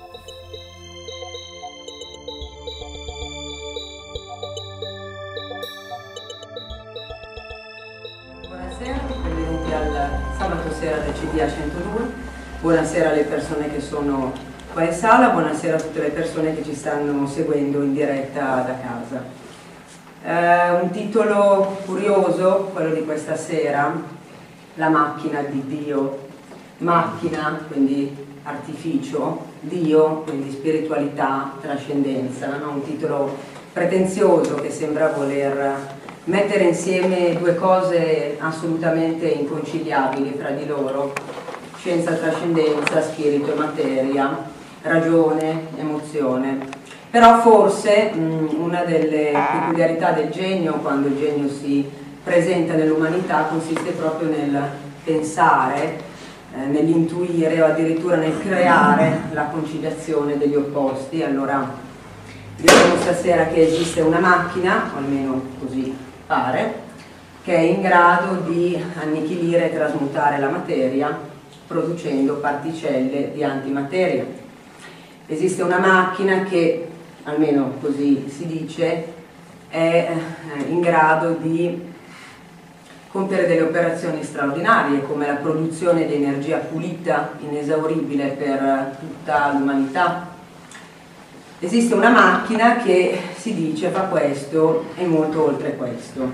Buonasera, benvenuti al sabato sera del C D A centodue. Buonasera alle persone che sono qua in sala, buonasera a tutte le persone che ci stanno seguendo in diretta da casa. Eh, un titolo curioso, quello di questa sera, La macchina di Dio. Macchina, quindi artificio, Dio, quindi spiritualità, trascendenza, no? Un titolo pretenzioso che sembra voler mettere insieme due cose assolutamente inconciliabili fra di loro: scienza, trascendenza, spirito e materia, ragione, emozione. Però forse mh, una delle peculiarità del genio, quando il genio si presenta nell'umanità, consiste proprio nel pensare, eh, nell'intuire o addirittura nel creare la conciliazione degli opposti. Allora diremo stasera che esiste una macchina, o almeno così pare, che è in grado di annichilire e trasmutare la materia producendo particelle di antimateria. Esiste una macchina che, almeno così si dice, è in grado di compiere delle operazioni straordinarie come la produzione di energia pulita, inesauribile per tutta l'umanità. Esiste una macchina che si dice fa questo e molto oltre questo.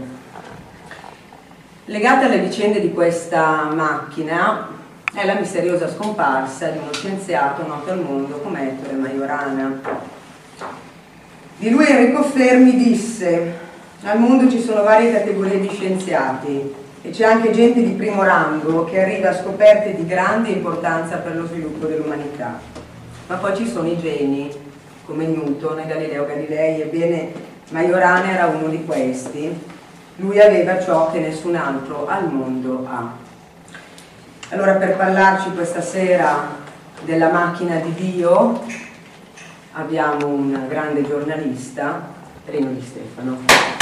Legata alle vicende di questa macchina è la misteriosa scomparsa di uno scienziato noto al mondo come Ettore Majorana. Di lui Enrico Fermi disse: al mondo ci sono varie categorie di scienziati e c'è anche gente di primo rango che arriva a scoperte di grande importanza per lo sviluppo dell'umanità. Ma poi ci sono i geni come Newton e Galileo Galilei. Ebbene, Majorana era uno di questi. Lui aveva ciò che nessun altro al mondo ha. Allora, per parlarci questa sera della macchina di Dio abbiamo un grande giornalista, Rino Di Stefano.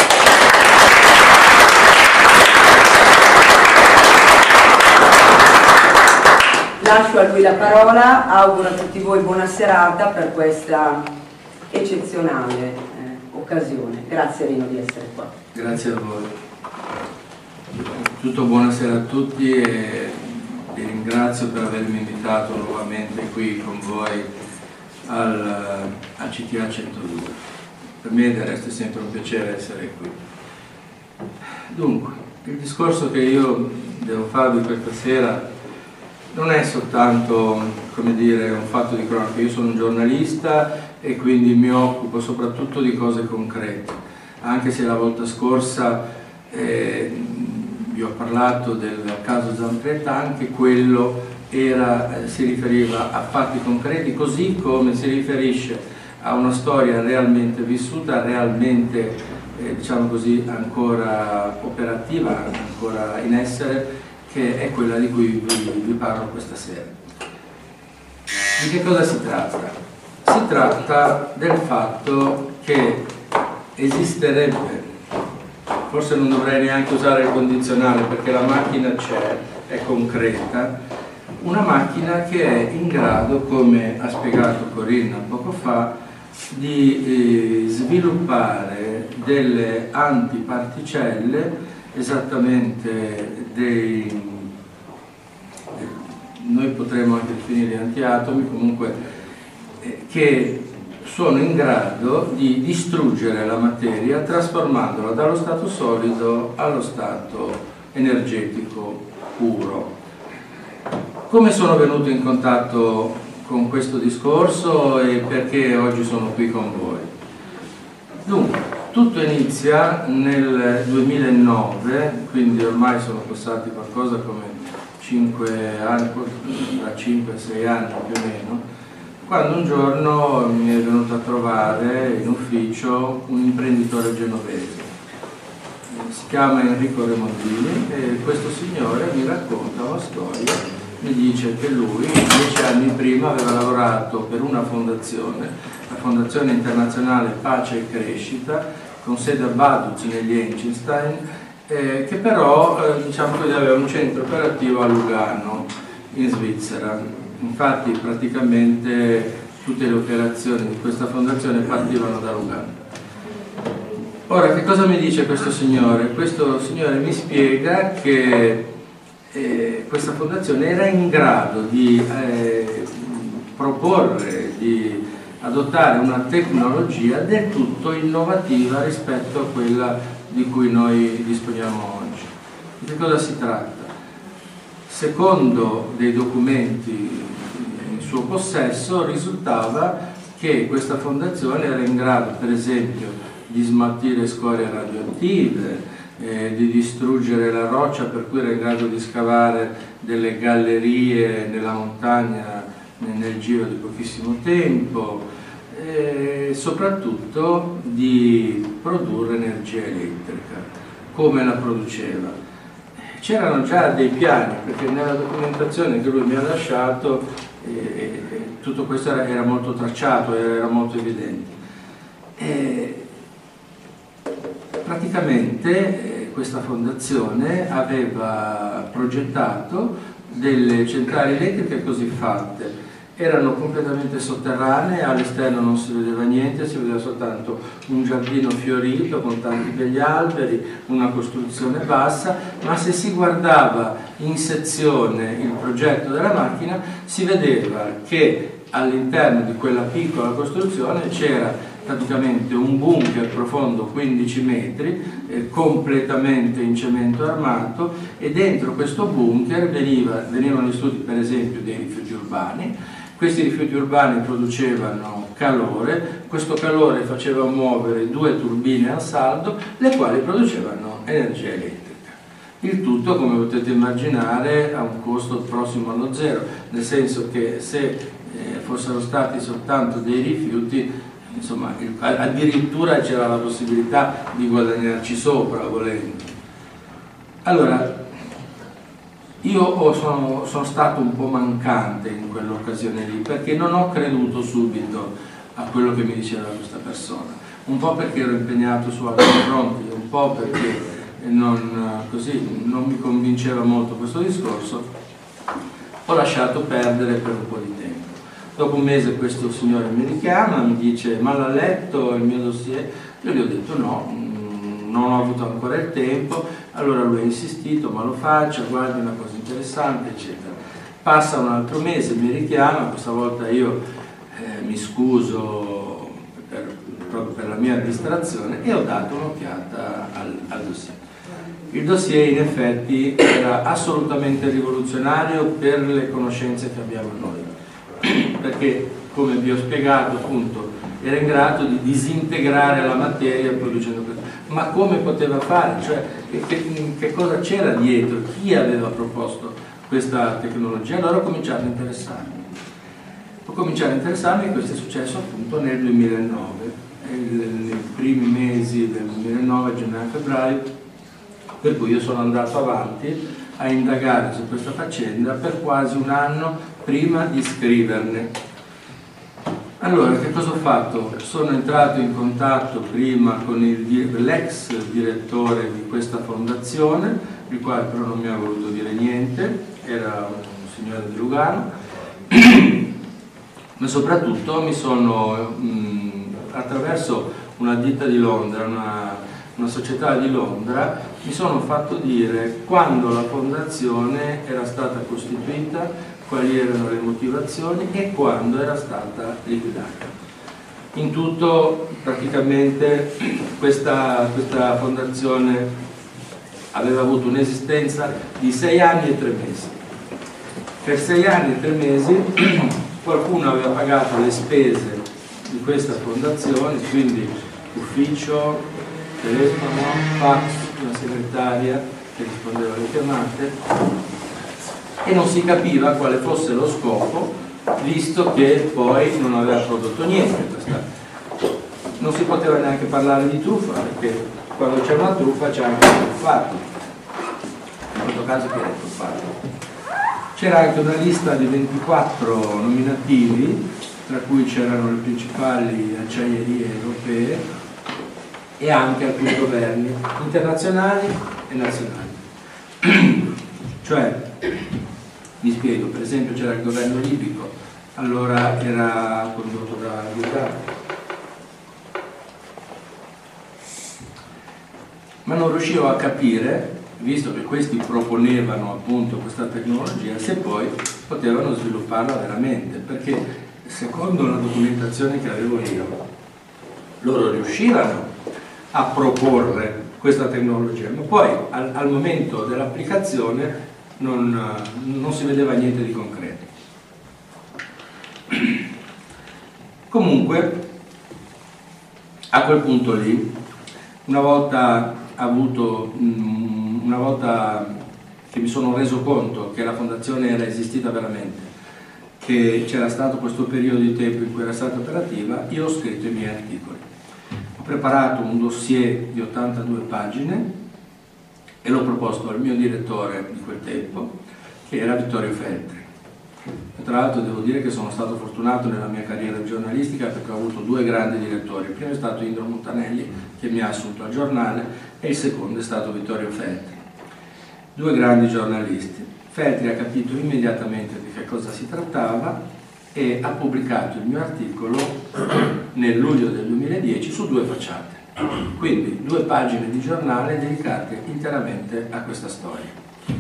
Lascio a lui la parola, auguro a tutti voi buona serata per questa eccezionale eh, occasione. Grazie Rino di essere qua. Grazie a voi. Tutto buonasera a tutti e vi ringrazio per avermi invitato nuovamente qui con voi al, al C T A centodue. Per me del resto è sempre un piacere essere qui. Dunque, il discorso che io devo farvi questa sera non è soltanto, come dire, un fatto di cronaca. Io sono un giornalista e quindi mi occupo soprattutto di cose concrete, anche se la volta scorsa eh, vi ho parlato del caso Zanfretta, anche quello era, eh, si riferiva a fatti concreti, così come si riferisce a una storia realmente vissuta, realmente eh, diciamo così ancora operativa, ancora in essere, che è quella di cui vi, vi parlo questa sera. Di che cosa si tratta? Si tratta del fatto che esisterebbe, forse non dovrei neanche usare il condizionale perché la macchina c'è, è concreta, una macchina che è in grado, come ha spiegato Corinna poco fa, di eh, sviluppare delle antiparticelle, esattamente dei, noi potremmo anche definirli antiatomi, comunque eh, che sono in grado di distruggere la materia trasformandola dallo stato solido allo stato energetico puro. Come sono venuto in contatto con questo discorso e perché oggi sono qui con voi? Dunque, tutto inizia nel duemilanove, quindi ormai sono passati qualcosa come cinque anni, da cinque a sei anni più o meno, quando un giorno mi è venuto a trovare in ufficio un imprenditore genovese. Si chiama Enrico Remondini, e questo signore mi racconta una storia, mi dice che lui dieci anni prima aveva lavorato per una fondazione, la Fondazione Internazionale Pace e Crescita, con sede a Vaduz negli Liechtenstein, eh, che però eh, diciamo così, aveva un centro operativo a Lugano, in Svizzera. Infatti praticamente tutte le operazioni di questa fondazione partivano da Lugano. Ora, che cosa mi dice questo signore? Questo signore mi spiega che eh, questa fondazione era in grado di eh, proporre, di adottare una tecnologia del tutto innovativa rispetto a quella di cui noi disponiamo oggi. Di che cosa si tratta? Secondo dei documenti in suo possesso risultava che questa fondazione era in grado, per esempio, di smaltire scorie radioattive, eh, di distruggere la roccia, per cui era in grado di scavare delle gallerie nella montagna nel giro di pochissimo tempo, e soprattutto di produrre energia elettrica. Come la produceva? C'erano già dei piani, perché nella documentazione che lui mi ha lasciato eh, tutto questo era, era molto tracciato, era, era molto evidente. E praticamente eh, questa fondazione aveva progettato delle centrali elettriche così fatte. Erano completamente sotterranee, all'esterno non si vedeva niente, si vedeva soltanto un giardino fiorito con tanti begli alberi, una costruzione bassa, ma se si guardava in sezione il progetto della macchina si vedeva che all'interno di quella piccola costruzione c'era praticamente un bunker profondo quindici metri, eh, completamente in cemento armato, e dentro questo bunker veniva, venivano gli studi per esempio dei rifiuti urbani. Questi rifiuti urbani producevano calore, questo calore faceva muovere due turbine a saldo, le quali producevano energia elettrica. Il tutto, come potete immaginare, a un costo prossimo allo zero, nel senso che se eh, fossero stati soltanto dei rifiuti, insomma, il, addirittura c'era la possibilità di guadagnarci sopra, volendo. Allora, io sono, sono stato un po' mancante in quell'occasione lì, perché non ho creduto subito a quello che mi diceva questa persona, un po' perché ero impegnato su altri fronti, un po' perché non, così, non mi convinceva molto questo discorso. Ho lasciato perdere per un po' di tempo. Dopo un mese questo signore mi richiama, mi dice: ma l'ha letto il mio dossier? Io gli ho detto no, non ho avuto ancora il tempo. Allora lui ha insistito: ma lo faccia, guardi, una cosa interessante, eccetera. Passa un altro mese, mi richiama, questa volta io eh, mi scuso per, proprio per la mia distrazione, e ho dato un'occhiata al, al dossier. Il dossier in effetti era assolutamente rivoluzionario per le conoscenze che abbiamo noi, perché, come vi ho spiegato, appunto, era in grado di disintegrare la materia producendo questo. Ma come poteva fare? Cioè, che, che cosa c'era dietro? Chi aveva proposto questa tecnologia? Allora ho cominciato a interessarmi. Ho cominciato a interessarmi e questo è successo appunto nel duemilanove, nei primi mesi del duemilanove, gennaio e febbraio, per cui io sono andato avanti a indagare su questa faccenda per quasi un anno prima di scriverne. Allora, che cosa ho fatto? Sono entrato in contatto prima con l'ex direttore di questa fondazione, il quale però non mi ha voluto dire niente, era un signore di Lugano, ma soprattutto mi sono, mh, attraverso una ditta di Londra, una, una società di Londra, mi sono fatto dire quando la fondazione era stata costituita, quali erano le motivazioni e quando era stata liquidata. In tutto, praticamente, questa, questa fondazione aveva avuto un'esistenza di sei anni e tre mesi. Per sei anni e tre mesi qualcuno aveva pagato le spese di questa fondazione, quindi ufficio, telefono, fax, una segretaria che rispondeva alle chiamate, e non si capiva quale fosse lo scopo, visto che poi non aveva prodotto niente. Questa. Non si poteva neanche parlare di truffa, perché quando c'è una truffa c'è anche un truffato. In questo caso chi era il truffato? C'era anche una lista di ventiquattro nominativi, tra cui c'erano le principali acciaierie europee e anche alcuni governi internazionali e nazionali. Cioè, mi spiego, per esempio c'era il governo libico, allora era condotto da Gheddafi, ma non riuscivo a capire, visto che questi proponevano appunto questa tecnologia, se poi potevano svilupparla veramente, perché secondo la documentazione che avevo io, loro riuscivano a proporre questa tecnologia, ma poi al, al momento dell'applicazione non, non si vedeva niente di concreto. Comunque, a quel punto lì, una volta avuto, una volta che mi sono reso conto che la fondazione era esistita veramente, che c'era stato questo periodo di tempo in cui era stata operativa, io ho scritto i miei articoli. Ho preparato un dossier di ottantadue pagine e l'ho proposto al mio direttore di quel tempo, che era Vittorio Feltri. E tra l'altro devo dire che sono stato fortunato nella mia carriera giornalistica perché ho avuto due grandi direttori. Il primo è stato Indro Montanelli, che mi ha assunto al giornale, e il secondo è stato Vittorio Feltri. Due grandi giornalisti. Feltri ha capito immediatamente di che cosa si trattava e ha pubblicato il mio articolo nel luglio del duemiladieci su due facciate. Quindi due pagine di giornale dedicate interamente a questa storia.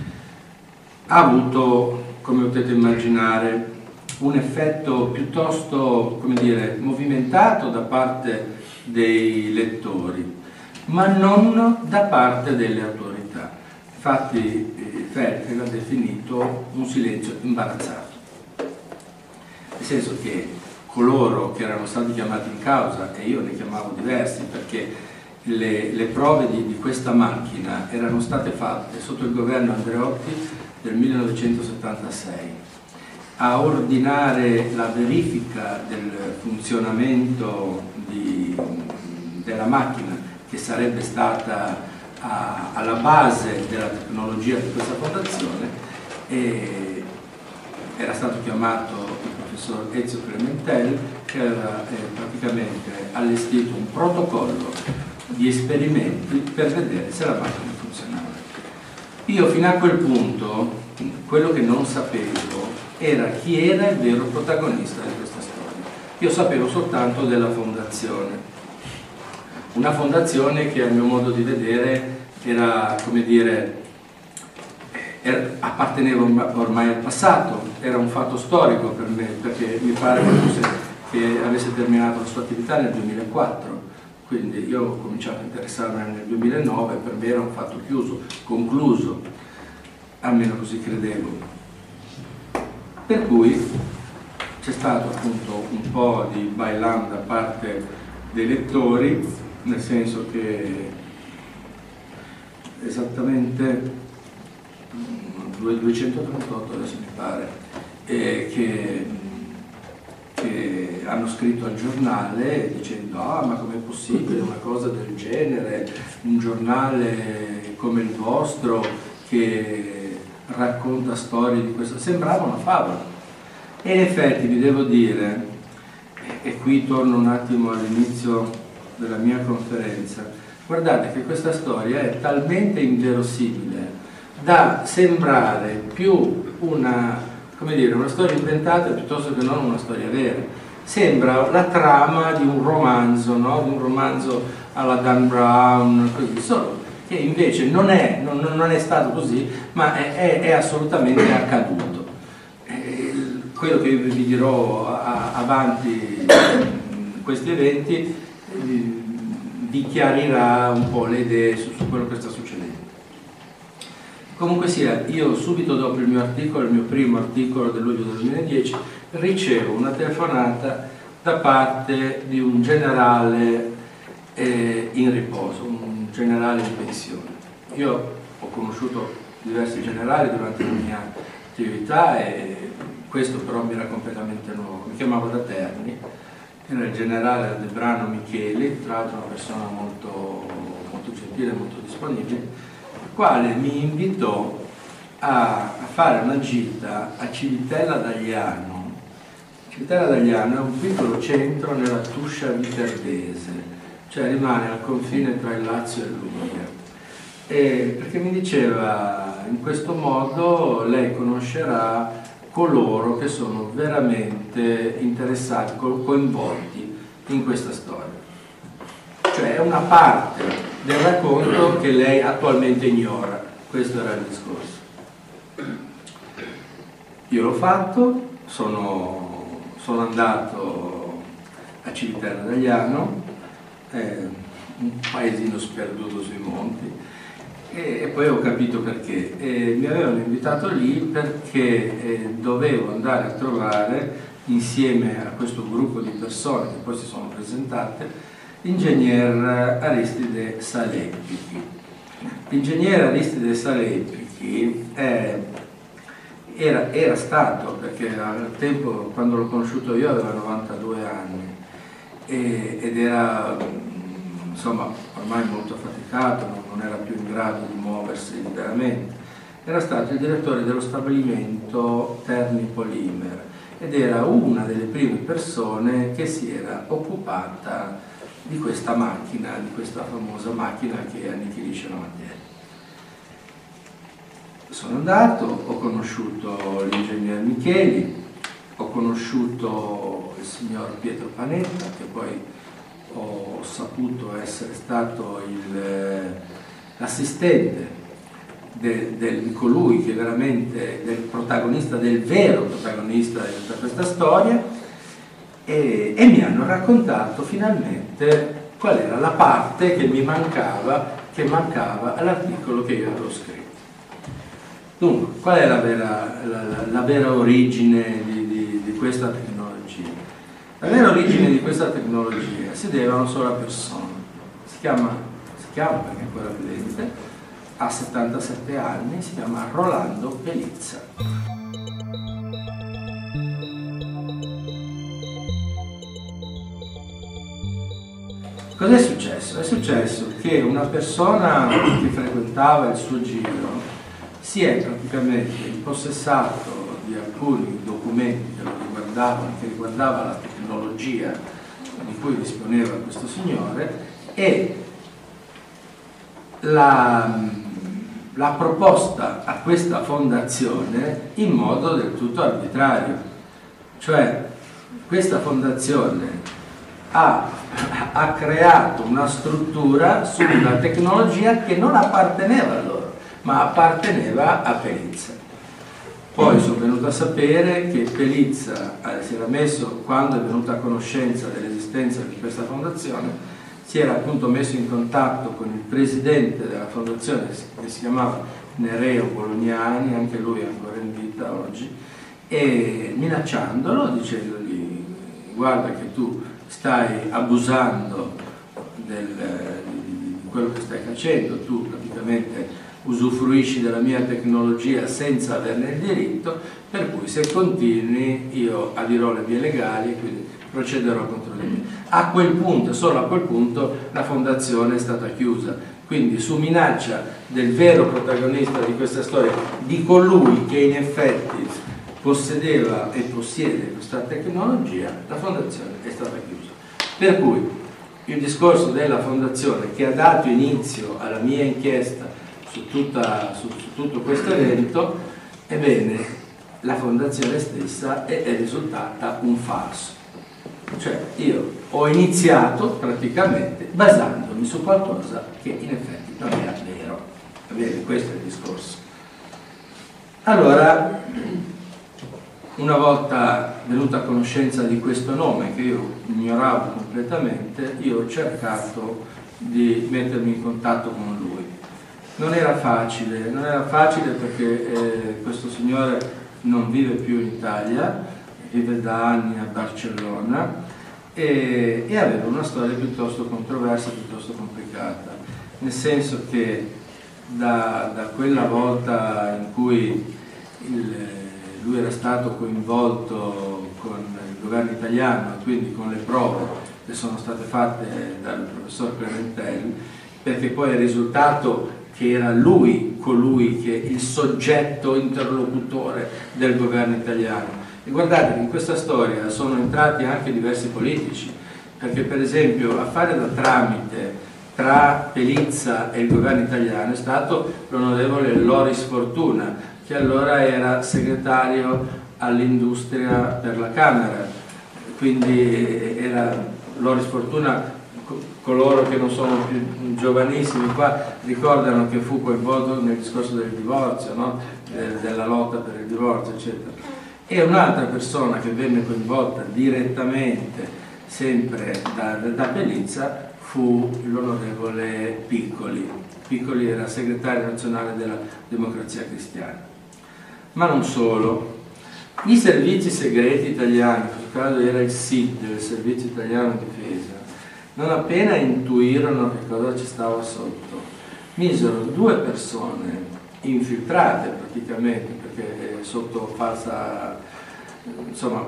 Ha avuto, come potete immaginare, un effetto piuttosto, come dire, movimentato da parte dei lettori, ma non da parte delle autorità. Infatti Feltri l'ha definito un silenzio imbarazzato, nel senso che coloro che erano stati chiamati in causa, e io ne chiamavo diversi perché le, le prove di, di questa macchina erano state fatte sotto il governo Andreotti del millenovecentosettantasei, a ordinare la verifica del funzionamento di, della macchina che sarebbe stata a, alla base della tecnologia di questa fondazione, e era stato chiamato il professor Ezio Clementel, che aveva eh, praticamente allestito un protocollo di esperimenti per vedere se la macchina funzionava. Io fino a quel punto quello che non sapevo era chi era il vero protagonista di questa storia. Io sapevo soltanto della fondazione, una fondazione che a mio modo di vedere era, come dire, era, apparteneva ormai al passato, era un fatto storico per me, perché mi pare che, che avesse terminato la sua attività nel duemilaquattro. Quindi io ho cominciato a interessarmi nel duemilanove, per me era un fatto chiuso, concluso, almeno così credevo. Per cui c'è stato appunto un po' di bailam da parte dei lettori, nel senso che esattamente duecentotrentotto adesso mi pare, eh, che che hanno scritto al giornale dicendo ah ma com'è possibile una cosa del genere, un giornale come il vostro che racconta storie di questo, sembrava una favola. E in effetti vi devo dire, e qui torno un attimo all'inizio della mia conferenza, guardate che questa storia è talmente inverosimile da sembrare più una come dire, una storia inventata piuttosto che non una storia vera. Sembra la trama di un romanzo, no? Di un romanzo alla Dan Brown, così, solo che invece non è, non, non è stato così, ma è, è, è assolutamente accaduto. Eh, quello che vi dirò a, avanti questi eventi eh, vi chiarirà un po' le idee su, su quello che sta succedendo. Comunque sia, io subito dopo il mio articolo, il mio primo articolo del luglio del duemiladieci, ricevo una telefonata da parte di un generale eh, in riposo, un generale in pensione. Io ho conosciuto diversi generali durante la mia attività e questo però mi era completamente nuovo. Mi chiamavo da Terni, era il generale Aldebrano Micheli, tra l'altro una persona molto molto gentile e molto disponibile, il quale mi invitò a, a fare una gita a Civitella d'Agliano. Civitella d'Agliano è un piccolo centro nella Tuscia viterbese, cioè rimane al confine tra il Lazio e l'Umbria. E perché mi diceva, in questo modo lei conoscerà coloro che sono veramente interessati, coinvolti in questa storia. Cioè è una parte del racconto che lei attualmente ignora. Questo era il discorso. Io l'ho fatto, sono... Sono andato a Civitella d'Agliano, eh, un paesino sperduto sui monti, e, e poi ho capito perché. E mi avevano invitato lì perché eh, dovevo andare a trovare, insieme a questo gruppo di persone che poi si sono presentate, l'ingegner Aristide Saleppichi. L'ingegnere Aristide Saleppichi è... Era, era stato, perché al tempo, quando l'ho conosciuto io, aveva novantadue anni e, ed era, insomma, ormai molto affaticato, non, non era più in grado di muoversi liberamente. Era stato il direttore dello stabilimento Terni Polimer ed era una delle prime persone che si era occupata di questa macchina, di questa famosa macchina che annichilisce la materia. Sono andato, ho conosciuto l'ingegner Micheli, ho conosciuto il signor Pietro Panetta, che poi ho saputo essere stato l'assistente de, de, di colui che veramente, del protagonista, del vero protagonista di tutta questa storia, e, e mi hanno raccontato finalmente qual era la parte che mi mancava, che mancava all'articolo che io avevo scritto. Dunque, qual è la vera, la, la, la vera origine di, di, di questa tecnologia? La vera origine di questa tecnologia si deve a una sola persona, si chiama, si chiama perché è ancora vivente, ha settantasette anni, si chiama Rolando Pelizza. Cos'è successo? È successo che una persona che frequentava il suo giro si è praticamente impossessato di alcuni documenti che lo riguardavano, che riguardava la tecnologia di cui disponeva questo signore, e l'ha proposta a questa fondazione in modo del tutto arbitrario. Cioè questa fondazione ha, ha creato una struttura su una tecnologia che non apparteneva a loro, ma apparteneva a Pelizza. Poi sono venuto a sapere che Pelizza eh, si era messo, quando è venuta a conoscenza dell'esistenza di questa fondazione, si era appunto messo in contatto con il presidente della fondazione, che si chiamava Nereo Bolognani, anche lui è ancora in vita oggi, e minacciandolo, dicendogli: guarda che tu stai abusando del, di, di quello che stai facendo, tu praticamente usufruisci della mia tecnologia senza averne il diritto, per cui se continui io adirò le vie legali e quindi procederò contro di me. A quel punto, solo a quel punto, la fondazione è stata chiusa. Quindi su minaccia del vero protagonista di questa storia, di colui che in effetti possedeva e possiede questa tecnologia, la fondazione è stata chiusa. Per cui il discorso della fondazione, che ha dato inizio alla mia inchiesta Su, tutta, su, su tutto questo evento, ebbene, la fondazione stessa è, è risultata un falso. Cioè io ho iniziato praticamente basandomi su qualcosa che in effetti non era vero. Bene, questo è il discorso. Allora, una volta venuta a conoscenza di questo nome, che io ignoravo completamente, io ho cercato di mettermi in contatto con lui. Non era facile, non era facile perché eh, questo signore non vive più in Italia, vive da anni a Barcellona e, e aveva una storia piuttosto controversa, piuttosto complicata, nel senso che da, da quella volta in cui il, lui era stato coinvolto con il governo italiano, quindi con le prove che sono state fatte dal professor Clementel, perché poi è risultato che era lui colui che il soggetto interlocutore del governo italiano. E guardate che in questa storia sono entrati anche diversi politici, perché per esempio a fare da tramite tra Pelizza e il governo italiano è stato l'onorevole Loris Fortuna, che allora era segretario all'industria per la Camera, quindi era Loris Fortuna. Coloro che non sono più giovanissimi qua ricordano che fu coinvolto nel discorso del divorzio, no? Della lotta per il divorzio, eccetera. E un'altra persona che venne coinvolta direttamente sempre da, da Pelizza fu l'onorevole Piccoli. Piccoli era segretario nazionale della Democrazia Cristiana. Ma non solo. I servizi segreti italiani, in questo caso era il S I D, il Servizio Italiano di Difesa, non appena intuirono che cosa ci stava sotto, misero due persone infiltrate praticamente, perché sotto falsa, insomma,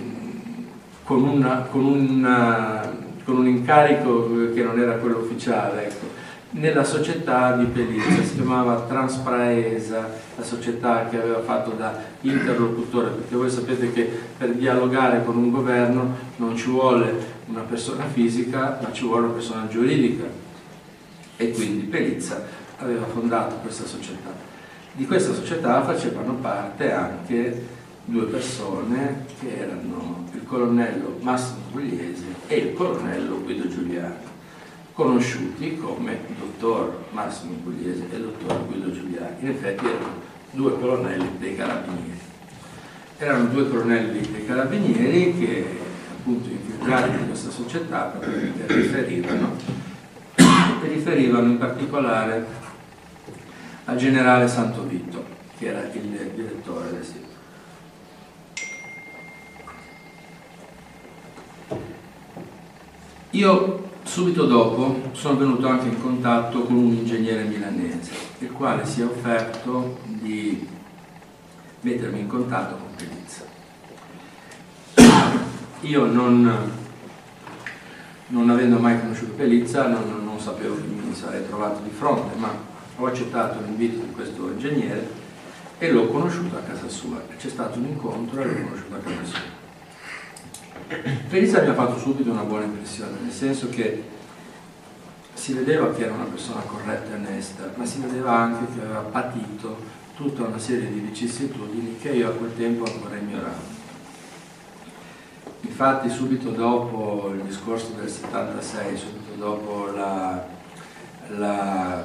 con, una, con, una, con un incarico che non era quello ufficiale, ecco, nella società di Pelizza, si chiamava Transpraesa, la società che aveva fatto da interlocutore, perché voi sapete che per dialogare con un governo non ci vuole una persona fisica, ma ci vuole una persona giuridica, e quindi Pelizza aveva fondato questa società. Di questa società facevano parte anche due persone che erano il colonnello Massimo Pugliese e il colonnello Guido Giuliani, conosciuti come dottor Massimo Pugliese e dottor Guido Giuliani. In effetti erano due colonnelli dei carabinieri. Erano due colonnelli dei carabinieri che, appunto, infiltrati in questa società, riferivano, riferivano in particolare al generale Santovito, che era il direttore del sito. Io subito dopo sono venuto anche in contatto con un ingegnere milanese, il quale si è offerto di mettermi in contatto con Pelizza. Io non, non avendo mai conosciuto Pelizza, non, non sapevo che mi sarei trovato di fronte, ma ho accettato l'invito di questo ingegnere e l'ho conosciuto a casa sua. C'è stato un incontro e l'ho conosciuto a casa sua. Pelizza mi ha fatto subito una buona impressione, nel senso che si vedeva che era una persona corretta e onesta, ma si vedeva anche che aveva patito tutta una serie di vicissitudini che io a quel tempo ancora ignoravo. Infatti subito dopo il discorso del settantasei, subito dopo la, la,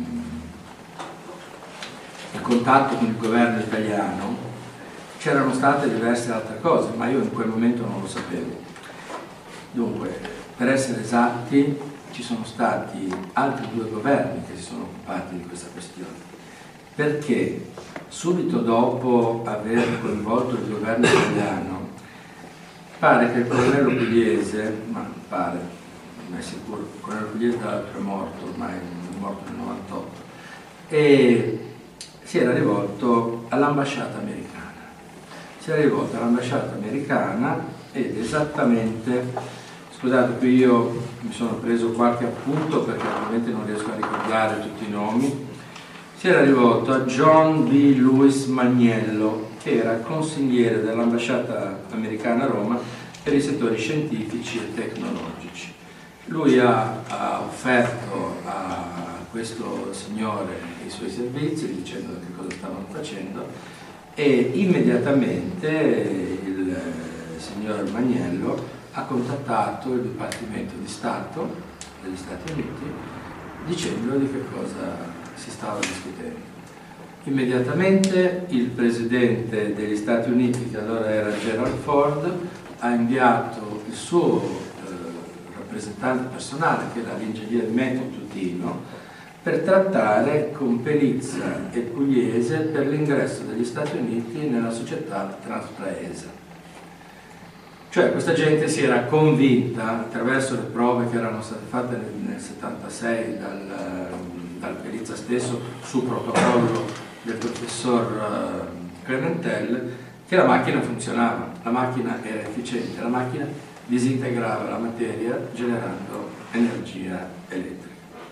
il contatto con il governo italiano, c'erano state diverse altre cose, ma io in quel momento non lo sapevo. Dunque, per essere esatti, ci sono stati altri due governi che si sono occupati di questa questione, perché subito dopo aver coinvolto il governo italiano, pare che il colonnello Pugliese, ma pare, non è sicuro, il colonnello Pugliese è morto, ormai è morto nel novantotto, e si era rivolto all'ambasciata americana. Si era rivolto all'ambasciata americana ed esattamente, scusate, qui io mi sono preso qualche appunto perché ovviamente non riesco a ricordare tutti i nomi, si era rivolto a John B. Lewis Magniello, che era consigliere dell'ambasciata americana a Roma per i settori scientifici e tecnologici. Lui ha, ha offerto a questo signore i suoi servizi dicendo che cosa stavano facendo, e immediatamente il signor Magniello ha contattato il Dipartimento di Stato degli Stati Uniti dicendo di che cosa si stava discutendo. Immediatamente il presidente degli Stati Uniti, che allora era Gerald Ford, ha inviato il suo eh, rappresentante personale, che era l'ingegner Matthew Tutino, per trattare con Pelizza e Pugliese per l'ingresso degli Stati Uniti nella società Transpraesa. Cioè questa gente si era convinta, attraverso le prove che erano state fatte nel, nel settantasei dal, dal Pelizza stesso su protocollo del professor Clementel, che la macchina funzionava, la macchina era efficiente, la macchina disintegrava la materia generando energia elettrica.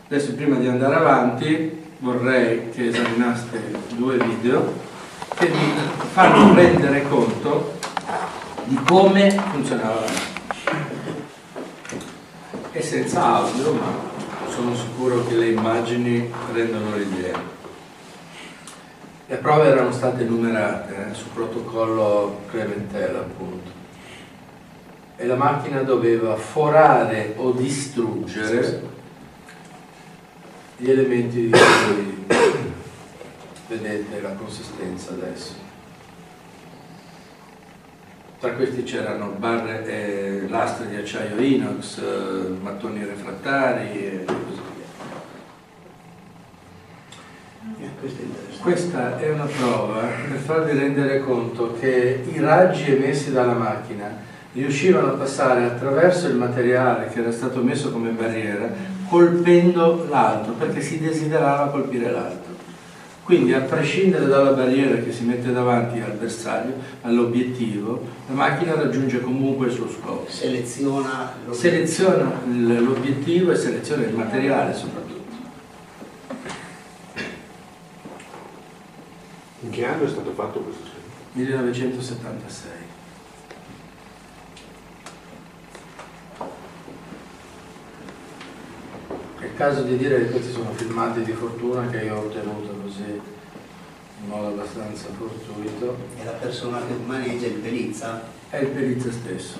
Adesso prima di andare avanti vorrei che esaminaste due video che vi fanno rendere conto di come funzionava la macchina. È senza audio, ma sono sicuro che le immagini rendono l'idea. Le prove erano state numerate eh, su protocollo Clementel, appunto, e la macchina doveva forare o distruggere gli elementi di cui vedete la consistenza adesso. Tra questi c'erano barre, eh, lastre di acciaio inox, eh, mattoni refrattari e così via. Questa è una prova per farvi rendere conto che i raggi emessi dalla macchina riuscivano a passare attraverso il materiale che era stato messo come barriera, colpendo l'altro, perché si desiderava colpire l'altro. Quindi, a prescindere dalla barriera che si mette davanti al bersaglio, all'obiettivo, la macchina raggiunge comunque il suo scopo. Seleziona l'obiettivo, seleziona l'obiettivo e seleziona il materiale soprattutto. In che anno è stato fatto questo studio? millenovecentosettantasei. È il caso di dire che questi sono filmati di fortuna che io ho ottenuto così in modo abbastanza fortuito. e la persona che maneggia il Pelizza. È il Pelizza stesso.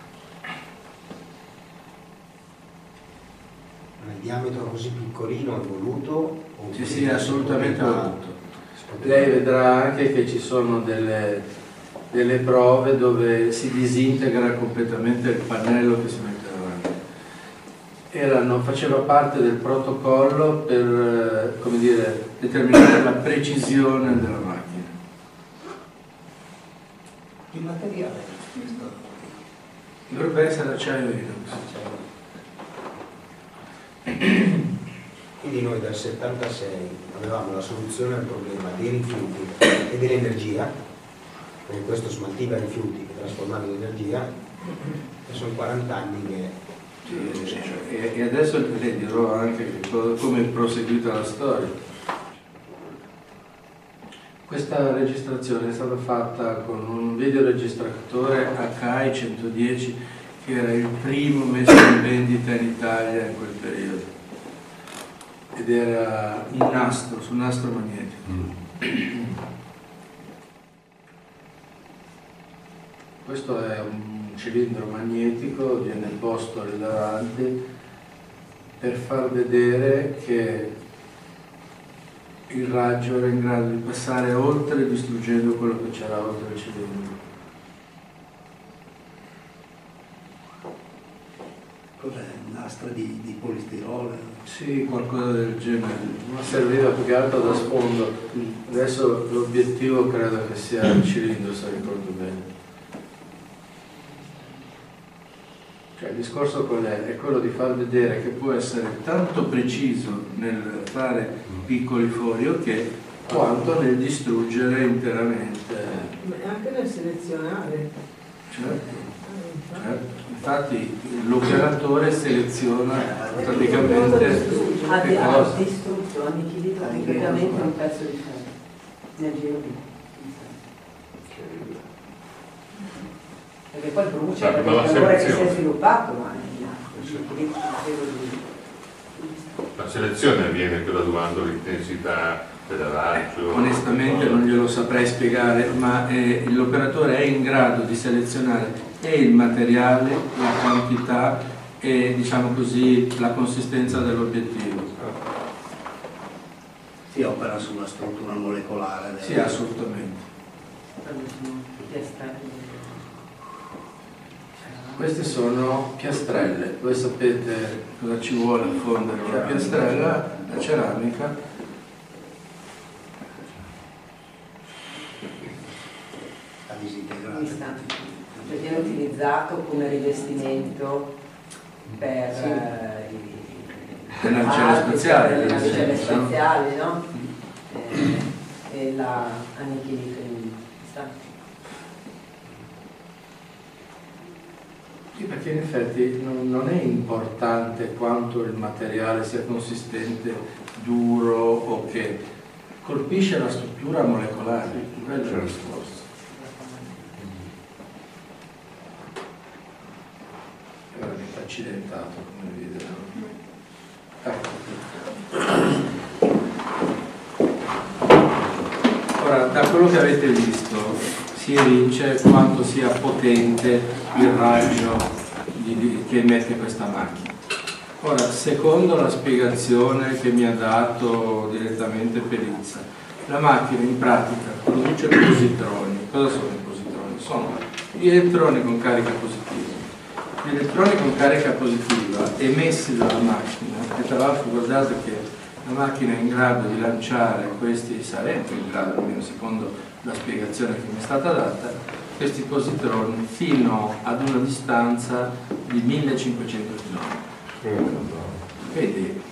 Il diametro così piccolino è voluto? O Sì, sì, assolutamente voluto. voluto. Lei vedrà anche che ci sono delle, delle prove dove si disintegra completamente il pannello che si mette davanti. Erano, faceva parte del protocollo per, come dire, determinare la precisione della macchina. Il materiale è questo. Dovrebbe essere acciaio inox. Quindi noi dal settantasei avevamo la soluzione al problema dei rifiuti e dell'energia, perché questo smaltiva rifiuti che trasformava in energia, e sono quaranta anni che... E, e adesso le dirò anche come è proseguita la storia. Questa registrazione è stata fatta con un videoregistratore Akai centodieci che era il primo messo in vendita in Italia in quel periodo ed era un nastro, su nastro magnetico. Mm. Questo è un cilindro magnetico, viene posto lì davanti per far vedere che il raggio era in grado di passare oltre distruggendo quello che c'era oltre il cilindro. Cos'è? Nastro di, di polistirolo? Sì, qualcosa del genere. Ma serviva più che altro da sfondo. Adesso l'obiettivo credo che sia il cilindro, se ricordo bene. Cioè, il discorso qual è? È quello di far vedere che può essere tanto preciso nel fare piccoli fori o che quanto nel distruggere interamente. Ma anche nel selezionare. Certo. Certo. Infatti l'operatore seleziona praticamente Ha che cosa. distrutto, annichilito completamente un pezzo di ferro nel giro di perché poi produce Ah, il ma la calore che si è selezione. sviluppato, ma La selezione avviene graduando l'intensità del raggio. Onestamente non glielo saprei spiegare, ma eh, l'operatore è in grado di selezionare e il materiale, la quantità e, diciamo così, la consistenza dell'obiettivo. Si opera sulla struttura molecolare. Sì, assolutamente. Queste sono piastrelle. Voi sapete cosa ci vuole a fondere una piastrella? La ceramica. La disintegrata. Cioè viene utilizzato come rivestimento per Sì. eh, i Le navicelle spaziali, le per navicelle esempio, no? spaziali, no? Eh, e l'ha annichilito in istante. Sì, perché in effetti non, non è importante quanto il materiale sia consistente, duro o che, colpisce la struttura molecolare, quello è il discorso. È veramente accidentato come video. Ecco. Ora, da quello che avete visto si evince quanto sia potente il raggio di, di, che emette questa macchina. Ora, secondo la spiegazione che mi ha dato direttamente Pelizza, la macchina in pratica produce positroni. Cosa sono i positroni? Sono gli elettroni con carica positiva. Gli elettroni con carica positiva emessi dalla macchina, e tra l'altro guardate che la macchina è in grado di lanciare questi, sarebbe in grado, almeno secondo la spiegazione che mi è stata data, questi positroni fino ad una distanza di millecinquecento chilometri. Quindi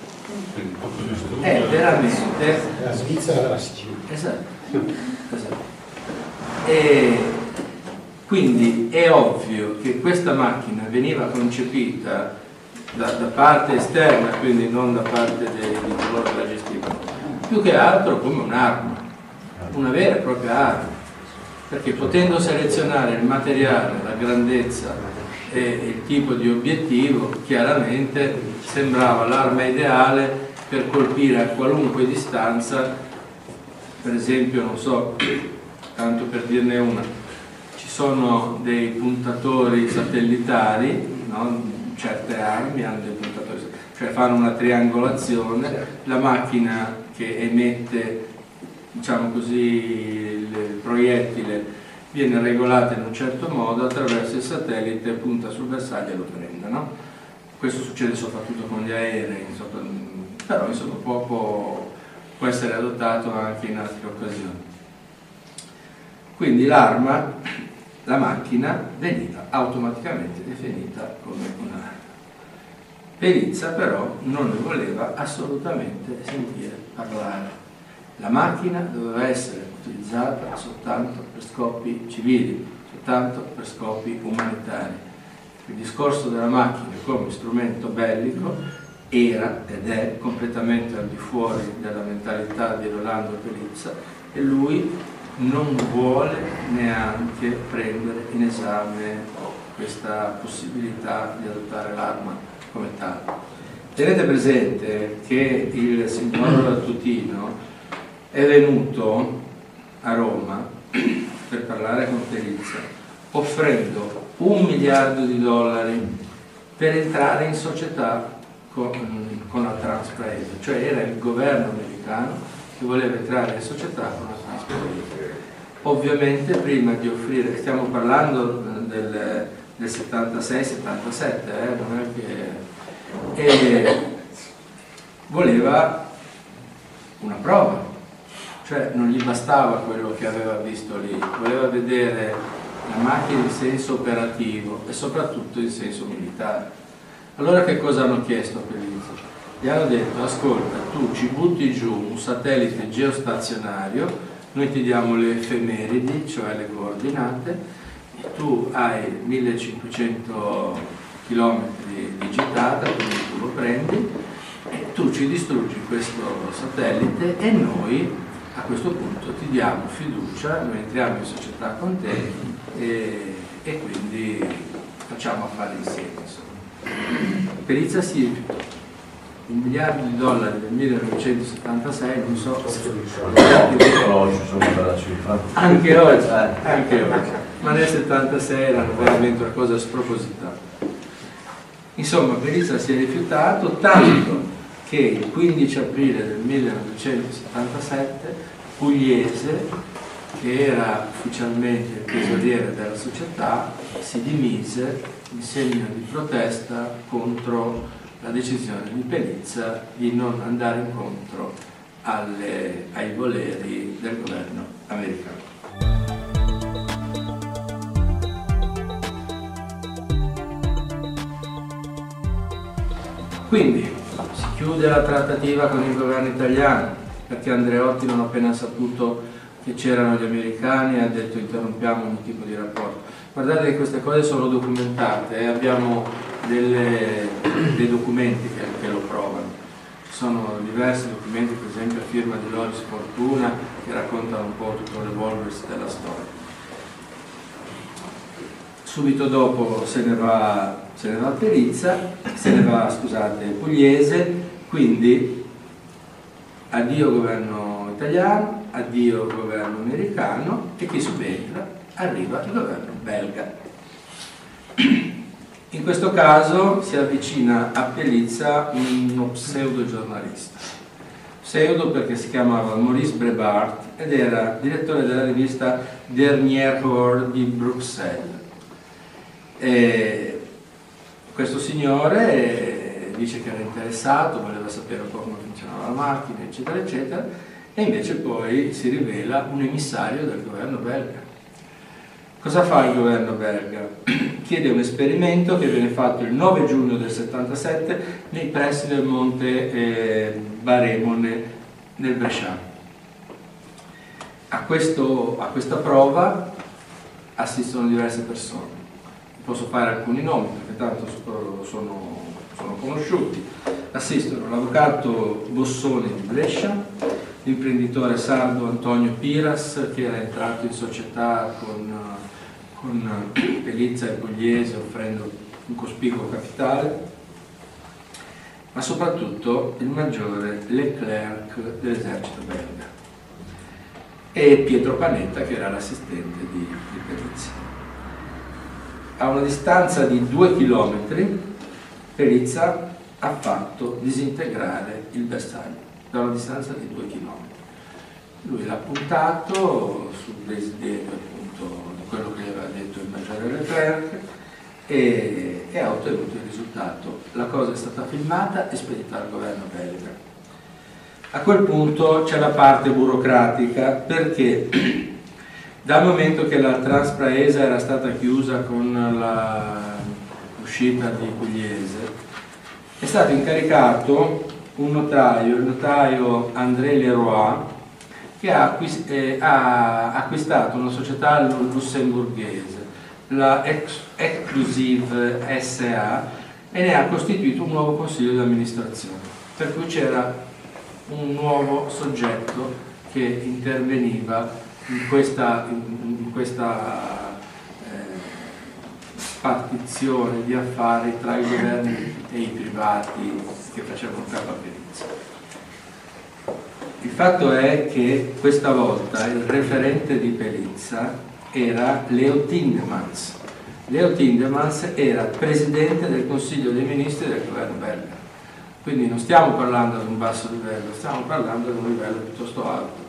è veramente... La Svizzera della Sicilia. Esatto. Esatto. E quindi è ovvio che questa macchina veniva concepita Da, da parte esterna, quindi non da parte dei, di coloro che la gestivano, più che altro come un'arma, una vera e propria arma, perché potendo selezionare il materiale, la grandezza e il tipo di obiettivo, chiaramente sembrava l'arma ideale per colpire a qualunque distanza. Per esempio, non so, tanto per dirne una, ci sono dei puntatori satellitari, no? Certe armi hanno dei puntatori, cioè fanno una triangolazione, la macchina che emette, diciamo così, il proiettile viene regolata in un certo modo, attraverso il satellite punta sul bersaglio e lo prende, no? Questo succede soprattutto con gli aerei, però insomma può, può, può essere adottato anche in altre occasioni. Quindi l'arma, la macchina, veniva automaticamente definita come un'arma. Pelizza però non ne voleva assolutamente sentire parlare. La macchina doveva essere utilizzata soltanto per scopi civili, soltanto per scopi umanitari. Il discorso della macchina come strumento bellico era ed è completamente al di fuori della mentalità di Rolando Pelizza, e lui non vuole neanche prendere in esame questa possibilità di adottare l'arma come tale. Tenete presente che il signor Latutino è venuto a Roma per parlare con Pelizza offrendo un miliardo di dollari per entrare in società con, con la Transparenza, cioè era il governo americano che voleva entrare in società con la Transparenza. Ovviamente prima di offrire, stiamo parlando del, del settantasei settantasette, eh, non è che... e voleva una prova, cioè non gli bastava quello che aveva visto lì, voleva vedere la macchina in senso operativo e soprattutto in senso militare. Allora che cosa hanno chiesto a Pelizza? Gli hanno detto: ascolta, tu ci butti giù un satellite geostazionario, noi ti diamo le effemeridi, cioè le coordinate, tu hai millecinquecento chilometri di gittata, quindi tu lo prendi e tu ci distruggi questo satellite e noi a questo punto ti diamo fiducia, noi entriamo in società con te e, e quindi facciamo affari insieme. Pelizza si rifiutò. Un miliardo di dollari del millenovecentosettantasei, non so anche oggi, anche oggi, ma nel settantasei erano veramente una cosa spropositata. Insomma, Pelizza si è rifiutato tanto che il quindici aprile del millenovecentosettantasette Pugliese, che era ufficialmente il tesoriere della società, si dimise in segno di protesta contro la decisione di Pelizza di non andare incontro alle, ai voleri del governo americano. Quindi si chiude la trattativa con il governo italiano, perché Andreotti non ha appena saputo che c'erano gli americani ha detto interrompiamo ogni tipo di rapporto. Guardate che queste cose sono documentate, eh? Abbiamo delle, dei documenti che, che lo provano. Ci sono diversi documenti, per esempio a firma di Loris Fortuna, che raccontano un po' tutto l'evolversi della storia. Subito dopo se ne va, se ne va a Perizia, se ne va, scusate, Pugliese, quindi addio governo italiano, addio governo americano, e chi subentra? Arriva il governo belga. In questo caso si avvicina a Perizia uno pseudo giornalista, pseudo perché si chiamava Maurice Brébart ed era direttore della rivista Dernier Jour di Bruxelles. E questo signore dice che era interessato, voleva sapere un po' come funzionava la macchina, eccetera, eccetera, e invece poi si rivela un emissario del governo belga. Cosa fa il governo belga? Chiede un esperimento che viene fatto il nove giugno del settantasette nei pressi del monte eh, Baremone nel Bresciano. A, questo, a questa prova assistono diverse persone. Posso fare alcuni nomi perché tanto sono, sono conosciuti. Assistono l'avvocato Bossoni di Brescia, l'imprenditore sardo Antonio Piras, che era entrato in società con, con Perizia e Pugliese offrendo un cospicuo capitale, ma soprattutto il maggiore Leclerc dell'esercito belga e Pietro Panetta, che era l'assistente di, di Perizia. A una distanza di due chilometri, Perizia ha fatto disintegrare il bersaglio, da una distanza di due chilometri. Lui l'ha puntato sul desiderio appunto di quello che gli aveva detto il maggiore Leclerc e, e ha ottenuto il risultato. La cosa è stata filmata e spedita al governo belga. A quel punto c'è la parte burocratica, perché dal momento che la Transpraesa era stata chiusa con l'uscita di Pugliese, è stato incaricato un notaio, il notaio André Leroy, che ha, acquist eh, ha acquistato una società lussemburghese, la Exclusive S A, e ne ha costituito un nuovo consiglio di amministrazione, per cui c'era un nuovo soggetto che interveniva in questa, in, in questa eh, spartizione di affari tra i governi e i privati che facevano capo a Perizia. Il fatto è che questa volta il referente di Perizia era Leo Tindemans. Leo Tindemans era presidente del Consiglio dei Ministri del governo belga. Quindi non stiamo parlando di un basso livello, stiamo parlando di un livello piuttosto alto.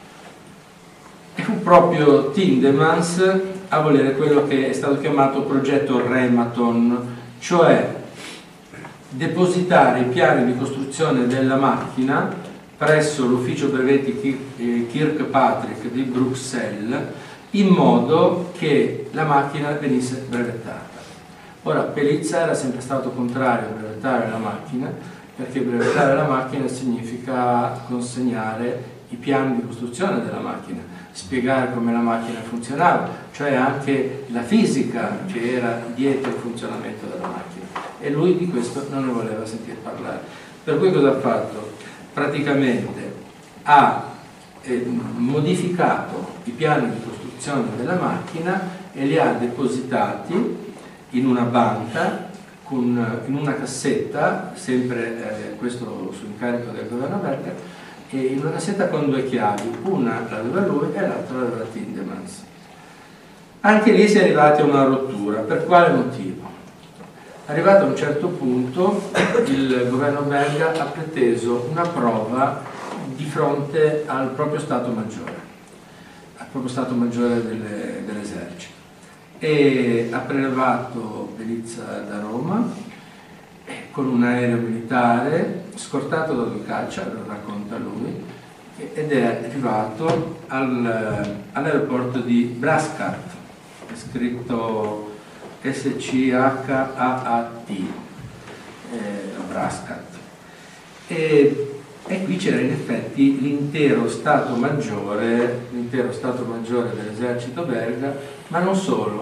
E fu proprio Tindemans a volere quello che è stato chiamato progetto Rematon, cioè depositare i piani di costruzione della macchina presso l'ufficio brevetti Kirkpatrick di Bruxelles, in modo che la macchina venisse brevettata. Ora, Perizia era sempre stato contrario a brevettare la macchina, perché brevettare la macchina significa consegnare i piani di costruzione della macchina, spiegare come la macchina funzionava, cioè anche la fisica che era dietro il funzionamento della macchina, e lui di questo non ne voleva sentire parlare. Per cui cosa ha fatto? Praticamente ha eh, modificato i piani di costruzione della macchina e li ha depositati in una banca, con, in una cassetta, sempre eh, questo su incarico del governo belga, e in una cassetta con due chiavi, una la aveva lui e l'altra la aveva Tindemans. Anche lì si è arrivati a una rottura. Per quale motivo? Arrivato a un certo punto il governo belga ha preteso una prova di fronte al proprio Stato Maggiore, al proprio Stato Maggiore delle, dell'esercito, e ha prelevato Perizia da Roma con un aereo militare scortato da due caccia, lo racconta lui, ed è arrivato al, all'aeroporto di Brascat, è scritto S C H A A T, eh, Brascat, e, e qui c'era in effetti l'intero Stato Maggiore, l'intero Stato Maggiore dell'esercito belga, ma non solo,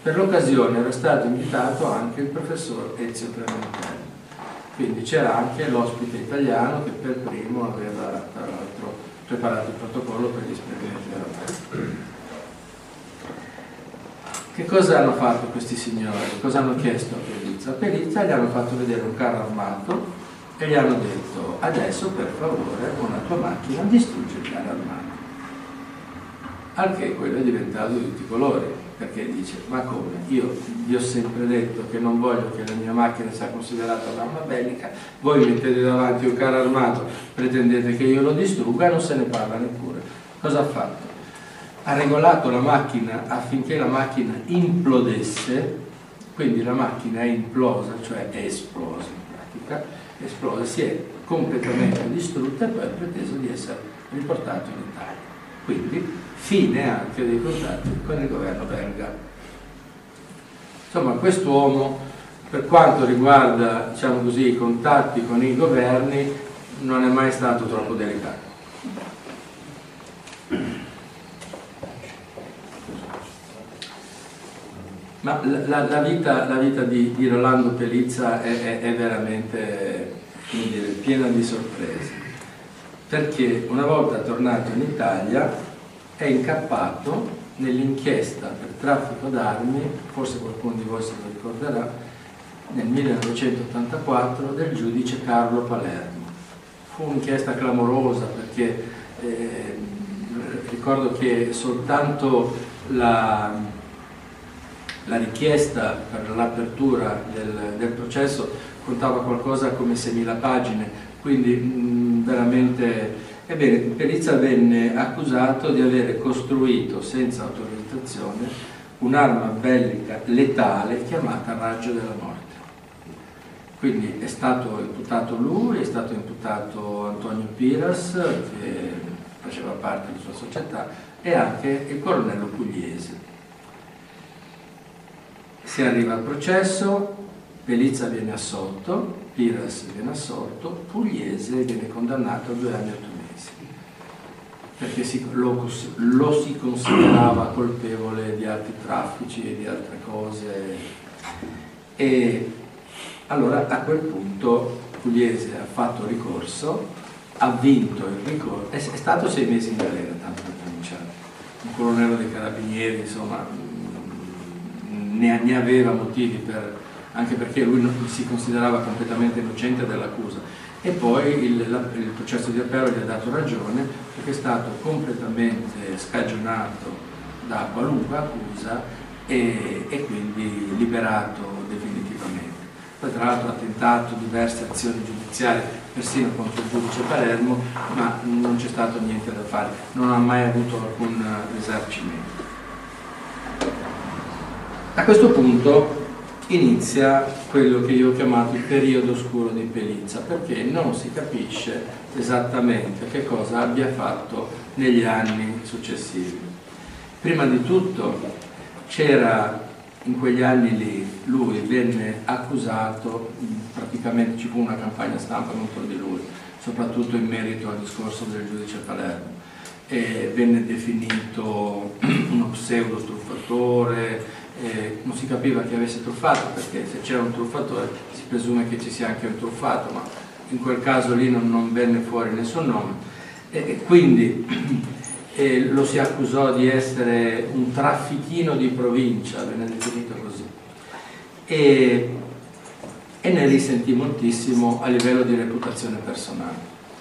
Per l'occasione era stato invitato anche il professor Ezio Clementelli, quindi c'era anche l'ospite italiano che per primo aveva tra l'altro preparato il protocollo per gli esperimenti europei. Che cosa hanno fatto questi signori? Cosa hanno chiesto a Pelizza? A Pelizza gli hanno fatto vedere un carro armato e gli hanno detto: adesso per favore con la tua macchina distruggi il carro armato. Al che quello è diventato di tutti i colori, perché dice: ma come? Io vi ho sempre detto che non voglio che la mia macchina sia considerata un'arma bellica, voi mettete davanti un carro armato, pretendete che io lo distrugga e non se ne parla neppure. Cosa ha fatto? Ha regolato la macchina affinché la macchina implodesse, quindi la macchina è implosa, cioè è esplosa in pratica, esplosa, si è completamente distrutta e poi ha preteso di essere riportato in Italia. Quindi fine anche dei contatti con il governo belga. Insomma, quest'uomo, per quanto riguarda, diciamo così, i contatti con i governi, non è mai stato troppo delicato. Ma la, la, la, vita, la vita di, di Rolando Pelizza è, è, è veramente, come dire, piena di sorprese, perché una volta tornato in Italia è incappato nell'inchiesta per traffico d'armi, forse qualcuno di voi se lo ricorderà, nel millenovecentottantaquattro del giudice Carlo Palermo. Fu un'inchiesta clamorosa perché eh, ricordo che soltanto la, la richiesta per l'apertura del, del processo contava qualcosa come seimila pagine, quindi mh, veramente... Ebbene, Pelizza venne accusato di avere costruito senza autorizzazione un'arma bellica letale chiamata raggio della morte. Quindi è stato imputato lui, è stato imputato Antonio Piras, che faceva parte della sua società, e anche il colonnello Pugliese. Si arriva al processo, Pelizza viene assolto, Piras viene assolto, Pugliese viene condannato a due anni e otto mesi, perché si, lo, lo si considerava colpevole di altri traffici e di altre cose. E allora a quel punto Pugliese ha fatto ricorso, ha vinto il ricorso, è, è stato sei mesi in galera, tanto per cominciare. Un colonnello dei carabinieri, insomma, ne, ne aveva motivi per, anche perché lui non, si considerava completamente innocente dell'accusa. E poi il, la, il processo di appello gli ha dato ragione, perché è stato completamente scagionato da qualunque accusa e, e quindi liberato definitivamente. Poi tra l'altro ha tentato diverse azioni giudiziarie, persino contro il giudice Palermo, ma non c'è stato niente da fare, non ha mai avuto alcun risarcimento. A questo punto inizia quello che io ho chiamato il periodo oscuro di Pelizza, perché non si capisce esattamente che cosa abbia fatto negli anni successivi. Prima di tutto c'era, in quegli anni lì, lui venne accusato, praticamente ci fu una campagna stampa contro di lui, soprattutto in merito al discorso del giudice Palermo, e venne definito uno pseudo truffatore. Eh, non si capiva chi avesse truffato, perché se c'era un truffatore si presume che ci sia anche un truffato, ma in quel caso lì non, non venne fuori nessun nome, e, e quindi eh, lo si accusò di essere un traffichino di provincia, venne definito così, e, e ne risentì moltissimo a livello di reputazione personale.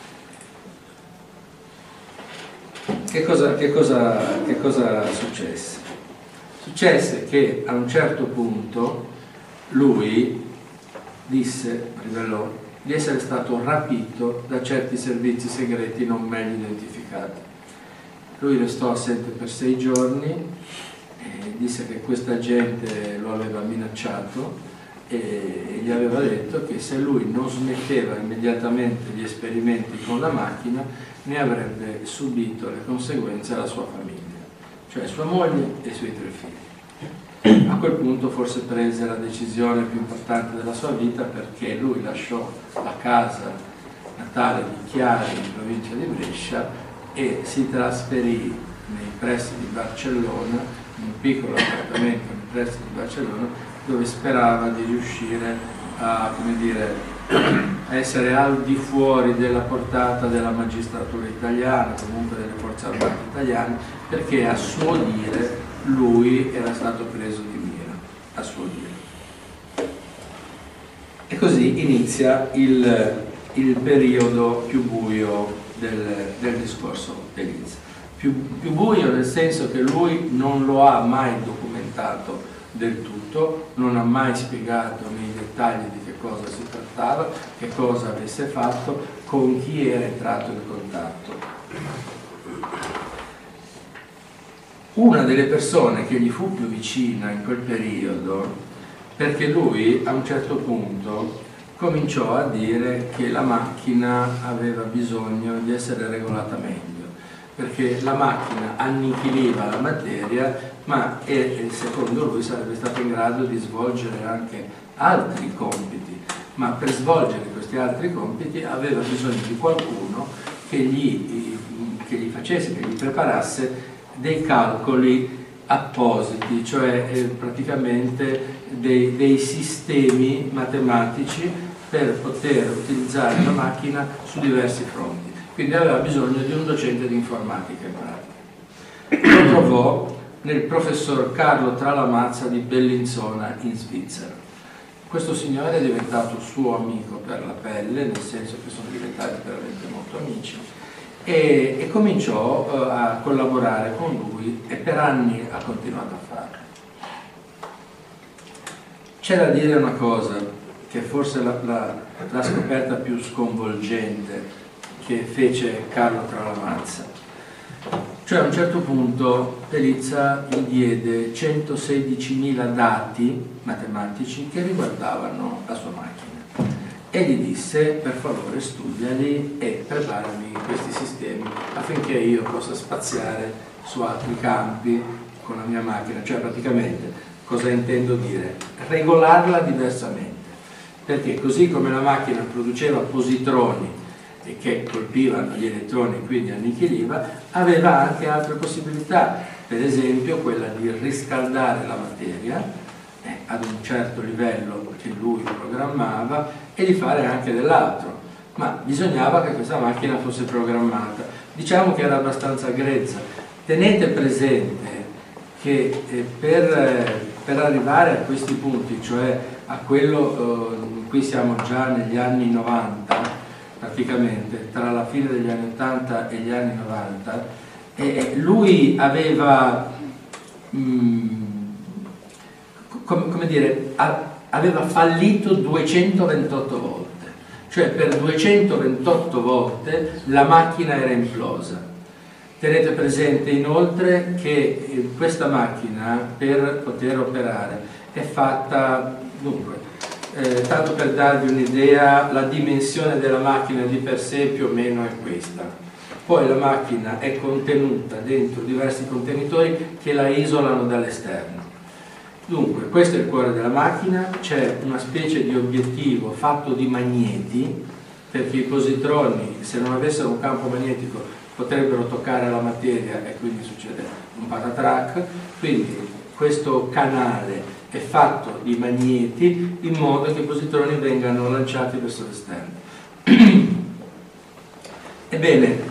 Che cosa, che cosa, che cosa successe? Successe che a un certo punto lui disse, rivelò, di essere stato rapito da certi servizi segreti non meglio identificati. Lui restò assente per sei giorni, e disse che questa gente lo aveva minacciato e gli aveva detto che se lui non smetteva immediatamente gli esperimenti con la macchina ne avrebbe subito le conseguenze alla sua famiglia, cioè sua moglie e i suoi tre figli. A quel punto forse prese la decisione più importante della sua vita, perché lui lasciò la casa natale di Chiari in provincia di Brescia e si trasferì nei pressi di Barcellona in un piccolo appartamento pressi di Barcellona, dove sperava di riuscire a, come dire, a essere al di fuori della portata della magistratura italiana, comunque delle forze armate italiane, perché a suo dire lui era stato preso di mira, a suo dire. E così inizia il, il periodo più buio del, del discorso Pelizza. Più, più buio nel senso che lui non lo ha mai documentato del tutto, non ha mai spiegato nei dettagli di che cosa si trattava, che cosa avesse fatto, con chi era entrato in contatto. Una delle persone che gli fu più vicina in quel periodo, perché lui a un certo punto cominciò a dire che la macchina aveva bisogno di essere regolata meglio, perché la macchina annichiliva la materia, ma e, secondo lui sarebbe stato in grado di svolgere anche altri compiti, ma per svolgere questi altri compiti aveva bisogno di qualcuno che gli, che gli facesse, che gli preparasse dei calcoli appositi, cioè eh, praticamente dei, dei sistemi matematici per poter utilizzare la macchina su diversi fronti. Quindi aveva bisogno di un docente di informatica in pratica. Lo trovò nel professor Carlo Tralamazza di Bellinzona in Svizzera. Questo signore è diventato suo amico per la pelle, nel senso che sono diventati veramente molto amici, e, e cominciò uh, a collaborare con lui e per anni ha continuato a farlo. C'è da dire una cosa, che forse la, la, la scoperta più sconvolgente che fece Carlo Tralamazza. Cioè a un certo punto Pelizza gli diede centosedicimila dati matematici che riguardavano la sua macchina e gli disse: per favore studiali e preparami questi sistemi affinché io possa spaziare su altri campi con la mia macchina. Cioè praticamente cosa intendo dire? Regolarla diversamente, perché così come la macchina produceva positroni e che colpivano gli elettroni e quindi annichiliva, aveva anche altre possibilità, per esempio quella di riscaldare la materia eh, ad un certo livello che lui programmava e di fare anche dell'altro, ma bisognava che questa macchina fosse programmata. Diciamo che era abbastanza grezza. Tenete presente che eh, per, eh, per arrivare a questi punti, cioè a quello eh, in cui siamo già negli anni novanta, praticamente tra la fine degli anni ottanta e gli anni novanta, e lui aveva mh, com, come dire a, aveva fallito duecentoventotto volte, cioè per duecentoventotto volte la macchina era implosa. Tenete presente inoltre che questa macchina, per poter operare, è fatta dunque Eh, tanto per darvi un'idea, la dimensione della macchina di per sé più o meno è questa. Poi la macchina è contenuta dentro diversi contenitori che la isolano dall'esterno. Dunque, questo è il cuore della macchina, c'è una specie di obiettivo fatto di magneti, perché i positroni, se non avessero un campo magnetico, potrebbero toccare la materia e quindi succede un patatrac. Quindi questo canale è fatto di magneti in modo che i positroni vengano lanciati verso l'esterno. Ebbene,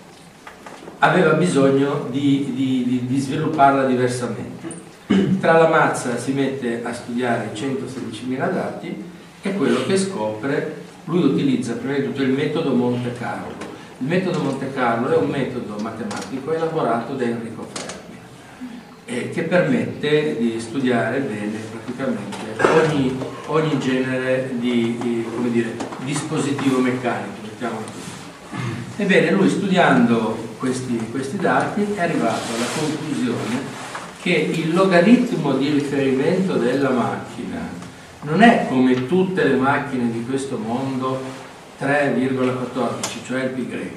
aveva bisogno di, di, di svilupparla diversamente. Tralamazza si mette a studiare i centosedicimila dati e quello che scopre, lui utilizza prima di tutto il metodo Monte Carlo. Il metodo Monte Carlo è un metodo matematico elaborato da Enrico Fermi, Eh, che permette di studiare bene praticamente ogni, ogni genere di, di come dire, dispositivo meccanico, mettiamolo così. Ebbene, lui studiando questi, questi dati è arrivato alla conclusione che il logaritmo di riferimento della macchina non è come tutte le macchine di questo mondo tre virgola quattordici, cioè il pi greco.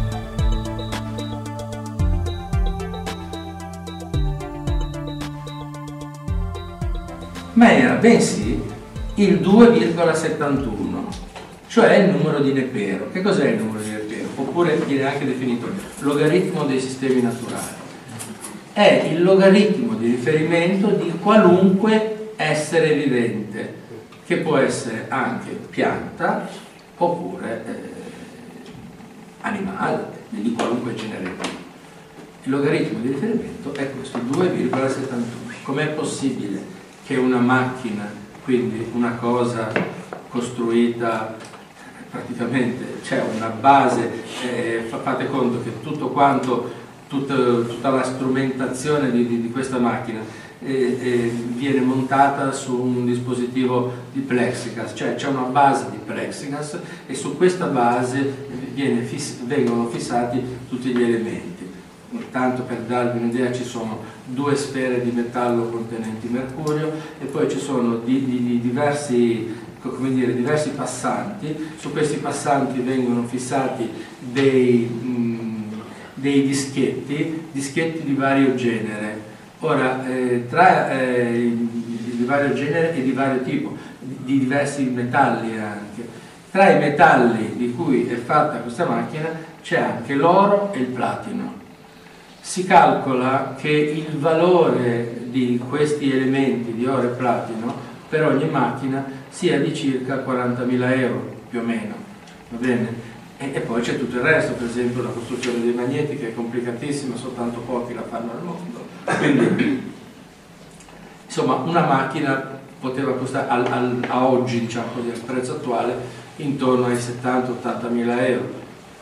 Ma era bensì il due virgola settantuno, cioè il numero di Nepero. Che cos'è il numero di Nepero? Oppure viene anche definito logaritmo dei sistemi naturali. è il logaritmo di riferimento di qualunque essere vivente, che può essere anche pianta oppure eh, animale, di qualunque genere. Il logaritmo di riferimento è questo, due virgola settantuno. Com'è possibile che una macchina, quindi una cosa costruita praticamente, c'è una base, eh, fate conto che tutto quanto, tutta, tutta la strumentazione di, di, di questa macchina eh, eh, viene montata su un dispositivo di plexiglass, cioè c'è una base di plexiglass e su questa base viene fiss- vengono fissati tutti gli elementi. Tanto per darvi un'idea, ci sono due sfere di metallo contenenti mercurio e poi ci sono di, di, di diversi, come dire, diversi passanti. Su questi passanti vengono fissati dei, mh, dei dischetti, dischetti di vario genere. Ora, eh, tra eh, di vario genere e di vario tipo, di, di diversi metalli anche. Tra i metalli di cui è fatta questa macchina c'è anche l'oro e il platino. Si calcola che il valore di questi elementi di oro e platino per ogni macchina sia di circa quarantamila euro, più o meno, va bene? E, e poi c'è tutto il resto, per esempio la costruzione dei magneti, che è complicatissima, soltanto pochi la fanno al mondo. Quindi, insomma, una macchina poteva costare al, al, a oggi, diciamo così, al prezzo attuale, intorno ai settanta ottanta mila euro.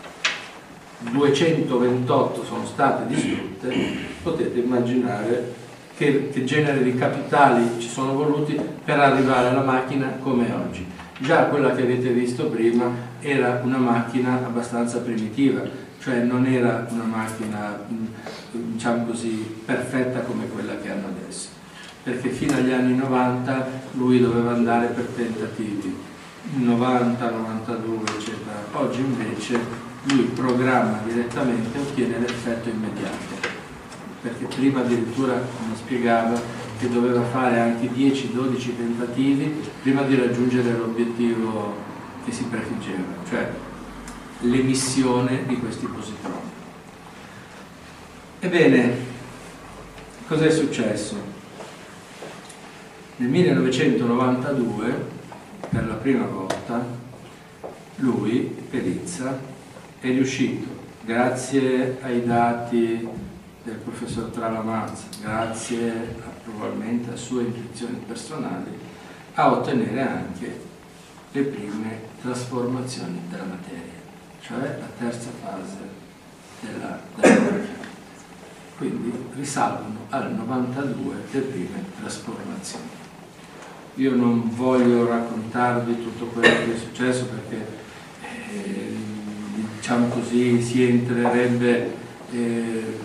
duecentoventotto sono state distrutte, potete immaginare che, che genere di capitali ci sono voluti per arrivare alla macchina come oggi. Già quella che avete visto prima era una macchina abbastanza primitiva, cioè non era una macchina, diciamo così, perfetta come quella che hanno adesso, perché fino agli anni novanta lui doveva andare per tentativi, novanta, novantadue eccetera. Oggi invece lui programma direttamente e ottiene l'effetto immediato, perché prima addirittura mi spiegava che doveva fare anche dieci dodici tentativi prima di raggiungere l'obiettivo che si prefiggeva, cioè l'emissione di questi positroni. Ebbene, cos'è successo? Nel millenovecentonovantadue, per la prima volta, lui, Perizza, è riuscito, grazie ai dati del professor Tralamazza, grazie a, probabilmente a sue intuizioni personali, a ottenere anche le prime trasformazioni della materia, cioè la terza fase della, della macchina. Quindi risalgono al novantadue le prime trasformazioni. Io non voglio raccontarvi tutto quello che è successo perché eh, diciamo così si entrerebbe eh,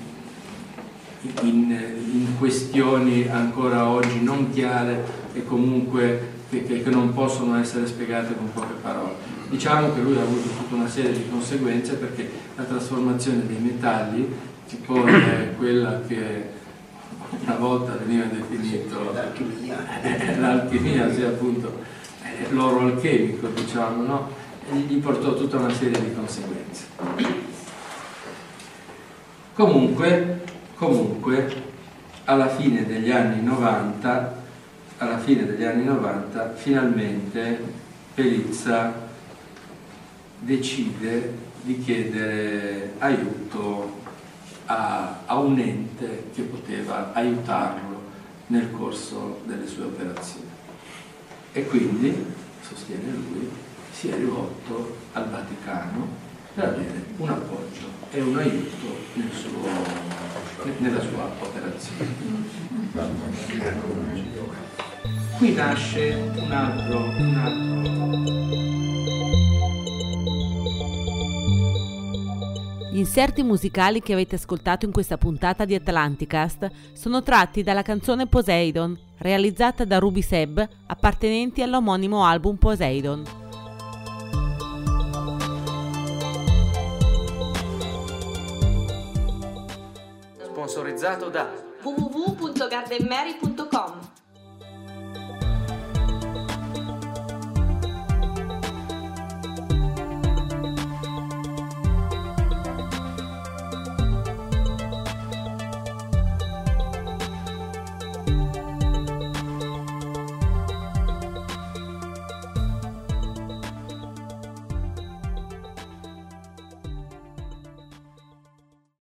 in, in questioni ancora oggi non chiare e comunque che, che non possono essere spiegate con poche parole. Diciamo che lui ha avuto tutta una serie di conseguenze, perché la trasformazione dei metalli, che poi è quella che una volta veniva definito l'alchimia, sia appunto l'oro alchemico, diciamo, no? Gli portò tutta una serie di conseguenze. Comunque, comunque, alla fine degli anni novanta, alla fine degli anni novanta, finalmente Perizza decide di chiedere aiuto a, a un ente che poteva aiutarlo nel corso delle sue operazioni. E quindi, sostiene lui, si è rivolto al Vaticano per avere un appoggio e un aiuto nel suo, nella sua operazione. Qui nasce un altro, un altro. Gli inserti musicali che avete ascoltato in questa puntata di Atlanticast sono tratti dalla canzone Poseidon, realizzata da Ruby Seb, appartenenti all'omonimo album Poseidon. Sponsorizzato da w w w punto gardenmary punto com